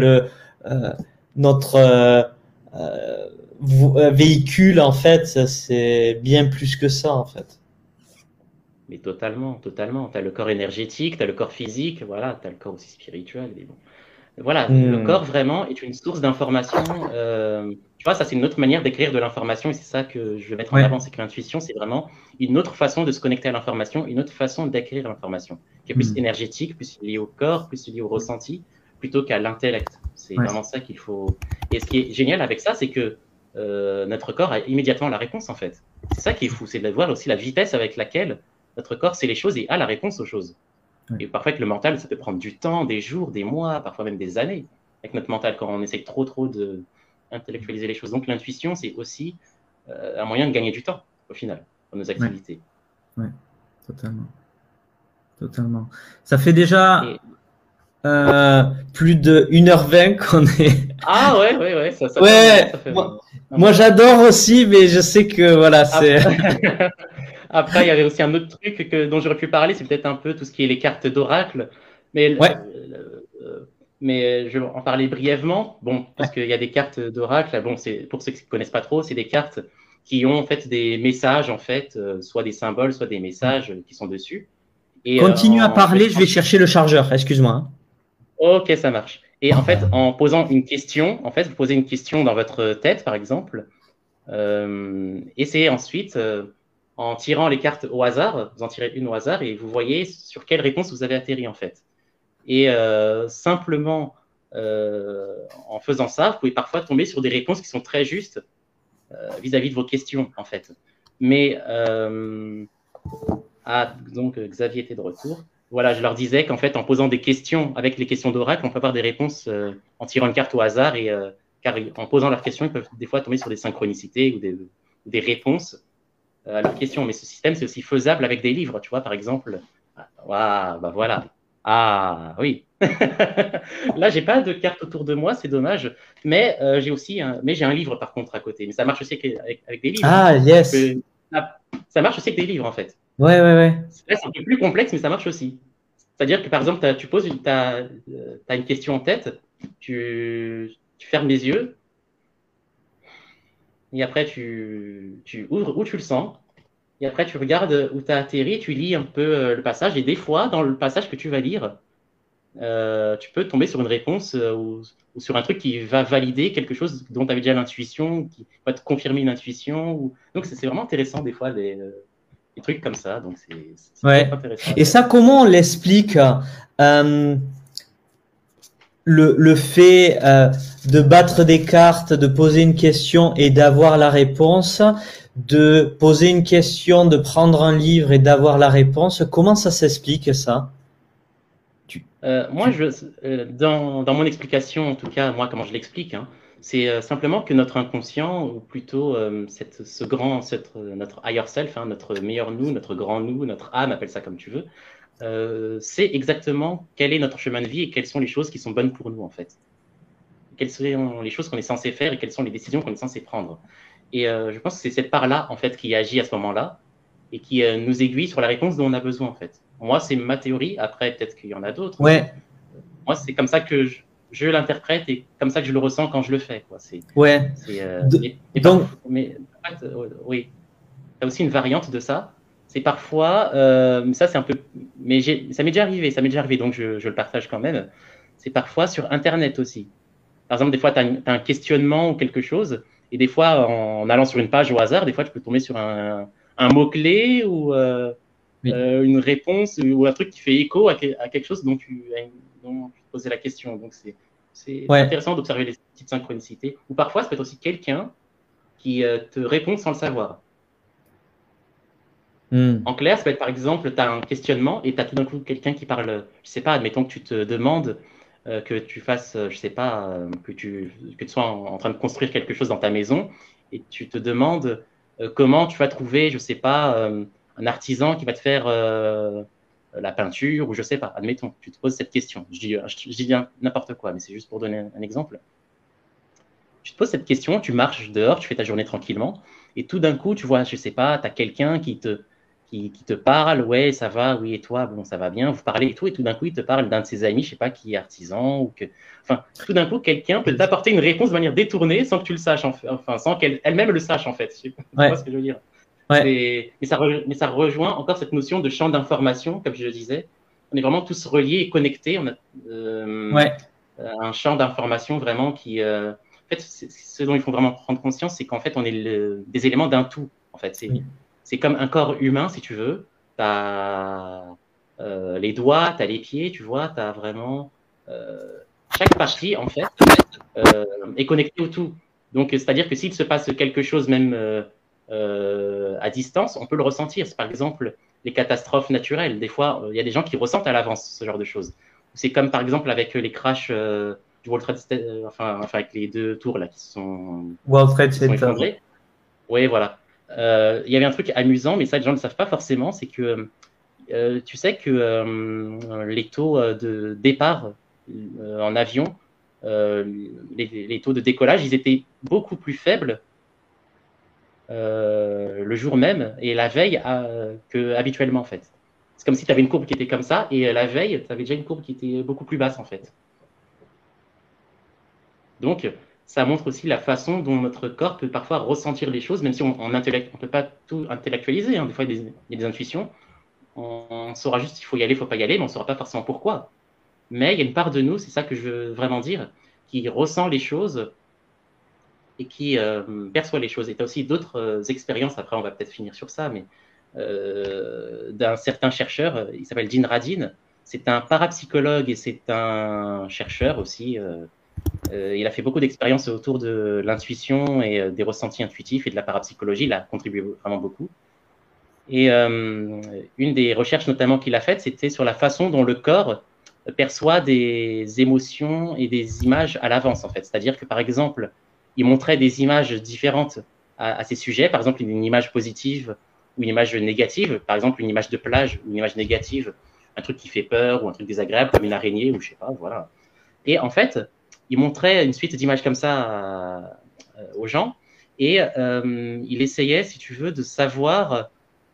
notre véhicule, en fait, c'est bien plus que ça, en fait. Mais totalement, totalement. Tu as le corps énergétique, tu as le corps physique, voilà, tu as le corps aussi spirituel. Mais bon. Voilà, le corps vraiment est une source d'information. Tu vois, ça c'est une autre manière d'écrire de l'information et c'est ça que je veux mettre en avant, c'est que l'intuition c'est vraiment une autre façon de se connecter à l'information, une autre façon d'écrire l'information, qui est plus énergétique, plus liée au corps, plus liée au ressenti, plutôt qu'à l'intellect. C'est vraiment ça qu'il faut. Et ce qui est génial avec ça, c'est que notre corps a immédiatement la réponse en fait. C'est ça qui est fou, c'est de voir aussi la vitesse avec laquelle notre corps sait les choses et a la réponse aux choses. Et parfois, avec le mental, ça peut prendre du temps, des jours, des mois, parfois même des années, avec notre mental, quand on essaie trop d'intellectualiser les choses. Donc, l'intuition, c'est aussi un moyen de gagner du temps, au final, dans nos activités. Oui, totalement. Totalement. Ça fait déjà plus de 1h20 qu'on est... Ah ouais, ça fait moi j'adore aussi, mais je sais que, voilà, c'est... Après, il y avait aussi un autre truc dont j'aurais pu parler, c'est peut-être un peu tout ce qui est les cartes d'oracle. Mais je vais en parler brièvement. Bon, parce qu'il y a des cartes d'oracle. Bon, c'est pour ceux qui ne connaissent pas trop, c'est des cartes qui ont en fait des messages, en fait, soit des symboles, soit des messages qui sont dessus. Et, continue à parler, je vais chercher le chargeur, excuse-moi. Hein. Ok, ça marche. Et en fait, en posant une question, en fait, vous posez une question dans votre tête, par exemple, et c'est ensuite... en tirant les cartes au hasard, vous en tirez une au hasard et vous voyez sur quelle réponse vous avez atterri en fait. Et simplement en faisant ça, vous pouvez parfois tomber sur des réponses qui sont très justes vis-à-vis de vos questions en fait. Mais donc Xavier était de retour. Voilà, je leur disais qu'en fait en posant des questions avec les questions d'oracle, on peut avoir des réponses en tirant une carte au hasard et car en posant leurs questions, ils peuvent des fois tomber sur des synchronicités ou des réponses à leurs questions. Mais ce système, c'est aussi faisable avec des livres, tu vois, par exemple. Ah, bah voilà. Ah, oui. Là, j'ai pas de carte autour de moi, c'est dommage. Mais j'ai un livre par contre à côté. Mais ça marche aussi avec des livres. Hein. Ah, yes. Ça marche aussi avec des livres en fait. Ouais, ouais, ouais. Là, c'est un peu plus complexe, mais ça marche aussi. C'est-à-dire que par exemple, t'as une question en tête, tu fermes les yeux, et après tu ouvres où tu le sens, et après tu regardes où tu as atterri, tu lis un peu le passage, et des fois, dans le passage que tu vas lire, tu peux tomber sur une réponse ou sur un truc qui va valider quelque chose dont tu avais déjà l'intuition, qui va te confirmer une intuition. Donc c'est vraiment intéressant des fois des trucs comme ça, donc ça peut être Ouais. intéressant à Et faire. ça, comment on l'explique le fait de battre des cartes, de poser une question et d'avoir la réponse, de poser une question, de prendre un livre et d'avoir la réponse, comment ça s'explique ça? Moi, dans mon explication, en tout cas, moi, comment je l'explique, hein, c'est simplement que notre inconscient, ou plutôt notre higher self, hein, notre meilleur nous, notre grand nous, notre âme, appelle ça comme tu veux, sait exactement quel est notre chemin de vie et quelles sont les choses qui sont bonnes pour nous, en fait. Quelles sont les choses qu'on est censé faire et quelles sont les décisions qu'on est censé prendre. Et je pense que c'est cette part-là, en fait, qui agit à ce moment-là et qui nous aiguille sur la réponse dont on a besoin, en fait. Moi, c'est ma théorie. Après, peut-être qu'il y en a d'autres, mais Ouais, moi, c'est comme ça que je l'interprète et comme ça que je le ressens quand je le fais. Quoi. ouais. Donc, Oui, tu as aussi une variante de ça. C'est parfois, ça c'est un peu, mais ça m'est déjà arrivé, donc je le partage quand même. C'est parfois sur Internet aussi. Par exemple, des fois, tu as un questionnement ou quelque chose, et des fois, en allant sur une page au hasard, des fois, tu peux tomber sur un mot-clé ou oui. une réponse ou un truc qui fait écho à quelque chose dont dont tu te posais la question. Donc, c'est Ouais. intéressant d'observer les petites synchronicités. Ou parfois, ça peut être aussi quelqu'un qui te répond sans le savoir. Hmm. En clair, ça peut être par exemple, tu as un questionnement et tu as tout d'un coup quelqu'un qui parle, je sais pas, admettons que tu te demandes que tu fasses, je sais pas, que tu sois en train de construire quelque chose dans ta maison et tu te demandes comment tu vas trouver, je sais pas, un artisan qui va te faire la peinture ou je sais pas, admettons, tu te poses cette question. Je dis n'importe quoi, mais c'est juste pour donner un exemple. Tu te poses cette question, tu marches dehors, tu fais ta journée tranquillement, et tout d'un coup, tu vois, je sais pas, tu as quelqu'un qui te parle, ouais, ça va, oui, et toi, bon, ça va bien, vous parlez et tout d'un coup, il te parle d'un de ses amis, je sais pas, qui est artisan, ou que. Enfin, tout d'un coup, quelqu'un peut t'apporter une réponse de manière détournée sans que tu le saches, enfin, sans qu'elle-même le sache, en fait. Tu vois Ouais. ce que je veux dire? Ouais. Mais ça rejoint encore cette notion de champ d'information, comme je le disais. On est vraiment tous reliés et connectés. On a Ouais. un champ d'information vraiment qui. En fait, ce dont il faut vraiment prendre conscience, c'est qu'en fait, on est des éléments d'un tout. En fait, Oui. c'est comme un corps humain, si tu veux. Tu as les doigts, tu as les pieds, tu vois, tu as vraiment. Chaque partie, en fait, est connectée au tout. Donc, c'est-à-dire que s'il se passe quelque chose, même à distance, on peut le ressentir. C'est par exemple les catastrophes naturelles. Des fois, il y a des gens qui ressentent à l'avance ce genre de choses. C'est comme par exemple avec les crashs du World Trade Center, enfin, avec les deux tours là qui World Trade se sont Center. effondrées. Oui, voilà. Il y avait un truc amusant, mais ça, les gens ne le savent pas forcément, c'est que tu sais que les taux de départ en avion, les taux de décollage, ils étaient beaucoup plus faibles le jour même et la veille que habituellement en fait. C'est comme si tu avais une courbe qui était comme ça et la veille, tu avais déjà une courbe qui était beaucoup plus basse en fait. Donc, ça montre aussi la façon dont notre corps peut parfois ressentir les choses, même si on ne peut pas tout intellectualiser. Hein. Des fois, il y a des intuitions. On saura juste s'il faut y aller, il ne faut pas y aller, mais on ne saura pas forcément pourquoi. Mais il y a une part de nous, c'est ça que je veux vraiment dire, qui ressent les choses et qui perçoit les choses. Et tu as aussi d'autres expériences, après on va peut-être finir sur ça, mais d'un certain chercheur, il s'appelle Dean Radin, c'est un parapsychologue et c'est un chercheur aussi. Il a fait beaucoup d'expériences autour de l'intuition et des ressentis intuitifs et de la parapsychologie, il a contribué vraiment beaucoup. Et une des recherches notamment qu'il a faites, c'était sur la façon dont le corps perçoit des émotions et des images à l'avance, en fait. C'est-à-dire que, par exemple, il montrait des images différentes à ces sujets. Par exemple, une image positive ou une image négative, par exemple une image de plage, ou une image négative, un truc qui fait peur ou un truc désagréable comme une araignée ou je sais pas, voilà. Et en fait, il montrait une suite d'images comme ça aux gens et il essayait, si tu veux, de savoir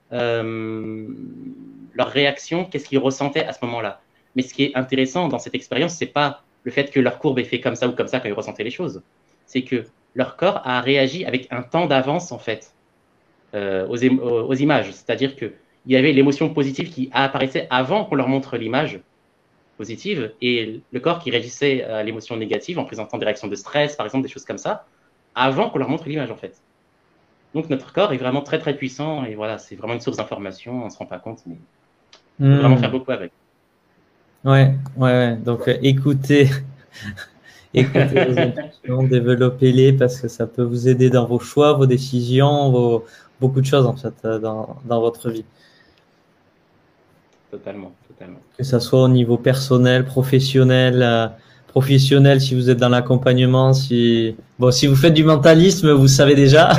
leur réaction, qu'est-ce qu'ils ressentaient à ce moment-là. Mais ce qui est intéressant dans cette expérience, c'est pas le fait que leur courbe est fait comme ça ou comme ça quand ils ressentaient les choses, c'est que leur corps a réagi avec un temps d'avance en fait aux images. C'est-à-dire qu'il y avait l'émotion positive qui apparaissait avant qu'on leur montre l'image positive et le corps qui réagissait à l'émotion négative en présentant des réactions de stress, par exemple, des choses comme ça, avant qu'on leur montre l'image en fait. Donc notre corps est vraiment très très puissant et voilà, c'est vraiment une source d'information, on ne se rend pas compte, mais on peut vraiment faire beaucoup avec. Ouais, ouais, ouais. Donc écoutez, écoutez vos intuitions, développez-les parce que ça peut vous aider dans vos choix, vos décisions, beaucoup de choses en fait dans votre vie. Totalement, totalement. Que ça soit au niveau personnel, professionnel, professionnel si vous êtes dans l'accompagnement, si vous faites du mentalisme, vous savez déjà.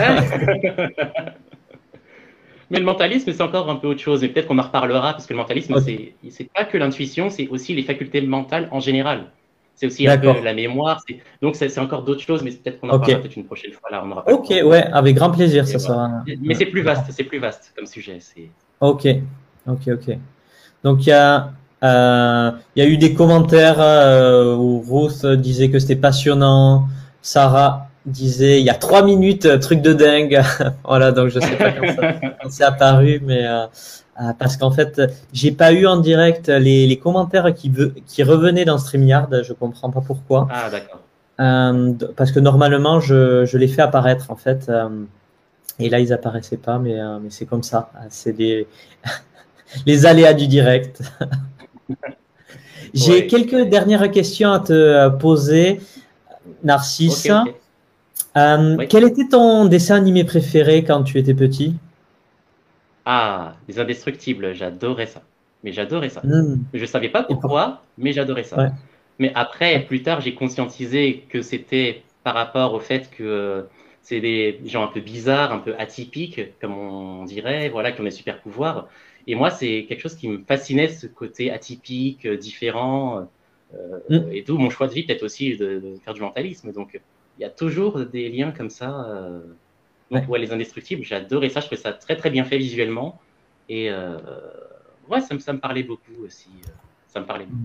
Mais le mentalisme, c'est encore un peu autre chose. Mais peut-être qu'on en reparlera parce que le mentalisme, Okay. c'est pas que l'intuition, c'est aussi les facultés mentales en général. C'est aussi un peu la mémoire. Donc c'est encore d'autres choses, mais peut-être qu'on en parlera peut-être une prochaine fois. Là, on n'aura pas le temps. Ouais, avec grand plaisir, Et ça voilà. sera. Mais c'est plus vaste comme sujet. Ok. Donc il y a eu des commentaires où Ruth disait que c'était passionnant. Sarah disait il y a 3 minutes, truc de dingue. Voilà, donc je sais pas quand c'est apparu, mais parce qu'en fait, j'ai pas eu en direct les commentaires qui revenaient dans StreamYard. Je comprends pas pourquoi. Ah, d'accord. Parce que normalement, je les fais apparaître en fait. Et là, ils apparaissaient pas, mais c'est comme ça. C'est les aléas du direct. J'ai quelques dernières questions à te poser, Narcisse. Okay. Quel était ton dessin animé préféré quand tu étais petit? Ah, Les Indestructibles, j'adorais ça. Mais j'adorais ça. Je savais pas Et pourquoi, mais j'adorais ça. Ouais. Mais après, plus tard, j'ai conscientisé que c'était par rapport au fait que c'est des gens un peu bizarres, un peu atypiques, comme on dirait, voilà, qui ont des super pouvoirs. Et moi, c'est quelque chose qui me fascinait, ce côté atypique, différent, et d'où mon choix de vie, peut-être aussi de faire du mentalisme. Donc, il y a toujours des liens comme ça. Donc, ouais, Les Indestructibles, j'adorais ça, je trouvais ça très très bien fait visuellement. Et ouais, ça me parlait beaucoup aussi. Ça me parlait beaucoup.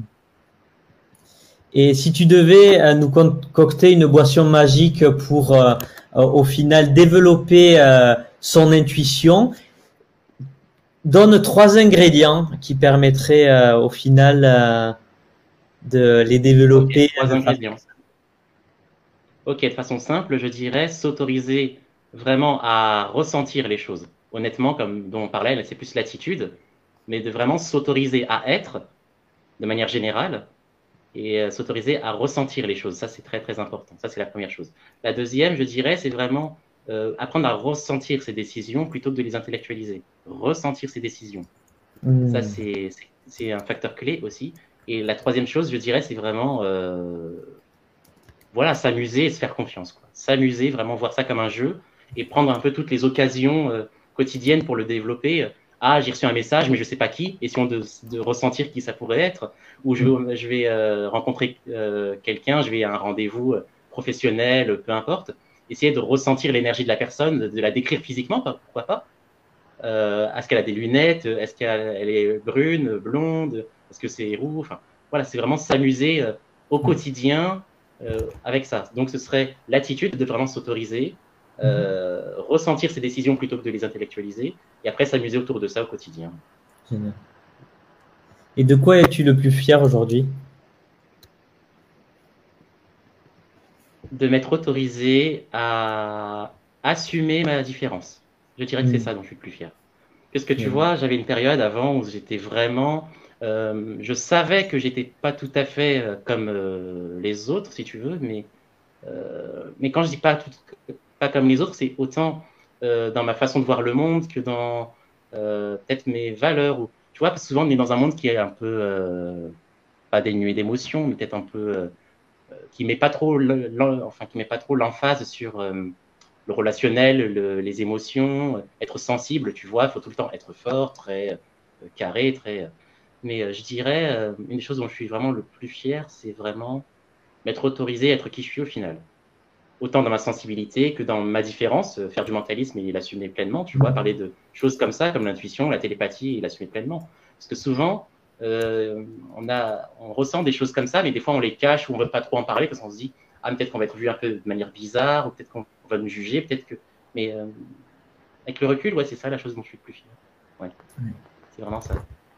Et si tu devais nous concocter une boisson magique pour au final développer son intuition, donne 3 ingrédients qui permettraient au final de les développer. Okay, 3 ingrédients. Ok, de façon simple, je dirais s'autoriser vraiment à ressentir les choses. Honnêtement, comme dont on parlait, c'est plus l'attitude, mais de vraiment s'autoriser à être de manière générale et s'autoriser à ressentir les choses. Ça, c'est très, très important. Ça, c'est la première chose. La deuxième, je dirais, c'est vraiment apprendre à ressentir ses décisions plutôt que de les intellectualiser. Ressentir ses décisions. Ça, c'est un facteur clé aussi. Et la troisième chose, je dirais, c'est vraiment voilà, s'amuser et se faire confiance. S'amuser, vraiment voir ça comme un jeu et prendre un peu toutes les occasions quotidiennes pour le développer. Ah, j'ai reçu un message, mais je ne sais pas qui. Essayons de ressentir qui ça pourrait être. Ou je vais rencontrer quelqu'un, je vais à un rendez-vous professionnel, peu importe. Essayer de ressentir l'énergie de la personne, de la décrire physiquement, pourquoi pas. Est-ce qu'elle a des lunettes? Est-ce qu'elle est brune, blonde? Est-ce que c'est roux? Enfin, voilà, c'est vraiment s'amuser au quotidien avec ça. Donc, ce serait l'attitude de vraiment s'autoriser, ressentir ses décisions plutôt que de les intellectualiser, et après s'amuser autour de ça au quotidien. Génial. Et de quoi es-tu le plus fier aujourd'hui? De m'être autorisé à assumer ma différence. Je dirais que c'est ça dont je suis le plus fier. Parce que tu vois, j'avais une période avant où j'étais vraiment... je savais que j'étais pas tout à fait comme les autres, si tu veux, mais quand je dis pas comme les autres, c'est autant dans ma façon de voir le monde que dans peut-être mes valeurs. Ou, tu vois, parce que souvent on est dans un monde qui est un peu pas dénué d'émotions, mais peut-être un peu qui met pas trop l'emphase sur le relationnel, les émotions, être sensible, tu vois, il faut tout le temps être fort, très carré, très. Mais je dirais, une des choses dont je suis vraiment le plus fier, c'est vraiment m'être autorisé à être qui je suis au final. Autant dans ma sensibilité que dans ma différence, faire du mentalisme et l'assumer pleinement, tu vois, parler de choses comme ça, comme l'intuition, la télépathie, et l'assumer pleinement. Parce que souvent, on ressent des choses comme ça, mais des fois on les cache ou on ne veut pas trop en parler parce qu'on se dit, ah, peut-être qu'on va être vu un peu de manière bizarre, ou peut-être qu'on va nous juger, peut-être que. Mais avec le recul, ouais, c'est ça la chose dont je suis le plus fier. Ouais. C'est vraiment ça.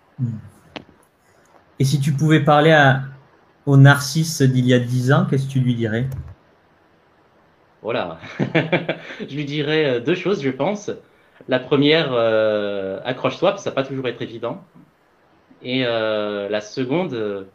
Et si tu pouvais parler au Narcisse d'il y a 10 ans, qu'est-ce que tu lui dirais? Voilà. Je lui dirais deux choses, je pense. La première, accroche-toi, parce que ça va pas toujours être évident. Et la seconde,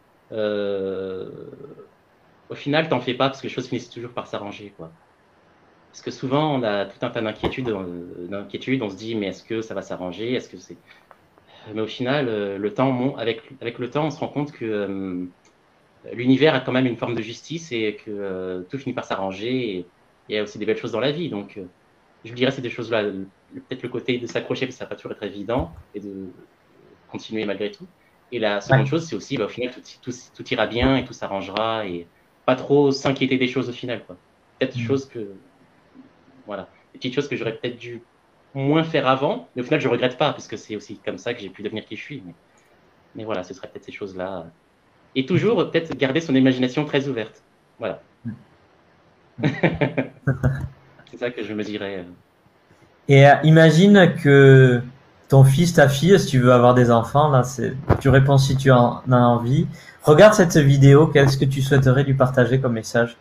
au final, t'en fais pas, parce que les choses finissent toujours par s'arranger, quoi. Parce que souvent, on a tout un tas d'inquiétudes, on se dit, mais est-ce que ça va s'arranger? Est-ce que c'est. Mais au final, avec le temps, on se rend compte que l'univers a quand même une forme de justice et que tout finit par s'arranger. Et il y a aussi des belles choses dans la vie. Donc, je vous dirais ces deux choses-là. Peut-être le côté de s'accrocher, parce que ça va pas toujours être évident, et de continuer malgré tout. Et la seconde chose, c'est aussi, au final, tout ira bien et tout s'arrangera. Et pas trop s'inquiéter des choses au final, quoi. Peut-être choses que. Voilà. Des petites choses que j'aurais peut-être dû moins faire avant, mais au final, je regrette pas, parce que c'est aussi comme ça que j'ai pu devenir qui je suis. Mais voilà, ce serait peut-être ces choses-là. Et toujours, peut-être, garder son imagination très ouverte. Voilà. C'est ça que je me dirais. Et imagine que ton fils, ta fille, si tu veux avoir des enfants, là, tu réponds si tu en as envie. Regarde cette vidéo, qu'est-ce que tu souhaiterais lui partager comme message?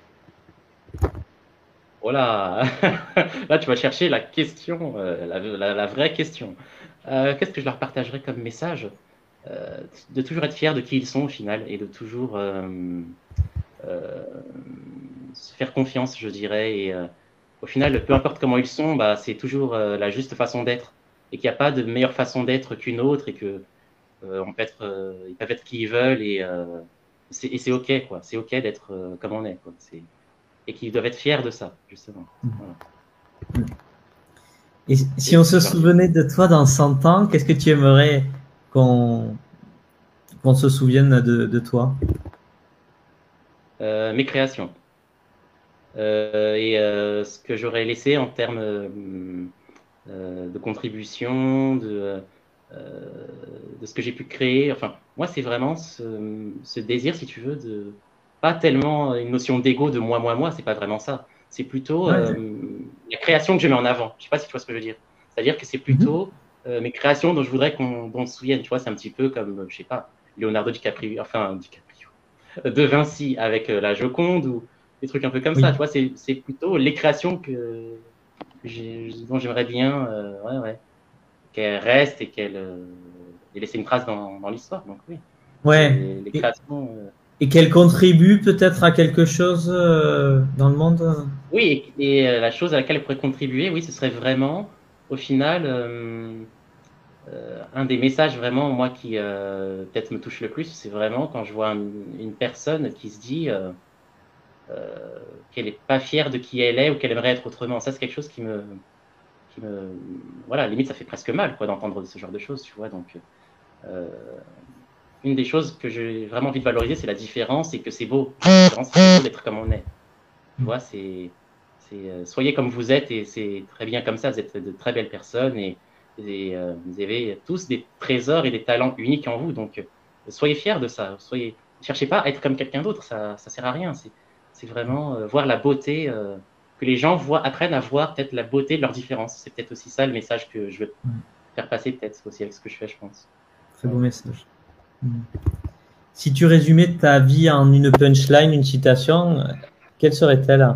Voilà. Là, tu vas chercher la question, la vraie question. Qu'est-ce que je leur partagerais comme message? De toujours être fier de qui ils sont au final et de toujours se faire confiance, je dirais. Et au final, peu importe comment ils sont, bah, c'est toujours la juste façon d'être. Et qu'il n'y a pas de meilleure façon d'être qu'une autre et que ils peuvent être qui ils veulent et c'est OK, quoi. C'est OK d'être comme on est, quoi. Et qu'ils doivent être fiers de ça, justement. Voilà. Et si on se souvenait de toi dans 100 ans, qu'est-ce que tu aimerais qu'on se souvienne de toi? Mes créations. Et ce que j'aurais laissé en termes de contribution, de ce que j'ai pu créer. Enfin, moi, c'est vraiment ce désir, si tu veux, de pas tellement une notion d'ego de moi, c'est pas vraiment ça. C'est plutôt Ouais. la création que je mets en avant. Je sais pas si tu vois ce que je veux dire. C'est-à-dire que c'est plutôt mes créations dont je voudrais qu'on se souvienne. Tu vois, c'est un petit peu comme, je sais pas, Leonardo DiCaprio, enfin DiCaprio, de Vinci avec la Joconde ou des trucs un peu comme Oui. ça. Tu vois, c'est plutôt les créations dont j'aimerais bien, qu'elle reste et qu'elle ait laissé une trace dans l'histoire. Donc oui, Ouais. les créations. Et qu'elle contribue peut-être à quelque chose dans le monde? Oui, et la chose à laquelle elle pourrait contribuer, oui, ce serait vraiment, au final, un des messages vraiment, moi, qui peut-être me touche le plus, c'est vraiment quand je vois une personne qui se dit qu'elle n'est pas fière de qui elle est ou qu'elle aimerait être autrement. Ça, c'est quelque chose qui me. Voilà, limite, ça fait presque mal, quoi, d'entendre ce genre de choses, tu vois. Donc, euh, une des choses que j'ai vraiment envie de valoriser, c'est la différence et que c'est beau. La différence, c'est beau d'être comme on est. Tu vois, soyez comme vous êtes et c'est très bien comme ça. Vous êtes de très belles personnes et vous avez tous des trésors et des talents uniques en vous. Donc, soyez fiers de ça. Cherchez pas à être comme quelqu'un d'autre. Ça sert à rien. C'est vraiment voir la beauté, que les gens apprennent à voir peut-être la beauté de leur différence. C'est peut-être aussi ça le message que je veux faire passer peut-être aussi avec ce que je fais, je pense. Très beau message. Si tu résumais ta vie en une punchline, une citation, quelle serait-elle?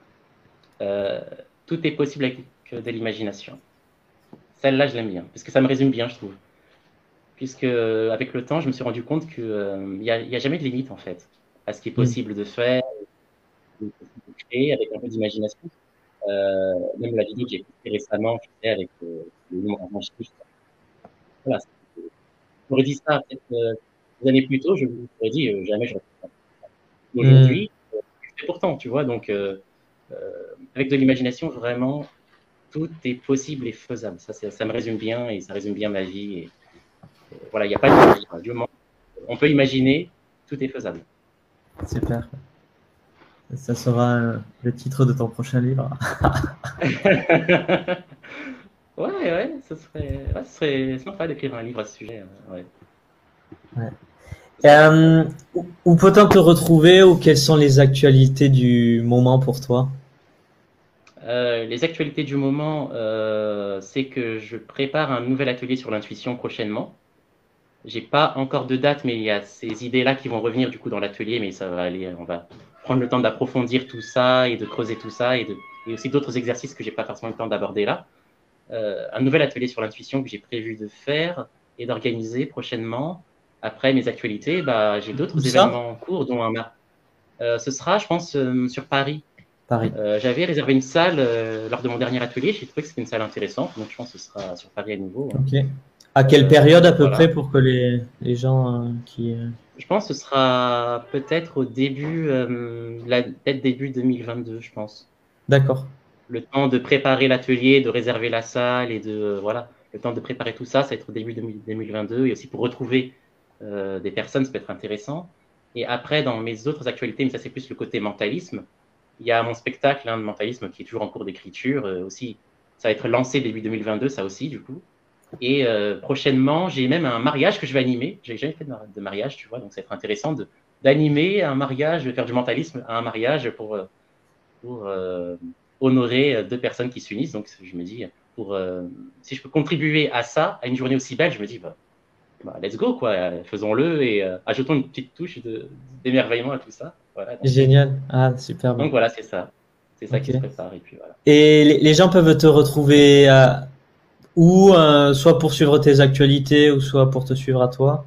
Tout est possible avec de l'imagination. Celle-là, je l'aime bien, parce que ça me résume bien, je trouve. Puisque avec le temps, je me suis rendu compte qu'il n'y a jamais de limite, en fait, à ce qui est possible de faire, de créer avec un peu d'imagination. Même la vidéo que j'ai fait récemment, je fais avec le nombre en chiffres. Voilà, j'aurais dit ça peut-être des années plus tôt, je vous aurais dit jamais je referai ça. Aujourd'hui, je fais pourtant, tu vois, donc avec de l'imagination, vraiment, tout est possible et faisable. Ça me résume bien et ça résume bien ma vie. Et voilà, il n'y a pas de du moment. On peut imaginer, tout est faisable. Super. Ça sera le titre de ton prochain livre. Ouais, ce serait sympa d'écrire un livre à ce sujet. Ouais. Où peut-on te retrouver ou quelles sont les actualités du moment pour toi? Les actualités du moment, c'est que je prépare un nouvel atelier sur l'intuition prochainement. J'ai pas encore de date, mais il y a ces idées-là qui vont revenir du coup dans l'atelier, mais ça va aller, on va prendre le temps d'approfondir tout ça et de creuser tout ça et aussi d'autres exercices que j'ai pas forcément le temps d'aborder là. Un nouvel atelier sur l'intuition que j'ai prévu de faire et d'organiser prochainement. Après mes actualités, bah, j'ai Où d'autres ça? événements en cours, dont ce sera, je pense, sur Paris. Paris. J'avais réservé une salle lors de mon dernier atelier. J'ai trouvé que c'était une salle intéressante, donc je pense que ce sera sur Paris à nouveau. Ok. À quelle période à peu Voilà. près pour que les gens qui... Je pense que ce sera peut-être au début, peut-être début 2022, je pense. D'accord. Le temps de préparer l'atelier, de réserver la salle et voilà, le temps de préparer tout ça, ça va être au début 2022 et aussi pour retrouver des personnes, ça peut être intéressant. Et après, dans mes autres actualités, mais ça c'est plus le côté mentalisme, il y a mon spectacle de mentalisme qui est toujours en cours d'écriture aussi. Ça va être lancé début 2022, ça aussi, du coup. Et prochainement, j'ai même un mariage que je vais animer. J'ai jamais fait de mariage, tu vois, donc ça va être intéressant d'animer un mariage, de faire du mentalisme à un mariage pour honorer deux personnes qui s'unissent. Donc je me dis, si je peux contribuer à ça, à une journée aussi belle, je me dis, let's go, quoi, faisons-le et ajoutons une petite touche d'émerveillement à tout ça. Voilà, Génial. Ah, super. donc voilà, c'est ça. C'est ça qui se Ok. prépare. Et puis voilà. Et les gens peuvent te retrouver où, soit pour suivre tes actualités ou soit pour te suivre à toi?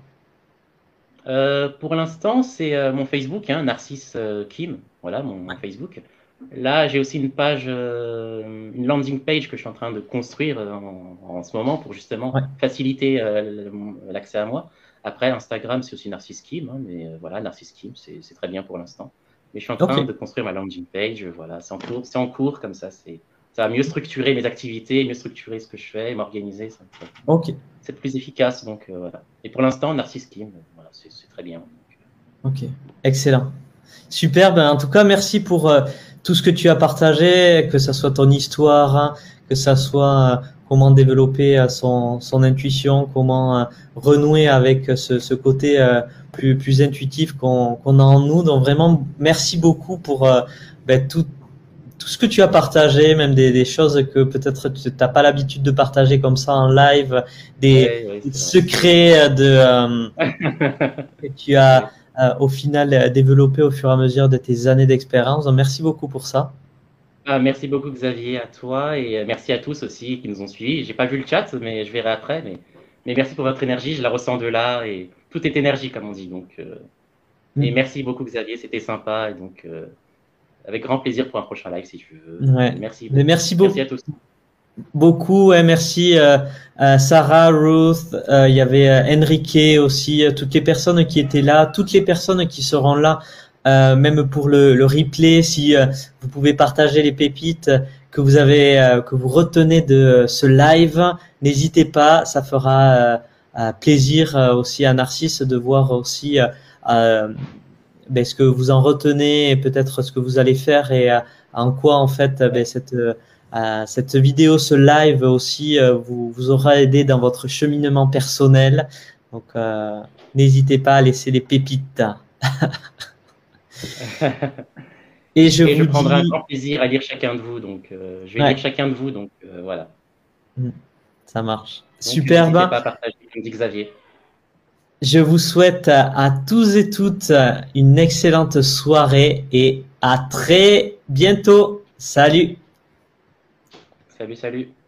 Pour l'instant, c'est mon Facebook, hein, Narcisse Kim, voilà mon Facebook. Là, j'ai aussi une page, une landing page que je suis en train de construire en ce moment pour justement Ouais. faciliter l'accès à moi. Après, Instagram, c'est aussi Narcisse Kim, hein, mais voilà, Narcisse Kim, c'est très bien pour l'instant. Mais je suis en train Ok. de construire ma landing page, voilà, c'est en cours, comme ça va mieux structurer mes activités, mieux structurer ce que je fais, m'organiser, Ok. c'est plus efficace. Donc voilà. Et pour l'instant, Narcisse Kim, voilà, c'est très bien. Ok. Excellent. Super. Ben, en tout cas, merci pour tout ce que tu as partagé, que ça soit ton histoire, hein, que ça soit comment développer son intuition, comment renouer avec ce côté plus intuitif qu'on a en nous. Donc vraiment, merci beaucoup pour ben, tout ce que tu as partagé, même des choses que peut-être tu n'as pas l'habitude de partager comme ça en live, des secrets que tu as au final développé au fur et à mesure de tes années d'expérience. Donc merci beaucoup pour ça. Merci beaucoup Xavier, à toi et merci à tous aussi qui nous ont suivis. J'ai pas vu le chat, mais je verrai après. Mais merci pour votre énergie, je la ressens de là et tout est énergie comme on dit. Donc, et merci beaucoup Xavier, c'était sympa et donc avec grand plaisir pour un prochain live si tu veux. Ouais. Merci beaucoup. Merci beaucoup. Merci à tous. Beaucoup, ouais, merci Sarah, Ruth, il y avait Enrique aussi, toutes les personnes qui étaient là, toutes les personnes qui seront là, même pour le replay, si vous pouvez partager les pépites que vous avez, que vous retenez de ce live, n'hésitez pas, ça fera plaisir aussi à Narcisse de voir aussi ben, ce que vous en retenez et peut-être ce que vous allez faire et en quoi en fait ben, cette vidéo, ce live aussi vous aura aidé dans votre cheminement personnel. Donc n'hésitez pas à laisser les pépites. Et je vous prendrai un dis... grand plaisir à lire chacun de vous. Donc je vais lire chacun de vous. Donc voilà. Ça marche. Donc, Superbe. N'hésitez pas à partager, comme dit Xavier. Je vous souhaite à tous et toutes une excellente soirée et à très bientôt. Salut. Salut.